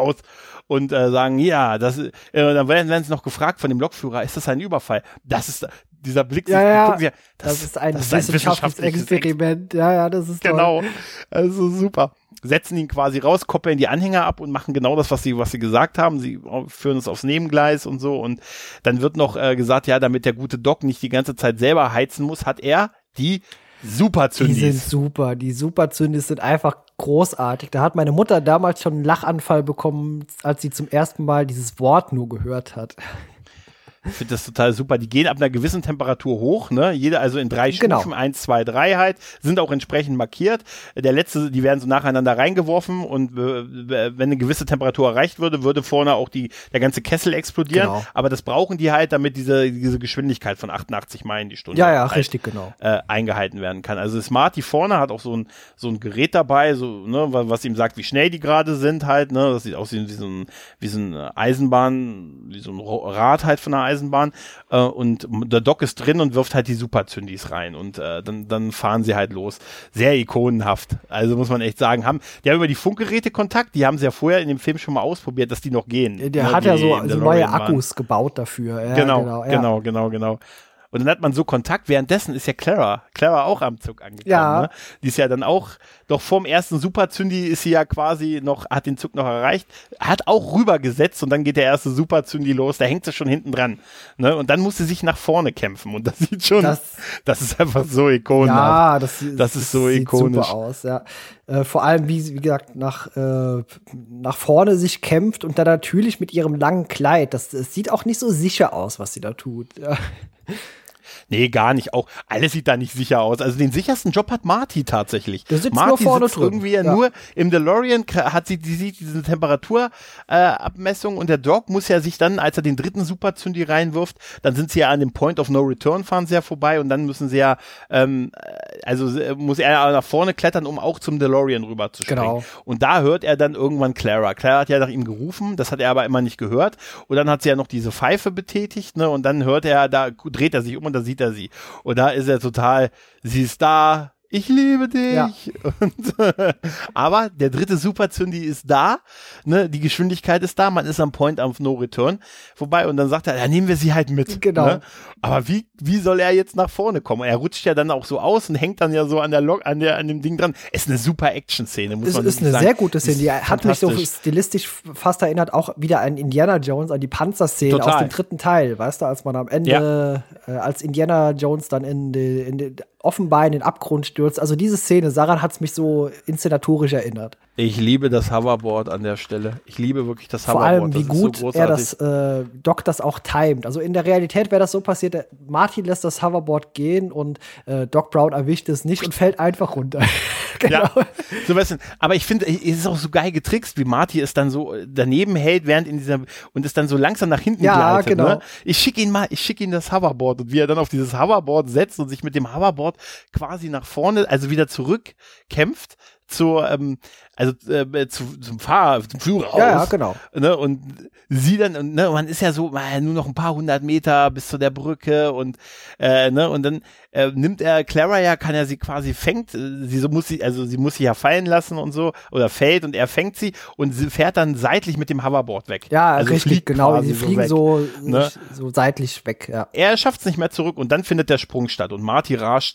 und sagen, ja, dann werden sie noch gefragt von dem Lokführer, ist das ein Überfall? Das ist dieser Blick. Das ist ein wissenschaftliches Experiment. Ja, das ist toll. Genau, also super. Setzen ihn quasi raus, koppeln die Anhänger ab und machen genau das, was sie gesagt haben. Sie führen es aufs Nebengleis und so und dann wird noch gesagt, ja, damit der gute Doc nicht die ganze Zeit selber heizen muss, hat er die Superzündis. Die sind super. Die Superzündis sind einfach großartig. Da hat meine Mutter damals schon einen Lachanfall bekommen, als sie zum ersten Mal dieses Wort nur gehört hat. Ich finde das total super. Die gehen ab einer gewissen Temperatur hoch, ne? Also in 3 Stufen, 1, 2, 3 halt, sind auch entsprechend markiert. Die werden so nacheinander reingeworfen und wenn eine gewisse Temperatur erreicht würde vorne auch der ganze Kessel explodieren. Genau. Aber das brauchen die halt, damit diese Geschwindigkeit von 88 Meilen die Stunde halt, richtig, genau. Eingehalten werden kann. Also Smarty vorne hat auch so ein Gerät dabei, so, ne, was ihm sagt, wie schnell die gerade sind halt, ne? Das sieht aus wie so ein Eisenbahn, wie so ein Rad halt von einer Eisenbahn und der Doc ist drin und wirft halt die Superzündis rein und dann fahren sie halt los. Sehr ikonenhaft. Also muss man echt sagen, die haben über die Funkgeräte Kontakt, die haben sie ja vorher in dem Film schon mal ausprobiert, dass die noch gehen. Der hat ja so neue Akkus gebaut dafür. Ja, genau. Und dann hat man so Kontakt. Währenddessen ist ja Clara auch am Zug angekommen. Ja. Ne? Die ist ja dann auch, doch vorm ersten Superzündi ist sie ja quasi hat den Zug noch erreicht, hat auch rübergesetzt und dann geht der erste Superzündi los, da hängt sie schon hinten dran. Ne? Und dann muss sie sich nach vorne kämpfen und das sieht schon, das ist einfach so ikonisch. Ja, das ist so ikonisch. Super aus, ja. Vor allem, wie gesagt, nach vorne sich kämpft und dann natürlich mit ihrem langen Kleid. Das sieht auch nicht so sicher aus, was sie da tut. Ja. Nee, gar nicht. Auch alles sieht da nicht sicher aus. Also den sichersten Job hat Marty tatsächlich. Der sitzt nur vorne drin. Irgendwie nur im DeLorean sieht diese Temperaturabmessung und der Doc muss ja sich dann, als er den dritten Superzündi reinwirft, dann sind sie ja an dem Point of No Return, fahren sie ja vorbei und dann müssen sie ja, muss er nach vorne klettern, um auch zum DeLorean rüber zu springen. Genau. Und da hört er dann irgendwann Clara. Clara hat ja nach ihm gerufen, das hat er aber immer nicht gehört. Und dann hat sie ja noch diese Pfeife betätigt, ne? Und dann dreht er sich um und da sieht er sie. Und da ist er total, sie ist da, ich liebe dich. Ja. Aber der dritte Superzündi ist da, ne? Die Geschwindigkeit ist da, man ist am Point of No Return vorbei und dann sagt er, ja, nehmen wir sie halt mit. Genau. Ne? Aber wie soll er jetzt nach vorne kommen? Er rutscht ja dann auch so aus und hängt dann ja so an dem Ding dran. Es ist eine super Action-Szene, muss man sagen. Es ist eine sehr gute Szene, die hat mich so stilistisch fast erinnert, auch wieder an Indiana Jones, an die Panzerszene aus dem dritten Teil, weißt du, als man am Ende, als Indiana Jones dann offenbar in den Abgrund stürzt. Also diese Szene, daran hat es mich so inszenatorisch erinnert. Ich liebe das Hoverboard an der Stelle. Ich liebe wirklich das Hoverboard. Vor allem, wie gut so er Doc das auch timet. Also in der Realität wäre das so passiert, Marty lässt das Hoverboard gehen und Doc Brown erwischt es nicht und fällt einfach runter. Genau. Ja, so ein bisschen. Aber ich finde, es ist auch so geil getrickst, wie Marty es dann so daneben hält, während und es dann so langsam nach hinten gleitet. Genau. Ne? Ich schicke ihn das Hoverboard und wie er dann auf dieses Hoverboard setzt und sich mit dem Hoverboard quasi nach vorne, also wieder zurückkämpft zum Flur raus. Ja, genau. Ne, und sie dann, ne, man ist ja so nur noch ein paar 100 Meter bis zu der Brücke und und dann nimmt er Clara ja, kann er sie quasi fängt, sie muss sie ja fallen lassen und so oder fällt und er fängt sie und sie fährt dann seitlich mit dem Hoverboard weg. Ja, also richtig, genau. Sie fliegen so seitlich weg. Ja. Er schafft es nicht mehr zurück und dann findet der Sprung statt und Marty rast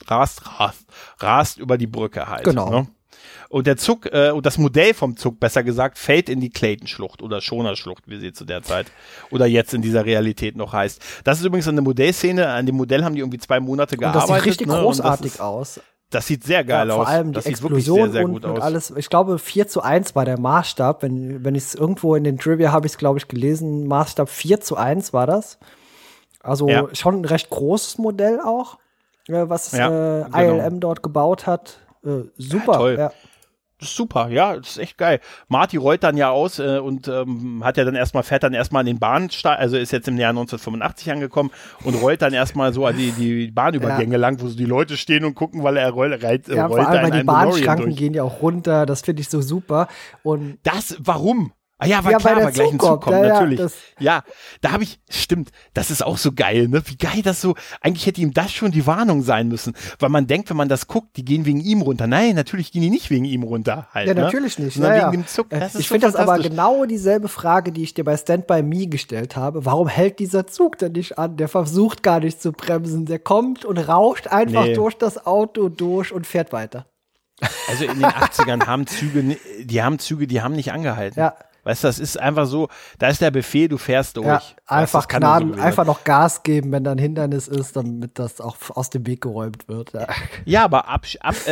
über die Brücke halt. Genau. Ne? Und der Zug, und das Modell vom Zug, besser gesagt, fällt in die Clayton-Schlucht oder Schoner-Schlucht, wie sie zu der Zeit oder jetzt in dieser Realität noch heißt. Das ist übrigens eine Modellszene. An dem Modell haben die irgendwie 2 Monate gearbeitet. Und das sieht richtig großartig aus. Das sieht sehr geil aus. Vor allem das die Explosion sehr, sehr gut und alles. Ich glaube, 4:1 war der Maßstab. Wenn ich es irgendwo in den Trivia habe ich es, glaube ich, gelesen. Maßstab 4:1 war das. Also schon ein recht großes Modell auch, was ILM dort gebaut hat. Super. Ja, toll. Ja. Das ist super, ja, das ist echt geil. Marty rollt dann ja aus und fährt dann erstmal an den Bahnsteig, also ist jetzt im Jahr 1985 angekommen und rollt dann erstmal so an die Bahnübergänge lang, wo so die Leute stehen und gucken, weil er rollt vor allem, weil die Bahnschranken gehen ja auch runter, das finde ich so super. Und warum? Ah ja, war klar, weil gleich ein Zug kommt, natürlich. Ja, da habe stimmt, das ist auch so geil, ne? Wie geil das so, eigentlich hätte ihm das schon die Warnung sein müssen, weil man denkt, wenn man das guckt, die gehen wegen ihm runter. Nein, natürlich gehen die nicht wegen ihm runter halt. Ja, natürlich nicht. Wegen dem Zug. Ich finde das aber genau dieselbe Frage, die ich dir bei Stand By Me gestellt habe. Warum hält dieser Zug denn nicht an? Der versucht gar nicht zu bremsen. Der kommt und rauscht einfach durch das Auto durch und fährt weiter. Also in den 80ern haben Züge, die haben nicht angehalten. Ja. Weißt du, das ist einfach so, da ist der Befehl, du fährst durch. Ja, einfach gnaden, einfach noch Gas geben, wenn da ein Hindernis ist, damit das auch aus dem Weg geräumt wird. Ja, aber ab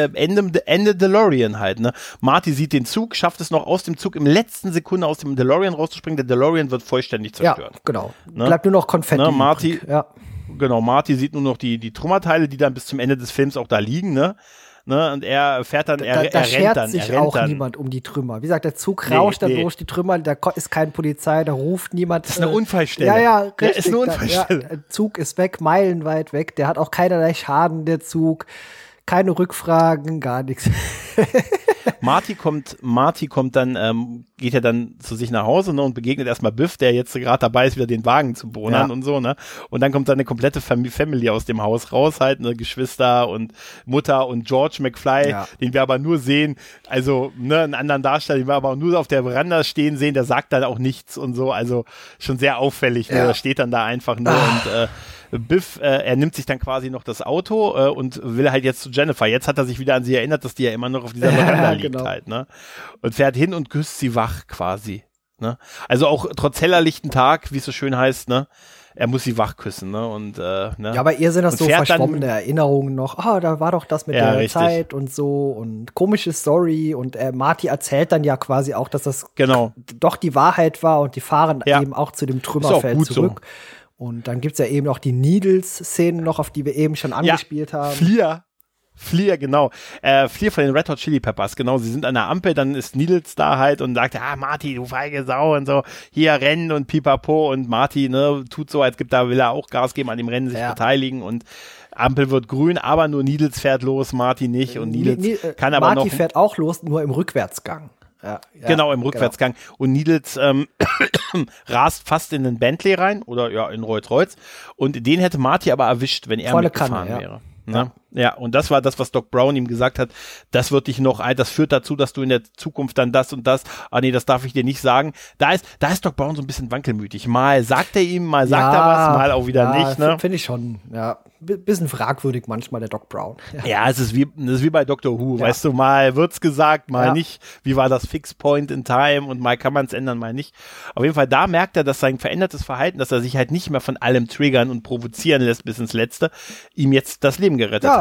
Ende DeLorean halt, ne? Marty sieht den Zug, schafft es noch aus dem Zug im letzten Sekunde aus dem DeLorean rauszuspringen. Der DeLorean wird vollständig zerstört. Ja, genau. Ne? Bleibt nur noch Konfetti. Ne, Marty sieht nur noch die Trümmerteile, die dann bis zum Ende des Films auch da liegen, ne? Ne, und er fährt dann, er rennt sich auch niemand um die Trümmer. Wie gesagt, der Zug rauscht dann durch die Trümmer, da ist keine Polizei, da ruft niemand. Das ist eine Unfallstelle. Ja, richtig. Ja, ist eine Unfallstelle. Der Zug ist weg, meilenweit weg, der hat auch keinerlei Schaden, der Zug. Keine Rückfragen, gar nichts. Marty kommt dann, geht ja dann zu sich nach Hause, ne, und begegnet erstmal Biff, der jetzt gerade dabei ist, wieder den Wagen zu bohnern und so, ne. Und dann kommt dann eine komplette Family aus dem Haus raus, halt, ne, Geschwister und Mutter und George McFly, den wir aber nur sehen, also, ne, einen anderen Darsteller, den wir aber auch nur auf der Veranda stehen sehen, der sagt dann auch nichts und so, also schon sehr auffällig, ne, der steht dann da einfach nur und, Biff, er nimmt sich dann quasi noch das Auto und will halt jetzt zu Jennifer. Jetzt hat er sich wieder an sie erinnert, dass die ja immer noch auf dieser Veranda liegt halt, ne? Und fährt hin und küsst sie wach quasi, ne? Also auch trotz hellerlichten Tag, wie es so schön heißt, ne? Er muss sie wach küssen, ne? Und, ne? Ja, bei ihr sind das so verschwommene Erinnerungen noch. Da war doch das mit der richtig. Zeit und so und komische Story und Marty erzählt dann ja quasi auch, dass das doch die Wahrheit war und die fahren eben auch zu dem Trümmerfeld zurück. So. Und dann gibt's ja eben auch die Needles-Szenen noch, auf die wir eben schon angespielt haben. Flea, genau. Flea von den Red Hot Chili Peppers, genau. Sie sind an der Ampel, dann ist Needles da halt und sagt, Marty, du feige Sau und so, hier rennen und pipapo und Marty, ne, tut so, als will er auch Gas geben, an dem Rennen sich beteiligen und Ampel wird grün, aber nur Needles fährt los, Marty nicht und Needles kann aber Marty fährt auch los, nur im Rückwärtsgang. Ja, genau, im Rückwärtsgang. Genau. Und Needles rast fast in den Bentley rein oder in Rolls-Royce und den hätte Marty aber erwischt, wenn er mitgefahren wäre. Ne? Ja, und das war das, was Doc Brown ihm gesagt hat, das führt dazu, dass du in der Zukunft dann das und das, das darf ich dir nicht sagen. Da ist Doc Brown so ein bisschen wankelmütig. Mal sagt er ihm, mal sagt er was, mal auch wieder nicht. Ne? Finde ich schon, bisschen fragwürdig manchmal, der Doc Brown. Ja, es ist wie bei Doctor Who, weißt du, mal wird's gesagt, mal nicht. Wie war das Fixed Point in Time und mal kann man es ändern, mal nicht. Auf jeden Fall, da merkt er, dass sein verändertes Verhalten, dass er sich halt nicht mehr von allem triggern und provozieren lässt bis ins Letzte, ihm jetzt das Leben gerettet hat.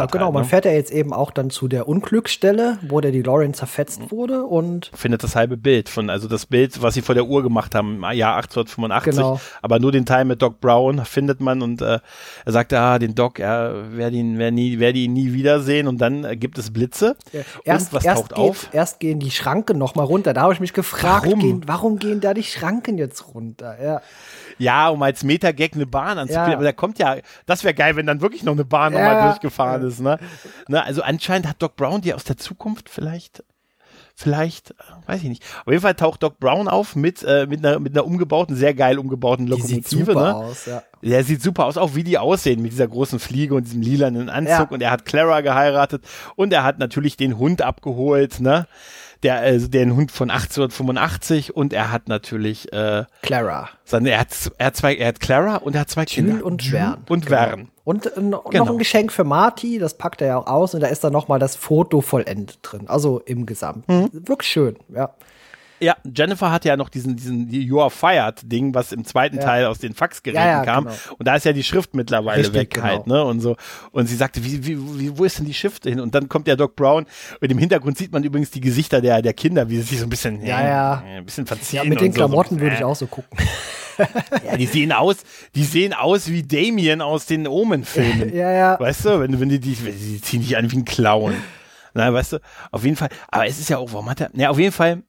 Ja, genau. Man fährt ja jetzt eben auch dann zu der Unglücksstelle, wo der DeLorean zerfetzt wurde und findet das halbe Bild also das Bild, was sie vor der Uhr gemacht haben im Jahr 1885, genau. Aber nur den Teil mit Doc Brown findet man und er sagt, den Doc, er werde ihn nie wiedersehen und dann gibt es Blitze und was taucht auf? Erst gehen die Schranken nochmal runter, da habe ich mich gefragt, warum gehen da die Schranken jetzt runter? Ja, um als Meta-Gag eine Bahn anzuspielen, aber da kommt das wäre geil, wenn dann wirklich noch eine Bahn nochmal durchgefahren ist, ne? Also anscheinend hat Doc Brown die aus der Zukunft vielleicht, weiß ich nicht. Auf jeden Fall taucht Doc Brown auf mit einer umgebauten, sehr geil umgebauten Lokomotive. Die sieht super aus, ja. Der sieht super aus, auch wie die aussehen mit dieser großen Fliege und diesem lilanen Anzug und er hat Clara geheiratet und er hat natürlich den Hund abgeholt, ne? Den Hund von 1885 und er hat natürlich Clara. Er hat Clara und er hat zwei Kinder. Jules und Vern. Und Vern. Und noch ein Geschenk für Marty, das packt er ja auch aus und da ist dann nochmal das Foto vollendet drin, also im Gesamten. Wirklich schön, ja. Ja, Jennifer hatte ja noch diesen You Are Fired-Ding, was im zweiten Teil aus den Faxgeräten kam. Genau. Und da ist ja die Schrift mittlerweile weg halt, ne? Und so. Und sie sagte, wo ist denn die Schrift hin? Und dann kommt der Doc Brown und im Hintergrund sieht man übrigens die Gesichter der Kinder, wie sie sich so ein bisschen, ein bisschen verziehen. Ja, mit den Klamotten würde ich auch so gucken. Ja, die sehen aus wie Damien aus den Omen-Filmen. Ja. Weißt du, die ziehen dich an wie ein Clown. Na, weißt du, auf jeden Fall, aber es ist ja auch, warum hat er, auf jeden Fall,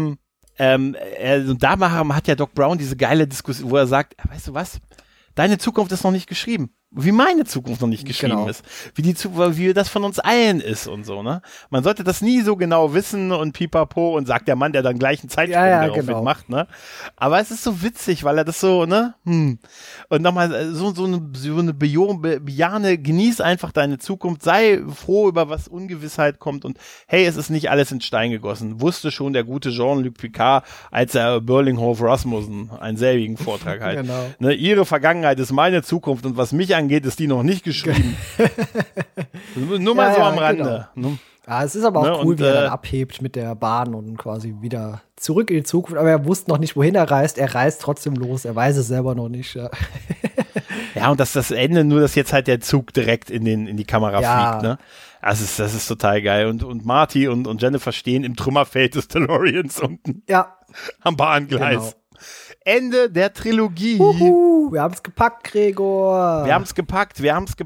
da hat ja Doc Brown diese geile Diskussion, wo er sagt, weißt du was, deine Zukunft ist noch nicht geschrieben. Wie meine Zukunft noch nicht geschrieben ist. Wie das von uns allen ist und so, ne? Man sollte das nie so genau wissen und pipapo und sagt der Mann, der dann gleich einen Zeitsprung darauf macht, ne? Aber es ist so witzig, weil er das so, ne? Und nochmal so eine Bejahne, genieß einfach deine Zukunft, sei froh über was Ungewissheit kommt und hey, es ist nicht alles in Stein gegossen. Wusste schon der gute Jean-Luc Picard, als er Berlinghoff Rasmussen einen selbigen Vortrag halt. Genau. Ne, ihre Vergangenheit ist meine Zukunft und was mich angeht, ist die noch nicht geschrieben. Nur mal so am Rande. Genau. Ja, es ist aber auch cool, wie er dann abhebt mit der Bahn und quasi wieder zurück in die Zukunft. Aber er wusste noch nicht, wohin er reist. Er reist trotzdem los. Er weiß es selber noch nicht. Ja, ja, und das Ende, nur dass jetzt halt der Zug direkt in die Kamera fliegt. Ne? Das ist total geil. Und Marty und Jennifer stehen im Trümmerfeld des DeLoreans unten. Ja. Am Bahngleis. Genau. Ende der Trilogie. Wir haben es gepackt, Gregor. Wir haben es gepackt.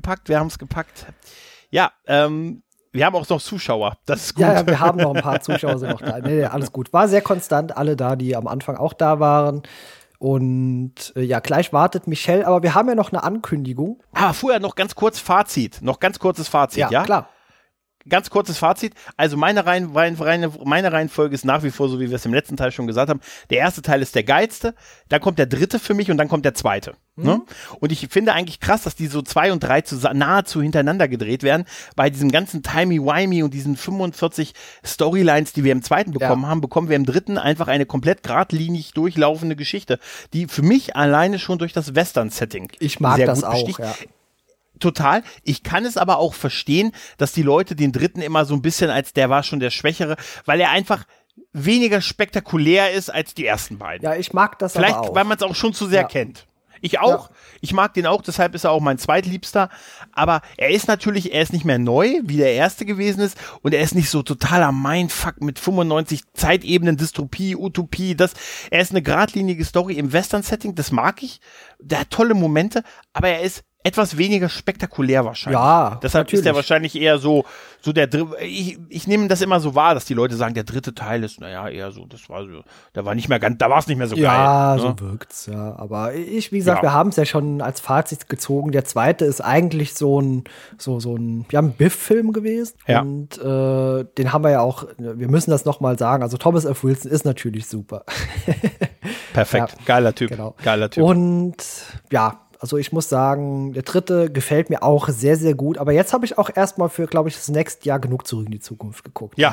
Ja, wir haben auch noch Zuschauer. Das ist gut. Ja, wir haben noch ein paar Zuschauer sind noch da. Nee, alles gut. War sehr konstant, alle da, die am Anfang auch da waren. Und gleich wartet Michelle, aber wir haben ja noch eine Ankündigung. Aber vorher noch ganz kurz Fazit. Ja, klar. Ganz kurzes Fazit. Also meine Reihenfolge ist nach wie vor so, wie wir es im letzten Teil schon gesagt haben. Der erste Teil ist der geilste, dann kommt der dritte für mich und dann kommt der zweite. Ne? Und ich finde eigentlich krass, dass die so 2 und 3 nahezu hintereinander gedreht werden. Bei diesem ganzen Timey-Wimey und diesen 45 Storylines, die wir im zweiten bekommen haben, bekommen wir im dritten einfach eine komplett geradlinig durchlaufende Geschichte, die für mich alleine schon durch das Western-Setting ich mag sehr das gut auch, besticht. ja. Total. Ich kann es aber auch verstehen, dass die Leute den dritten immer so ein bisschen als der war schon der Schwächere, weil er einfach weniger spektakulär ist als die ersten beiden. Ja, ich mag das vielleicht, aber auch. Weil man es auch schon zu sehr kennt. Ich auch. Ja. Ich mag den auch, deshalb ist er auch mein zweitliebster. Aber er ist nicht mehr neu, wie der erste gewesen ist. Und er ist nicht so totaler Mindfuck mit 95 Zeitebenen, Dystopie, Utopie. Er ist eine geradlinige Story im Western-Setting, das mag ich. Der hat tolle Momente, aber er ist etwas weniger spektakulär wahrscheinlich. Ja, deshalb natürlich. Ist er wahrscheinlich eher so der ich nehme das immer so wahr, dass die Leute sagen, der dritte Teil ist, eher so, da war es nicht mehr so geil. Ja, ne? So wirkt's, ja. Aber wie gesagt, wir haben es ja schon als Fazit gezogen. Der zweite ist eigentlich so ein Biff-Film gewesen. Ja. Und den haben wir ja auch, wir müssen das nochmal sagen, also Thomas F. Wilson ist natürlich super. Perfekt, geiler Typ. Genau. Geiler Typ. Und also ich muss sagen, der dritte gefällt mir auch sehr, sehr gut. Aber jetzt habe ich auch erstmal für, glaube ich, das nächste Jahr genug Zurück in die Zukunft geguckt. Ja.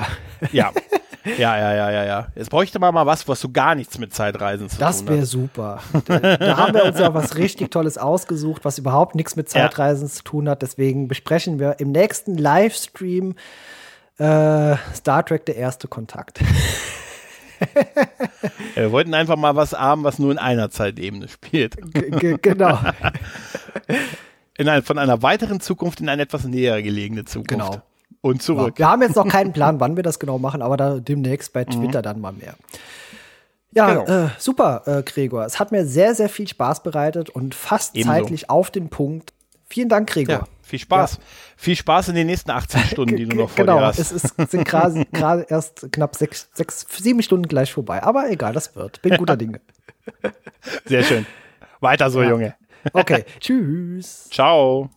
Jetzt bräuchte man mal was so gar nichts mit Zeitreisen zu tun hat. Das wäre super. Da haben wir uns ja was richtig Tolles ausgesucht, was überhaupt nichts mit Zeitreisen zu tun hat. Deswegen besprechen wir im nächsten Livestream Star Trek: Der erste Kontakt. Wir wollten einfach mal was haben, was nur in einer Zeitebene spielt. Genau. von einer weiteren Zukunft in eine etwas näher gelegene Zukunft. Genau. Und zurück. Ja, wir haben jetzt noch keinen Plan, wann wir das genau machen, aber da demnächst bei Twitter dann mal mehr. Ja, genau. Super, Gregor. Es hat mir sehr, sehr viel Spaß bereitet und fast zeitlich auf den Punkt. Vielen Dank, Gregor. Ja, viel Spaß. Ja. Viel Spaß in den nächsten 18 Stunden, die du noch vor dir hast. Es sind gerade erst knapp 7 Stunden gleich vorbei. Aber egal, das wird. Bin guter Dinge. Sehr schön. Weiter so, Junge. Okay, tschüss. Ciao.